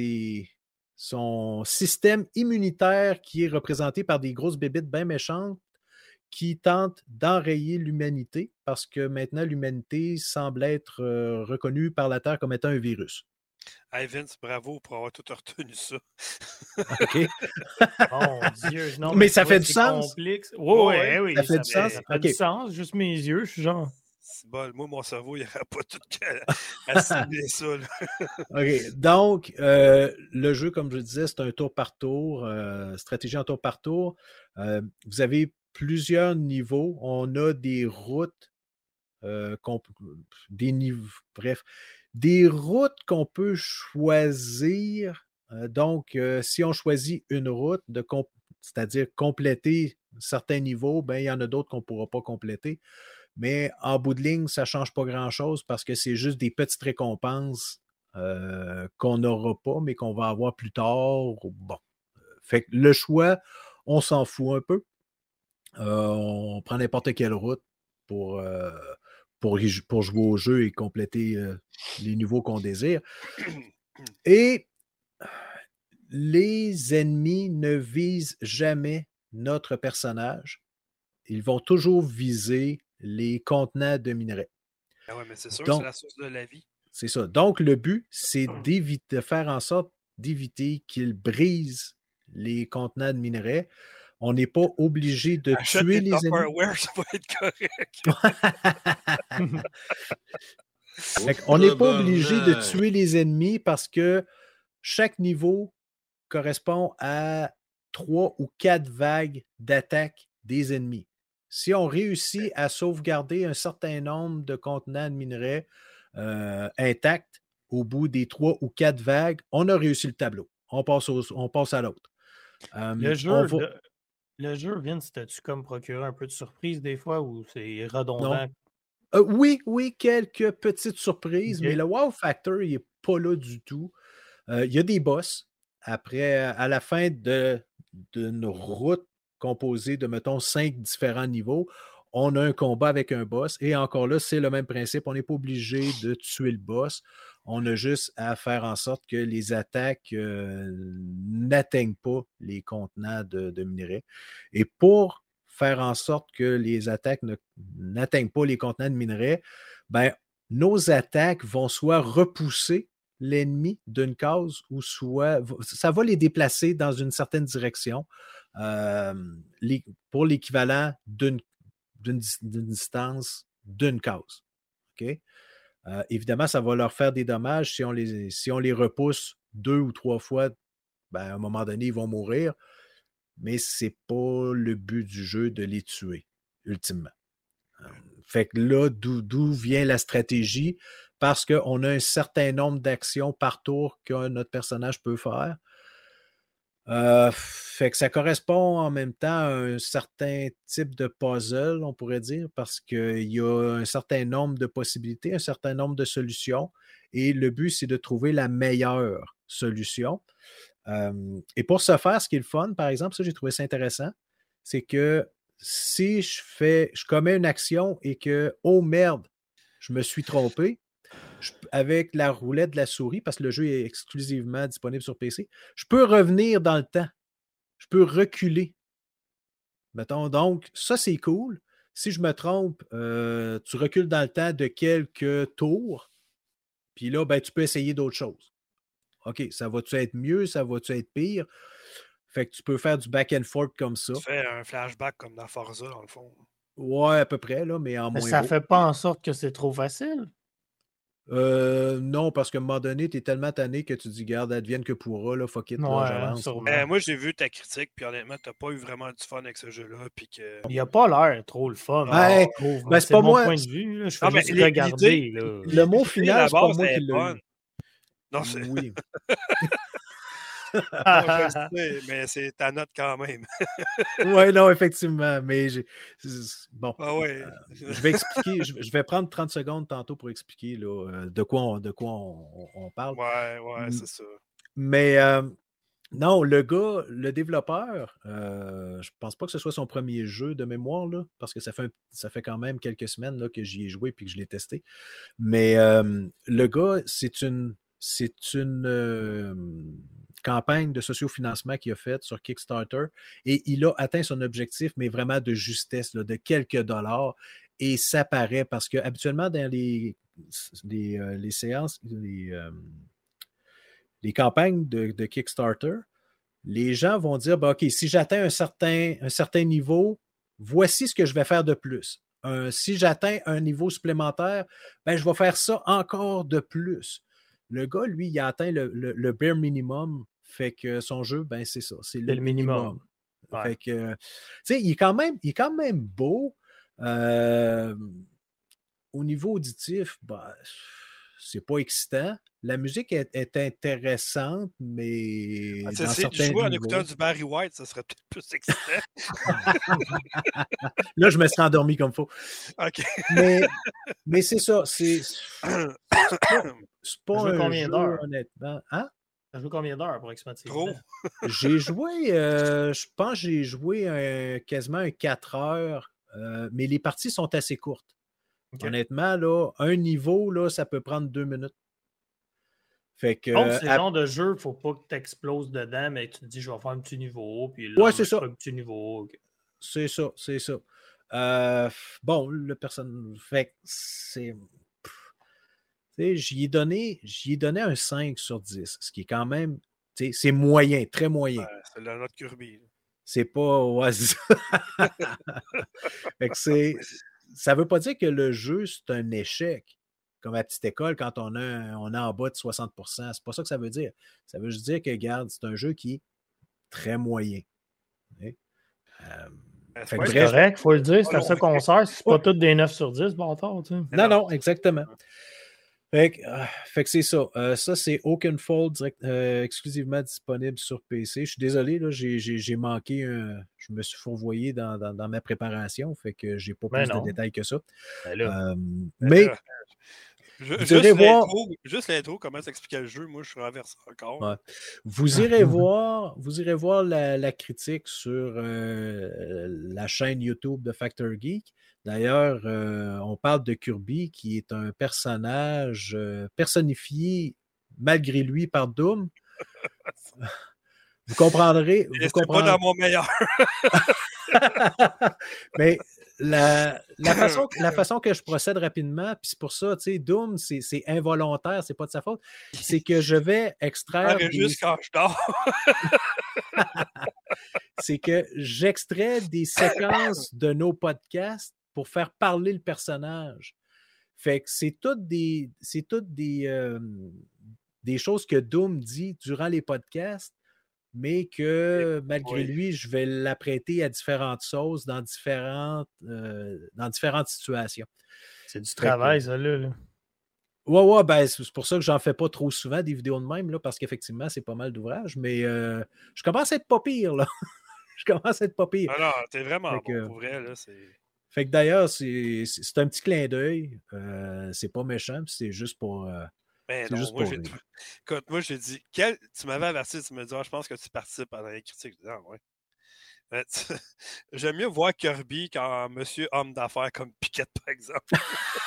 S3: son système immunitaire qui est représenté par des grosses bébites bien méchantes qui tentent d'enrayer l'humanité parce que maintenant l'humanité semble être reconnue par la Terre comme étant un virus.
S1: Hey Vince, bravo pour avoir tout retenu ça.
S3: OK.
S2: Mon Dieu. Non,
S3: mais ça fait du sens.
S2: Oui,
S3: ça fait du sens.
S2: Ça fait du sens. Juste mes yeux, je suis genre...
S1: C'est bon, moi, mon cerveau, il n'y aura pas tout assimilé ça. Là.
S3: OK. Donc, le jeu, comme je le disais, c'est un tour par tour, stratégie en tour par tour. Vous avez plusieurs niveaux. On a des routes, des niveaux, bref, des routes qu'on peut choisir. Donc, si on choisit une route, c'est-à-dire compléter certains niveaux, ben, il y en a d'autres qu'on ne pourra pas compléter. Mais en bout de ligne, ça ne change pas grand-chose parce que c'est juste des petites récompenses qu'on n'aura pas, mais qu'on va avoir plus tard. Bon. Fait que le choix on s'en fout un peu. On prend n'importe quelle route pour jouer au jeu et compléter les niveaux qu'on désire. Et les ennemis ne visent jamais notre personnage. Ils vont toujours viser les contenants de minerais.
S1: Ah ouais, mais c'est sûr, c'est la source de la vie.
S3: C'est ça. Donc, le but, c'est de faire en sorte d'éviter qu'ils brisent les contenants de minerais. On n'est pas obligé de tuer les ennemis.
S1: Ça va être correct.
S3: On n'est pas obligé de tuer les ennemis parce que chaque niveau correspond à 3 ou 4 vagues d'attaque des ennemis. Si on réussit à sauvegarder un certain nombre de contenants de minerais intacts au bout des 3 ou 4 vagues, on a réussi le tableau. On passe à l'autre.
S2: Le jeu, Vince, t'as-tu comme procuré un peu de surprise des fois ou c'est redondant?
S3: Oui, quelques petites surprises, mais le wow factor, il n'est pas là du tout. Il y a des boss. Après, à la fin d'une route composée de, mettons, 5 différents niveaux, on a un combat avec un boss. Et encore là, c'est le même principe. On n'est pas obligé de tuer le boss. On a juste à faire en sorte que les attaques n'atteignent pas les contenants de minerais. Et pour faire en sorte que les attaques n'atteignent pas les contenants de minerais, nos attaques vont soit repousser l'ennemi d'une case ou soit ça va les déplacer dans une certaine direction pour l'équivalent d'une distance d'une case. OK? Évidemment, ça va leur faire des dommages si on les repousse 2 ou 3 fois. À un moment donné, ils vont mourir, mais ce n'est pas le but du jeu de les tuer, ultimement. Fait que là, d'où vient la stratégie? Parce qu'on a un certain nombre d'actions par tour que notre personnage peut faire. Fait que ça correspond en même temps à un certain type de puzzle, on pourrait dire, parce qu'il y a un certain nombre de possibilités, un certain nombre de solutions, et le but, c'est de trouver la meilleure solution. Et pour ce faire, ce qui est le fun, par exemple, ça, j'ai trouvé ça intéressant, c'est que si je commets une action et que, oh merde, je me suis trompé, avec la roulette de la souris, parce que le jeu est exclusivement disponible sur PC, je peux revenir dans le temps. Je peux reculer. Mettons, donc, ça, c'est cool. Si je me trompe, tu recules dans le temps de quelques tours, puis là, tu peux essayer d'autres choses. OK, ça va-tu être mieux? Ça va-tu être pire? Fait que tu peux faire du back and forth comme ça.
S1: Tu fais un flashback comme dans Forza, dans le fond.
S3: Ouais, à peu près, là, mais en moins
S2: ça fait pas en sorte que c'est trop facile?
S3: Non, parce qu'à un moment donné, tu es tellement tanné que tu dis, garde, advienne que pourra, là, fuck it, là, j'avance.
S1: Moi, j'ai vu ta critique, puis honnêtement, t'as pas eu vraiment du fun avec ce jeu-là. Puis que...
S2: Il a pas l'air trop le fun.
S3: C'est pas moi.
S2: Point de vue, là. Je fais juste regarder. Là.
S3: Le mot final, c'est pas moi qui l'ai.
S1: Non, c'est...
S3: Oui.
S1: mais c'est ta note quand même.
S3: Oui, non, effectivement. Mais bon.
S1: Ah ouais.
S3: Je vais expliquer. Je vais prendre 30 secondes tantôt pour expliquer là, de quoi on parle.
S1: Ouais, c'est ça.
S3: Mais non, le développeur, je pense pas que ce soit son premier jeu de mémoire, là, parce que ça fait quand même quelques semaines là, que j'y ai joué et que je l'ai testé. Mais le gars, c'est une campagne de sociofinancement qu'il a faite sur Kickstarter et il a atteint son objectif, mais vraiment de justesse, là, de quelques dollars. Et ça paraît parce que habituellement, dans les séances, les campagnes de Kickstarter, les gens vont dire OK, si j'atteins un certain niveau, voici ce que je vais faire de plus. Si j'atteins un niveau supplémentaire, je vais faire ça encore de plus. Le gars, lui, il a atteint le bare minimum. Fait que son jeu, c'est ça. C'est le minimum.
S2: Ouais.
S3: Fait que, tu sais, il est quand même beau. Au niveau auditif, c'est pas excitant. La musique est intéressante, mais dans certains niveaux...
S1: Jouer en écoutant du Barry White, ça serait peut-être plus excitant.
S3: Là, je me serais endormi comme il faut.
S1: OK.
S3: Mais c'est ça. C'est pas un
S2: combien
S3: jeu,
S2: d'heures?
S3: honnêtement. Hein?
S2: Ça joue combien d'heures approximativement?
S1: Trop.
S3: J'ai joué, je pense que j'ai joué quasiment un 4 heures, mais les parties sont assez courtes. Okay. Honnêtement, là, un niveau, là, ça peut prendre 2 minutes. Fait que,
S2: donc, c'est le genre de jeu, il ne faut pas que tu exploses dedans, mais tu te dis, je vais faire un petit niveau, puis là,
S3: ouais, c'est ça.
S2: un petit niveau. Okay.
S3: C'est ça, c'est ça. Bon, le personne. Fait que c'est. J'y ai donné un 5 sur 10, ce qui est quand même. C'est moyen, très moyen.
S1: C'est la note Kirby.
S3: C'est pas. Ouais, fait que ça veut pas dire que le jeu, c'est un échec. Comme à petite école, quand on est en bas de 60%. C'est pas ça que ça veut dire. Ça veut juste dire que, regarde, c'est un jeu qui est très moyen.
S2: C'est correct, il faut le dire. C'est à ça qu'on sert. C'est pas toutes des 9 sur 10, bâtard. Tu sais.
S3: Non, exactement. Fait que c'est ça. Ça, c'est Oakenfold exclusivement disponible sur PC. Je suis désolé, là, j'ai manqué je me suis fourvoyé dans ma préparation. Fait que j'ai pas plus de détails que ça. Mais
S1: juste l'intro, comment s'expliquait le jeu, moi je suis renversé encore.
S3: Ouais. Vous irez voir la critique sur la chaîne YouTube de Factor Geek. D'ailleurs, on parle de Kirby, qui est un personnage personnifié malgré lui par Doom. Vous comprendrez.
S1: C'est pas dans mon meilleur.
S3: Mais la façon que je procède rapidement, puis c'est pour ça, tu sais, Doom, c'est involontaire, c'est pas de sa faute, c'est que je vais extraire.
S1: Juste quand je dors.
S3: C'est que j'extrais des séquences de nos podcasts pour faire parler le personnage. Fait que c'est toutes des choses que Doom dit durant les podcasts, mais que malgré lui, je vais l'apprêter à différentes sauces dans différentes situations.
S2: C'est du travail, ça, là.
S3: Ouais, ben, c'est pour ça que j'en fais pas trop souvent des vidéos de même, là, parce qu'effectivement, c'est pas mal d'ouvrages, mais je commence à être pas pire, là. Je commence à être pas pire.
S1: Non, t'es vraiment bon, pour vrai, là,
S3: Fait que d'ailleurs, c'est un petit clin d'œil. C'est pas méchant, c'est juste pour...
S1: Mais non, moi, j'ai dit, tu m'avais averti, tu me dis, je pense que tu participes à la critique. Je dis, ouais. J'aime mieux voir Kirby qu'un monsieur homme d'affaires comme Piquette, par exemple.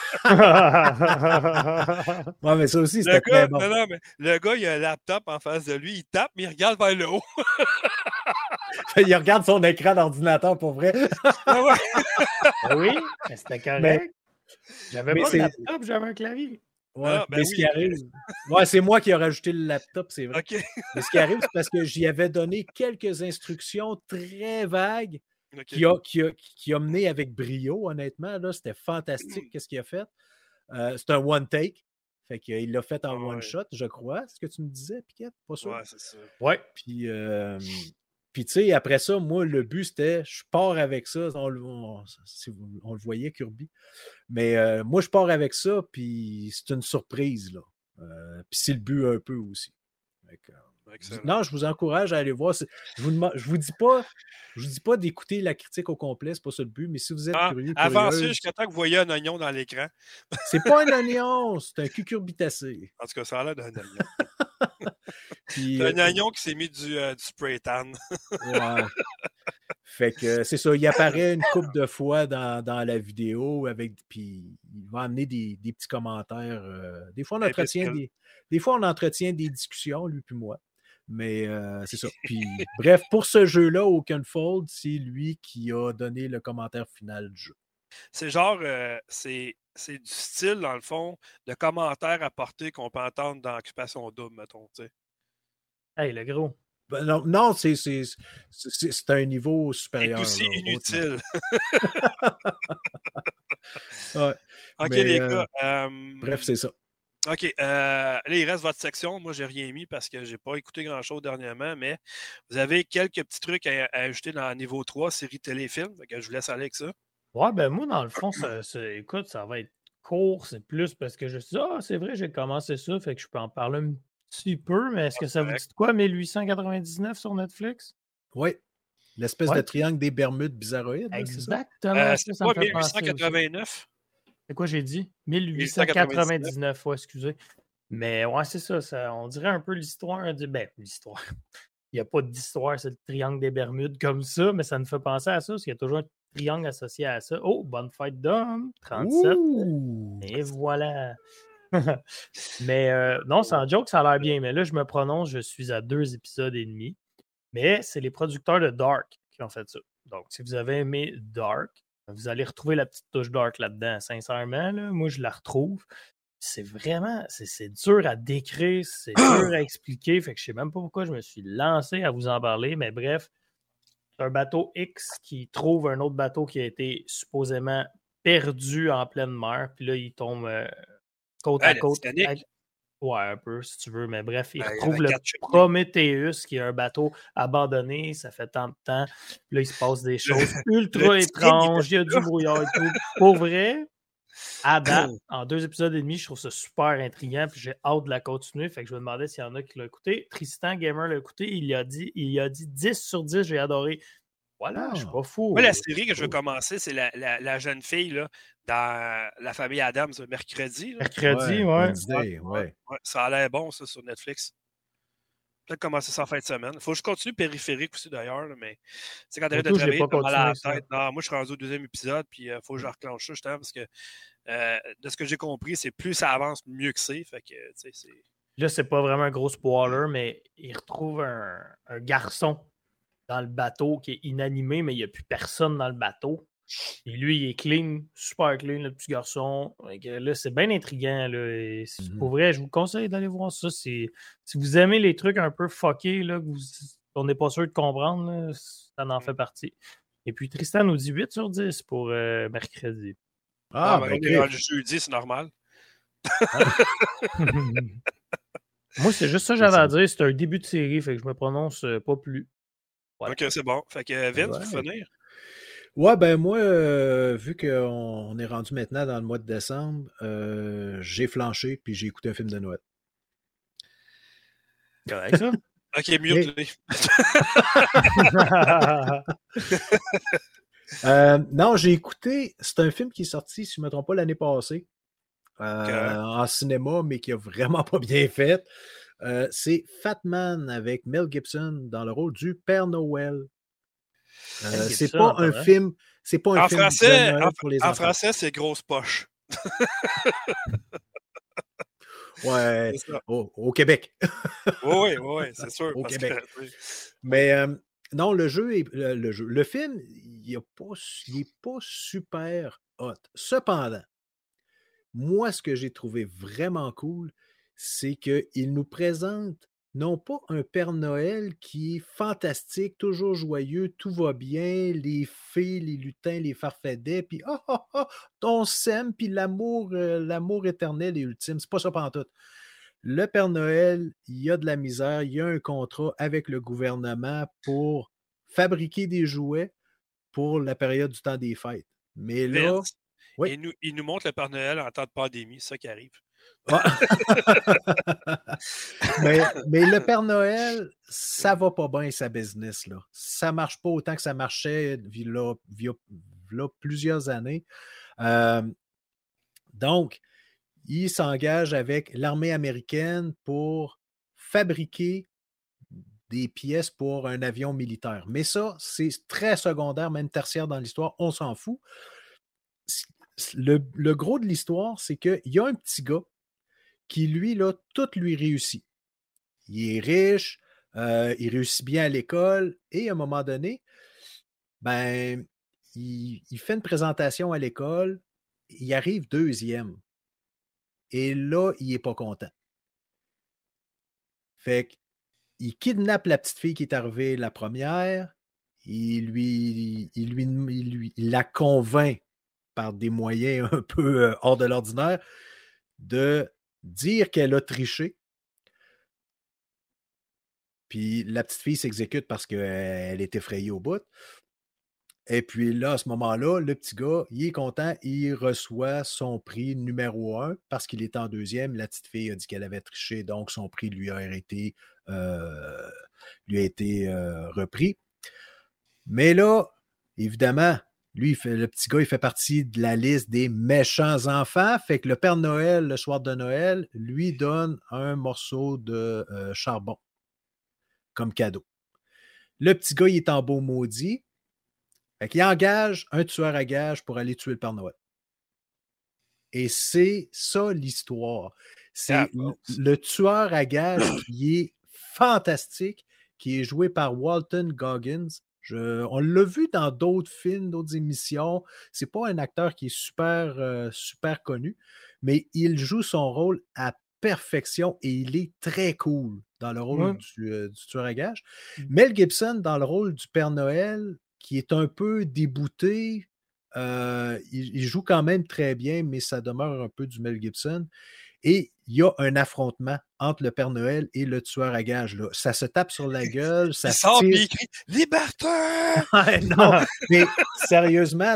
S3: Ouais, mais ça aussi, c'était très bon.
S1: Non, mais le gars, il a un laptop en face de lui, il tape, mais il regarde vers le haut.
S3: Il regarde son écran d'ordinateur, pour vrai.
S2: Oui, mais c'était correct. J'avais pas de laptop, j'avais un clavier.
S3: Ouais, mais ce qui arrive. Ouais, c'est moi qui ai rajouté le laptop, c'est vrai.
S1: Okay.
S3: Mais ce qui arrive, c'est parce que j'y avais donné quelques instructions très vagues qui a mené avec brio, honnêtement. Là, c'était fantastique, qu'est-ce qu'il a fait. C'est un one take. Fait qu'il l'a fait en one shot, je crois. C'est ce que tu me disais, Piquette? Pas sûr?
S1: Ouais, c'est ça.
S3: Ouais. Puis, tu sais, après ça, moi, le but, c'était, je pars avec ça. On le voyait, Kirby. Mais moi, je pars avec ça, puis c'est une surprise, là. Puis c'est le but un peu aussi. Non, je vous encourage à aller voir. Je vous dis pas d'écouter la critique au complet, c'est pas ça le but, mais si vous êtes curieux,
S1: avancez jusqu'à temps que vous voyez un oignon dans l'écran.
S3: C'est pas un oignon, c'est un cucurbitacé.
S1: En tout cas, ça a l'air d'un oignon. Puis, un oignon qui s'est mis du spray tan.
S3: Ouais. Fait que c'est ça, il apparaît une couple de fois dans la vidéo, puis il va amener des petits commentaires. Des fois, on entretient des discussions, lui puis moi. Mais c'est ça. Puis, bref, pour ce jeu-là, Oakenfold, c'est lui qui a donné le commentaire final du jeu.
S1: C'est genre, c'est du style, dans le fond, de commentaires apportés qu'on peut entendre dans Occupation Double, mettons, tu sais.
S2: Hey, le gros.
S3: Ben non, c'est un niveau supérieur.
S1: C'est aussi
S3: là,
S1: inutile.
S3: Ouais.
S1: OK, les gars.
S3: Bref, c'est ça.
S1: OK. Là, il reste votre section. Moi, j'ai rien mis parce que j'ai pas écouté grand-chose dernièrement, mais vous avez quelques petits trucs à ajouter dans le niveau 3, série téléfilm. Je vous laisse aller avec ça.
S2: Ouais, ben moi, dans le fond, écoute, ça va être court. C'est plus parce que je me suis dit, c'est vrai, j'ai commencé ça, fait que je peux en parler un petit peu, mais est-ce que ça vous dit quoi, 1899 sur Netflix?
S3: Oui. L'espèce de triangle des Bermudes bizarroïdes.
S2: Exactement.
S1: C'est pas 1889?
S2: C'est quoi j'ai dit? 1899, ouais, excusez. Mais ouais, c'est ça, on dirait un peu l'histoire. L'histoire. Il n'y a pas d'histoire, c'est le triangle des Bermudes comme ça, mais ça me fait penser à ça, parce qu'il y a toujours un triangle associé à ça. Oh, bonne fête d'homme, 37.
S3: Ouh!
S2: Et voilà. Mais non, sans joke, ça a l'air bien. Mais là, je me prononce, je suis à 2 épisodes et demi. Mais c'est les producteurs de Dark qui ont fait ça. Donc, si vous avez aimé Dark, vous allez retrouver la petite touche Dark là-dedans. Sincèrement, là, moi, je la retrouve. C'est vraiment, c'est dur à décrire, c'est dur à expliquer. Fait que je sais même pas pourquoi je me suis lancé à vous en parler. Mais bref, c'est un bateau X qui trouve un autre bateau qui a été supposément perdu en pleine mer. Puis là, il tombe côte à côte. Ouais, un peu, si tu veux, mais bref, il retrouve le Prometheus, qui est un bateau abandonné, ça fait tant de temps. Là, il se passe des choses ultra étranges, il y a du brouillard et tout. Pour vrai, à date, en 2 épisodes et demi, je trouve ça super intriguant, puis j'ai hâte de la continuer. Fait que je me demandais s'il y en a qui l'ont écouté. Tristan Gamer l'a écouté, il a dit 10 sur 10, j'ai adoré. Voilà, je suis pas fou.
S1: Moi, la série que je veux commencer, c'est la jeune fille là, dans La famille Adams, mercredi. Là.
S2: Mercredi,
S3: ouais.
S1: Ça a l'air bon, ça, sur Netflix. Peut-être commencer ça en fin de semaine. Il faut que je continue Périphérique aussi, d'ailleurs, mais c'est quand tu arrives de travailler, tu as mal à la tête. Non, moi, je suis rendu au 2e épisode, puis il faut que je reclenche ça, justement, parce que de ce que j'ai compris, c'est plus ça avance, mieux que c'est. Fait que, tu sais, c'est...
S2: Là, c'est pas vraiment un gros spoiler, mais il retrouve un garçon dans le bateau qui est inanimé, mais il n'y a plus personne dans le bateau. Et lui, il est clean, super clean, le petit garçon. Là, c'est bien intriguant. Là. Et pour vrai, je vous conseille d'aller voir ça. Si vous aimez les trucs un peu fuckés, là, on n'est pas sûr de comprendre, là, ça en fait partie. Et puis, Tristan nous dit 8 sur 10 pour mercredi.
S1: On est rendu jeudi, c'est normal.
S2: Moi, c'est juste ça que j'avais à dire. C'est un début de série, fait que je me prononce pas plus.
S1: Voilà. OK, c'est bon. Fait que Vince, tu peux finir?
S3: Ouais, ben moi, vu qu'on est rendu maintenant dans le mois de décembre, j'ai flanché puis j'ai écouté un film de Noël.
S2: Correct, ça?
S1: OK, mute-les.
S3: Non, j'ai écouté, c'est un film qui est sorti, si je ne me trompe pas, l'année passée, en cinéma, mais qui a vraiment pas bien fait. C'est Fat Man avec Mel Gibson dans le rôle du Père Noël. C'est pas un film. C'est pas un film de Noël pour les enfants.
S1: En français, c'est Grosse Poche.
S3: Ouais, au Québec.
S1: Oui, c'est sûr.
S3: Au Québec. Mais non, le film, il n'est pas super hot. Cependant, moi, ce que j'ai trouvé vraiment cool, c'est qu'il nous présente non pas un Père Noël qui est fantastique, toujours joyeux, tout va bien, les fées, les lutins, les farfadets, puis on s'aime, puis l'amour éternel et ultime. C'est pas ça pantoute. Le Père Noël, il y a de la misère, il y a un contrat avec le gouvernement pour fabriquer des jouets pour la période du temps des fêtes. Mais là...
S1: Oui. Il nous montre le Père Noël en temps de pandémie, c'est ça qui arrive.
S3: mais le Père Noël, ça va pas bien sa business. Là. Ça marche pas autant que ça marchait via plusieurs années. Donc, il s'engage avec l'armée américaine pour fabriquer des pièces pour un avion militaire. Mais ça, c'est très secondaire, même tertiaire dans l'histoire. On s'en fout. Le gros de l'histoire, c'est qu'il y a un petit gars qui, lui, là, tout lui réussit. Il est riche, il réussit bien à l'école, et à un moment donné, ben, il fait une présentation à l'école, il arrive 2e. Et là, il n'est pas content. Fait qu'il kidnappe la petite fille qui est arrivée la première, il la convainc par des moyens un peu hors de l'ordinaire de dire qu'elle a triché. Puis la petite fille s'exécute parce qu'elle est effrayée au bout. Et puis là, à ce moment-là, le petit gars, il est content, il reçoit son prix numéro 1 parce qu'il est en 2e. La petite fille a dit qu'elle avait triché, donc son prix lui a été repris. Mais là, évidemment, Lui, le petit gars, il fait partie de la liste des méchants enfants. Fait que le Père Noël, le soir de Noël, lui donne un morceau de charbon comme cadeau. Le petit gars, il est en beau maudit. Fait qu'il engage un tueur à gages pour aller tuer le Père Noël. Et c'est ça l'histoire. C'est le tueur à gages qui est fantastique, qui est joué par Walton Goggins. On l'a vu dans d'autres films, d'autres émissions. C'est pas un acteur qui est super connu, mais il joue son rôle à perfection et il est très cool dans le rôle du tueur à gages. Mel Gibson dans le rôle du Père Noël, qui est un peu débouté. Il joue quand même très bien, mais ça demeure un peu du Mel Gibson. Et il y a un affrontement entre le Père Noël et le tueur à gages. Là. Ça se tape sur la gueule. Ça se
S1: tire. Il crie « Liberté! »
S3: Non, mais sérieusement,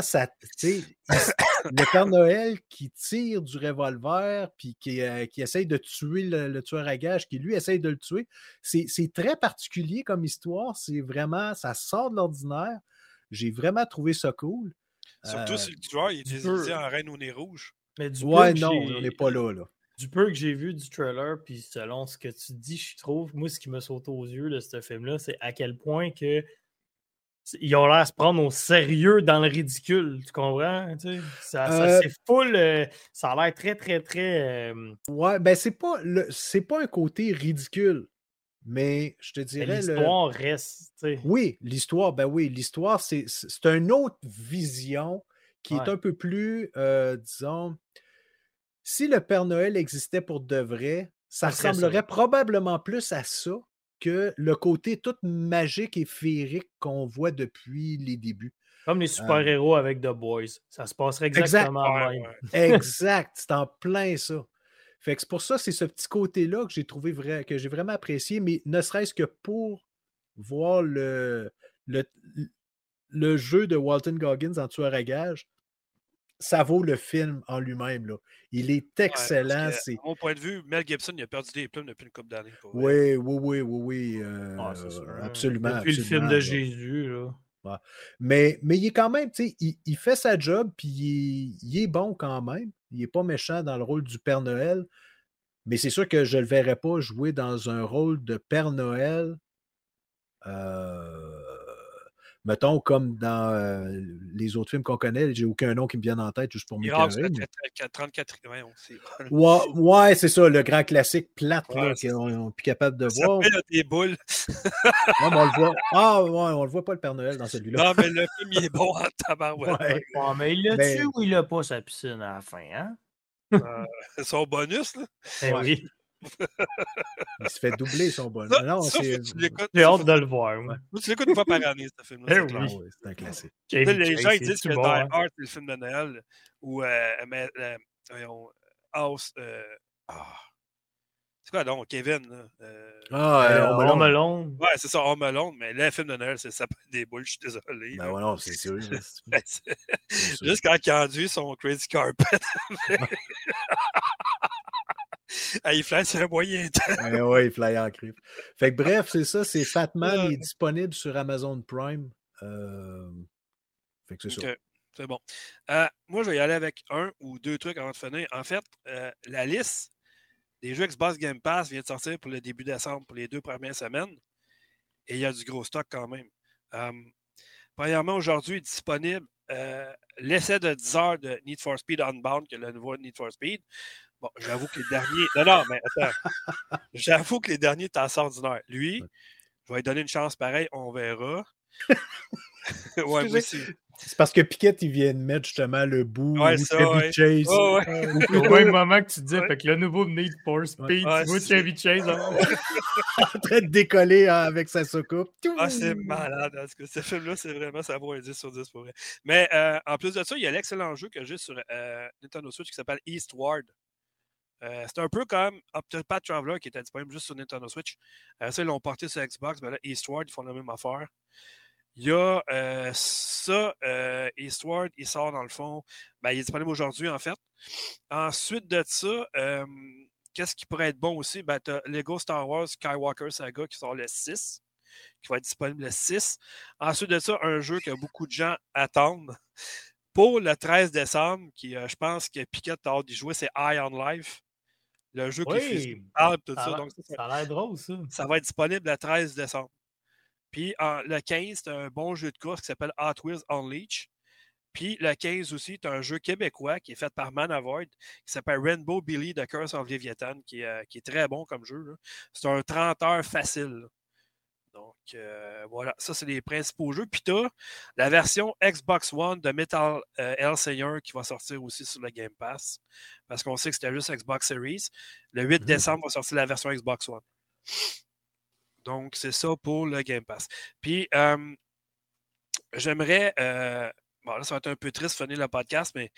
S3: le Père Noël qui tire du revolver puis qui essaye de tuer le tueur à gages, qui lui essaye de le tuer, c'est très particulier comme histoire. C'est vraiment, ça sort de l'ordinaire. J'ai vraiment trouvé ça cool.
S1: Surtout si le tueur il est déguisé en reine au nez rouge.
S2: Mais
S3: on n'est pas là.
S2: Du peu que j'ai vu du trailer, puis selon ce que tu dis, je trouve, moi, ce qui me saute aux yeux de ce film-là, c'est à quel point que ils ont l'air à se prendre au sérieux dans le ridicule. Tu comprends? C'est full. Ça a l'air très, très, très.
S3: Ouais, ben c'est pas un côté ridicule. Mais je te dirais.
S2: L'histoire reste. T'sais.
S3: Oui, l'histoire, c'est une autre vision qui est un peu plus, disons, si le Père Noël existait pour de vrai, ça ressemblerait probablement plus à ça que le côté tout magique et féerique qu'on voit depuis les débuts.
S2: Comme les super-héros avec The Boys. Ça se passerait exactement même.
S3: Exact, c'est en plein ça. Fait que c'est pour ça, c'est ce petit côté-là que j'ai trouvé que j'ai vraiment apprécié, mais ne serait-ce que pour voir le jeu de Walton Goggins en tueur à gages, ça vaut le film en lui-même. Là. Il est excellent.
S1: À mon point de vue, Mel Gibson il a perdu des plumes depuis une couple d'années.
S3: Oui. Absolument.
S2: Depuis le film de Jésus. Là.
S3: Ouais. Mais il est quand même, il fait sa job, puis il est bon quand même. Il n'est pas méchant dans le rôle du Père Noël. Mais c'est sûr que je ne le verrais pas jouer dans un rôle de Père Noël. Mettons, comme dans les autres films qu'on connaît, j'ai aucun nom qui me vient en tête juste pour m'écœurer.
S1: 34
S3: ouais, c'est ça, le grand classique plate qu'on n'est plus capable de voir.
S1: Ça fait des boules.
S3: Ouais, mais on le voit. On le voit pas le Père Noël dans celui-là.
S1: Non, mais le film, il est bon en tabarouette.
S2: Ouais, mais il l'a tué ou il l'a pas sa piscine à la fin, hein?
S1: Son bonus, là?
S2: Oui.
S3: Il se fait doubler son bonus.
S2: J'ai hâte de le voir.
S1: Tu l'écoutes une fois par année, ce film-là.
S3: C'est un classique.
S1: Les gens ils disent que Die Hard, c'est le film de Noël. Ou House. C'est quoi donc, Kevin?
S2: Home Alone.
S1: Ouais, c'est ça, Home Alone. Mais le film de Noël, c'est ça des boules, je suis désolé.
S3: Ben ouais, non, c'est sûr.
S1: Juste quand il enduit son Crazy Carpet. Il fly sur un moyen temps.
S3: Ouais, il fly en crip. Fait que bref, c'est ça, c'est Fat Man, il est disponible sur Amazon Prime. Fait que c'est ça.
S1: C'est bon. Moi, je vais y aller avec un ou deux trucs avant de finir. En fait, la liste des jeux Xbox Game Pass vient de sortir pour le début décembre, pour les 2 premières semaines. Et il y a du gros stock quand même. Premièrement, aujourd'hui est disponible l'essai de 10 heures de Need for Speed Unbound, qui est le nouveau Need for Speed. Bon, j'avoue que les derniers... Non, mais attends. J'avoue que les derniers étaient assez ordinaires. Lui, je vais lui donner une chance pareille, on verra. Ouais, moi aussi.
S3: C'est parce que Piquette, il vient de mettre justement le bout
S1: Chevy
S3: Chase.
S2: Au même moment que tu dis, fait que le nouveau Need for Speed, tu vois Chevy Chase
S3: en train de décoller avec sa soucoupe.
S1: C'est malade. En tout cas, ce film-là, c'est vraiment, ça vaut un 10 sur 10 pour vrai. Mais en plus de ça, il y a l'excellent jeu que j'ai sur Nintendo Switch qui s'appelle Eastward. C'est un peu comme Octopath Traveler qui était disponible juste sur Nintendo Switch. Ça, ils l'ont porté sur Xbox. Ben là, Eastward, ils font la même affaire. Il y a Eastward, il sort dans le fond. Ben, il est disponible aujourd'hui, en fait. Ensuite de ça, qu'est-ce qui pourrait être bon aussi? Ben, tu as Lego Star Wars Skywalker Saga qui sort le 6. qui va être disponible le 6. Ensuite de ça, un jeu que beaucoup de gens attendent pour le 13 décembre, qui, je pense que Piquette a hâte d'y jouer, c'est High on Life. Le jeu qui fusionne tout ça. Donc,
S2: ça a l'air drôle, ça.
S1: Ça va être disponible le 13 décembre. Puis le 15, c'est un bon jeu de course qui s'appelle Hot Wheels Unleashed. Puis le 15 aussi, c'est un jeu québécois qui est fait par Manavoid qui s'appelle Rainbow Billy The Curse of Leviathan, qui est très bon comme jeu. Là. C'est un 30 heures facile. Là. Donc, voilà, ça, c'est les principaux jeux. Puis tu as la version Xbox One de Metal Hellsinger qui va sortir aussi sur le Game Pass. Parce qu'on sait que c'était juste Xbox Series. Le 8 décembre va sortir la version Xbox One. Donc, c'est ça pour le Game Pass. Puis, j'aimerais... bon, là, ça va être un peu triste de finir le podcast, mais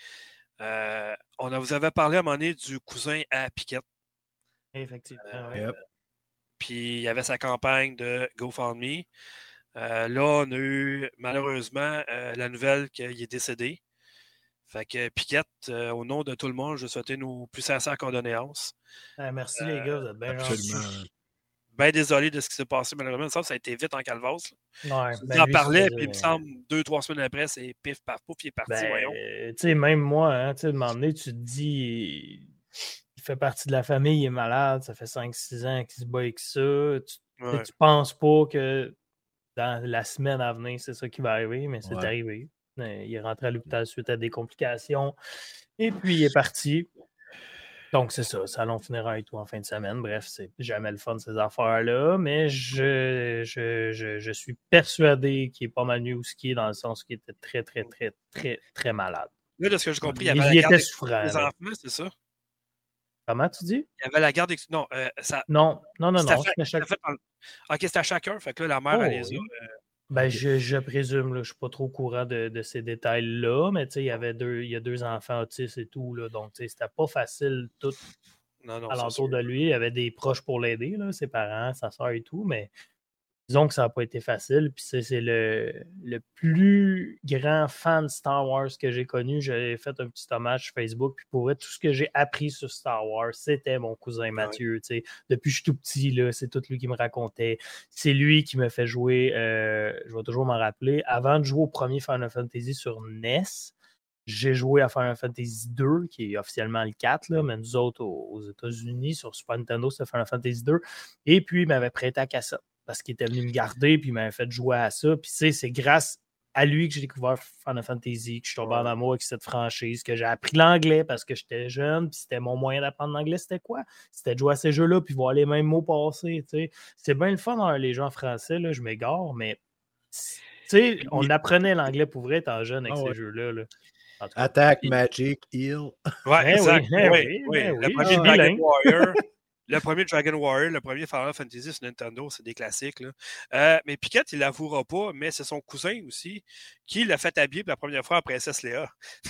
S1: vous avez parlé à un moment donné du cousin à Piquette.
S2: Effectivement.
S1: Puis il y avait sa campagne de GoFundMe. Là, on a eu malheureusement la nouvelle qu'il est décédé. Fait que Piquette, au nom de tout le monde, je souhaite nos plus sincères condoléances.
S2: Merci les gars, vous êtes bien gentils.
S1: Bien désolé de ce qui s'est passé, malheureusement. Ça a été vite en calvasse.
S2: On
S1: en parlait, puis il me semble 2-3 semaines après, c'est pif, paf, pouf, il est parti, voyons.
S2: Tu sais, même moi, hein, à un moment donné, tu te dis, il fait partie de la famille, il est malade, ça fait 5-6 ans qu'il se bat avec ça. Tu penses pas que dans la semaine à venir, c'est ça qui va arriver, mais c'est arrivé. Il est rentré à l'hôpital suite à des complications, et puis il est parti. Donc, c'est ça, salon funéraire et tout en fin de semaine. Bref, c'est jamais le fun, ces affaires-là, mais je suis persuadé qu'il est pas mal mieux où ce qui est, dans le sens qu'il était très, très, très, très, très malade.
S1: Là, de ce que j'ai compris,
S2: il était souffrant.
S1: Les enfants, c'est ça?
S2: Comment tu dis?
S1: Il y avait la garde... Non,
S2: non.
S1: C'était à chacun. Fait que là, la mère, elle les a...
S2: je présume, là, je ne suis pas trop au courant de ces détails-là, mais il y a 2 enfants autistes et tout, là, donc c'était pas facile tout alentour de lui. Il y avait des proches pour l'aider, là, ses parents, sa soeur et tout, mais disons que ça n'a pas été facile. Puis c'est le plus grand fan de Star Wars que j'ai connu. J'avais fait un petit hommage sur Facebook. Puis pour vrai, tout ce que j'ai appris sur Star Wars, c'était mon cousin Mathieu. Depuis que je suis tout petit, là, c'est tout lui qui me racontait. C'est lui qui me fait jouer, je vais toujours m'en rappeler, avant de jouer au premier Final Fantasy sur NES, j'ai joué à Final Fantasy 2, qui est officiellement le 4, là, mais nous autres, aux États-Unis, sur Super Nintendo, c'était Final Fantasy 2. Et puis, il m'avait prêté la cassette parce qu'il était venu me garder, puis il m'avait fait jouer à ça. Puis, c'est grâce à lui que j'ai découvert Final Fantasy, que je suis tombé en amour avec cette franchise, que j'ai appris l'anglais parce que j'étais jeune, puis c'était mon moyen d'apprendre l'anglais, c'était quoi? C'était de jouer à ces jeux-là, puis voir les mêmes mots passer, tu sais. C'est bien le fun dans les jeux en français, là, je m'égare, mais, tu sais, on apprenait l'anglais pour vrai étant jeune avec ces jeux-là, là.
S3: Attack, Magic, Heal.
S1: Ouais, exact. Oui. Le premier Dragon Warrior, le premier Final Fantasy sur Nintendo, c'est des classiques. Là. Mais Piquette, il l'avouera pas, mais c'est son cousin aussi qui l'a fait habiller pour la première fois à Princesse Léa.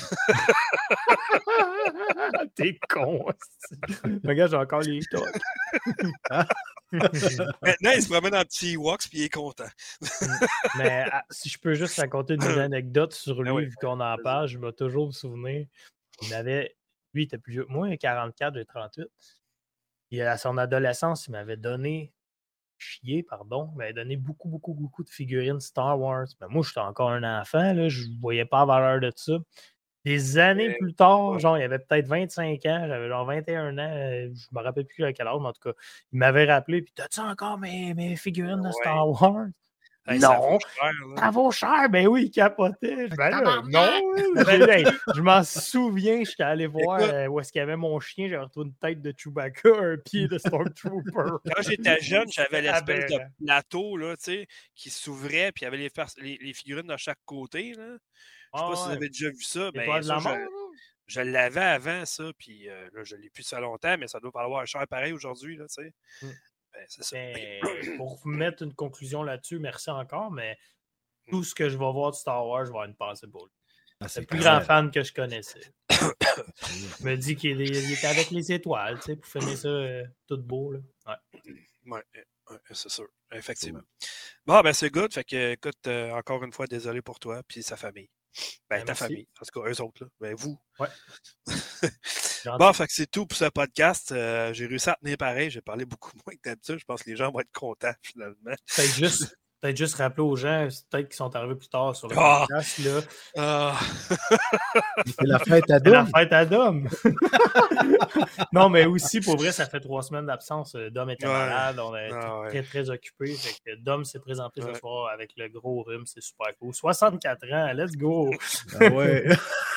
S2: T'es con. Regarde, j'ai encore les stocks.
S1: Maintenant, il se promène en petit Ewoks puis il est content.
S2: Mais si je peux juste raconter une anecdote sur lui, vu qu'on en parle, je vais toujours me souvenir. Lui, il était plus vieux. Moi, il a 44, j'ai 38. Et à son adolescence, il m'avait donné il m'avait donné beaucoup, beaucoup, beaucoup de figurines Star Wars. Mais moi, j'étais encore un enfant, là, je ne voyais pas la valeur de ça. Des années plus tard, genre, il y avait peut-être 25 ans, j'avais genre 21 ans, je ne me rappelle plus à quel âge, mais en tout cas, il m'avait rappelé, puis t'as-tu encore mes figurines de Star Wars? Hey, non, ça vaut cher, ben oui, il capotait. Ben là, non, je m'en souviens, j'étais allé voir où est-ce qu'il y avait mon chien, j'avais retrouvé une tête de Chewbacca, un pied de Stormtrooper.
S1: Quand j'étais jeune, j'avais l'espèce de plateau là, qui s'ouvrait, puis il y avait les figurines de chaque côté. Là. Je ne sais pas si vous avez déjà vu ça. Ben, ça je l'avais avant, ça, puis là, je ne l'ai plus ça longtemps, mais ça doit valoir cher pareil aujourd'hui, là, tu sais. Ben, c'est ça.
S2: Pour vous mettre une conclusion là-dessus, merci encore, mais tout ce que je vais voir de Star Wars, je vais avoir une pensée pour lui. C'est le plus grand fan que je connaissais. Je me dis qu'il est avec les étoiles, tu sais, pour finir ça tout beau, là.
S1: Ouais, c'est sûr, effectivement. Bon, ben c'est good. Fait que, écoute, encore une fois, désolé pour toi puis sa famille. Ben, ta famille. En tout cas, eux autres, là. Ben, vous.
S2: Ouais.
S1: Bon, fait que c'est tout pour ce podcast. J'ai réussi à tenir pareil. J'ai parlé beaucoup moins que d'habitude. Je pense que les gens vont être contents, finalement.
S2: Peut-être juste rappeler aux gens, peut-être qu'ils sont arrivés plus tard sur le podcast, là.
S3: C'est la fête à Dom.
S2: C'est la fête à Dom. Non, mais aussi, pour vrai, ça fait 3 semaines d'absence. Dom était malade. On est très, très occupés. Fait que Dom s'est présenté ce soir avec le gros rhume. C'est super cool. 64 ans. Let's go!
S3: Ah ouais.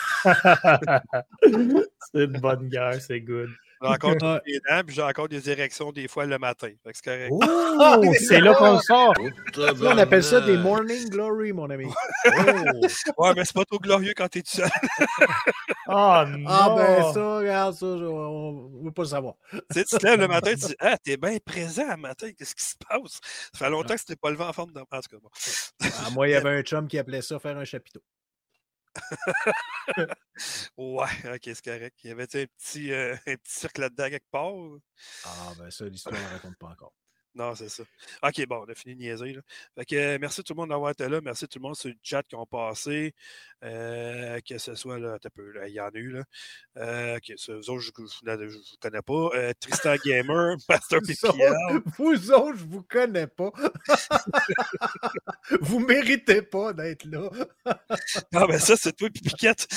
S2: C'est une bonne guerre. C'est good.
S1: J'ai encore des dents, puis j'ai encore des érections des fois le matin. Fait que c'est correct.
S2: Oh, c'est là qu'on le sort.
S3: On appelle ça des morning glory, mon ami.
S1: Ouais, mais c'est pas trop glorieux quand t'es tout seul.
S2: Oh non!
S3: Ah ben ça, regarde ça, on veut pas le savoir.
S1: Tu te lèves le matin et tu dis « Ah, t'es bien présent le matin, qu'est-ce qui se passe? » Ça fait longtemps que tu t'es pas levé en forme de... En tout cas, bon.
S3: Moi, il y avait un chum qui appelait ça faire un chapiteau.
S1: Ouais, ok, c'est correct. Il y avait un petit cercle là-dedans quelque part?
S3: Ah, ben ça, l'histoire ne raconte pas encore.
S1: Non, c'est ça. OK, bon, on a fini de niaiser. Là. Fait que merci tout le monde d'avoir été là. Merci tout le monde sur le chat qui ont passé. Que ce soit, là, il y en a eu, là. Vous autres, je ne vous connais pas. Tristan Gamer, Master PPL.
S3: Vous autres, je vous connais pas. Vous méritez pas d'être là.
S1: Ah, ben ça, c'est toi, Pipiquette.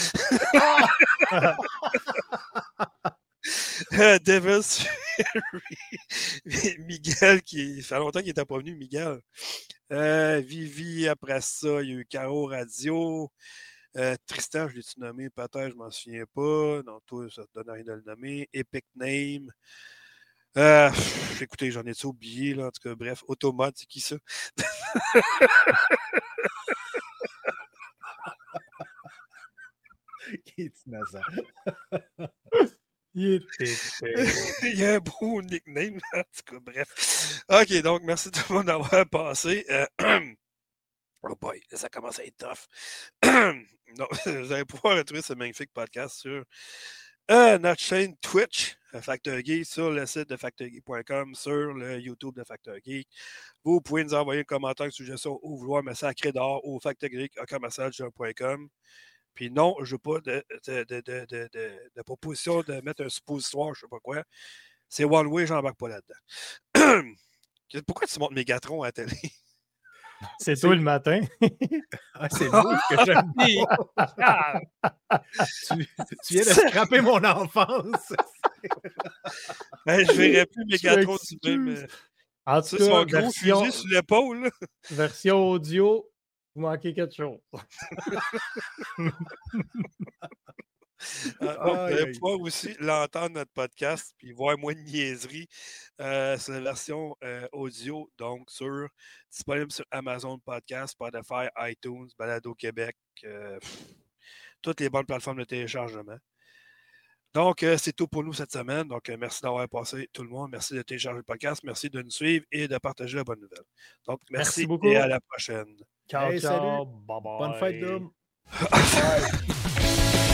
S1: Devil's Fury. Miguel, qui fait longtemps qu'il n'était pas venu, Miguel. Vivi, après ça, il y a eu Caro Radio. Tristan, je l'ai-tu nommé? Peut-être, je m'en souviens pas. Non, toi, ça te donne rien de le nommer. Epic Name. Écoutez, j'en ai-tu oublié, là. En tout cas, bref, Automod, c'est qui ça?
S3: Il est innocent.
S1: Il y a un beau nickname, en tout cas, bref. OK, donc, merci tout le monde d'avoir passé. Oh boy, ça commence à être tough. Non, vous allez pouvoir retrouver ce magnifique podcast sur notre chaîne Twitch, Factor Geek, sur le site de factorgeek.com, sur le YouTube de Factor Geek. Vous pouvez nous envoyer un commentaire, une suggestion ou vouloir me sacrer d'or au factorgeek.com. Puis non, je veux pas de proposition de mettre un suppositoire, je sais pas quoi. C'est One Way, j'embarque pas là-dedans. Pourquoi tu montes Mégatron à la télé?
S2: C'est toi le matin.
S3: C'est vous que j'aime bien. Tu viens de scraper mon enfance.
S1: Je verrais plus Mégatron du même.
S2: En tout cas,
S1: son gros fusil sur l'épaule.
S2: Version audio, vous manquez quelque chose.
S1: Vous allez pouvoir aussi l'entendre, notre podcast, puis voir moins de niaiseries. C'est la version audio, donc disponible sur Amazon Podcast, Spotify, iTunes, Balado Québec, toutes les bonnes plateformes de téléchargement. Donc, c'est tout pour nous cette semaine. Donc, merci d'avoir passé tout le monde. Merci de télécharger le podcast. Merci de nous suivre et de partager la bonne nouvelle. Donc, merci beaucoup et à la prochaine.
S2: Ciao, ciao.
S3: Salut.
S2: Bye bye.
S3: Bonne fête, Dom.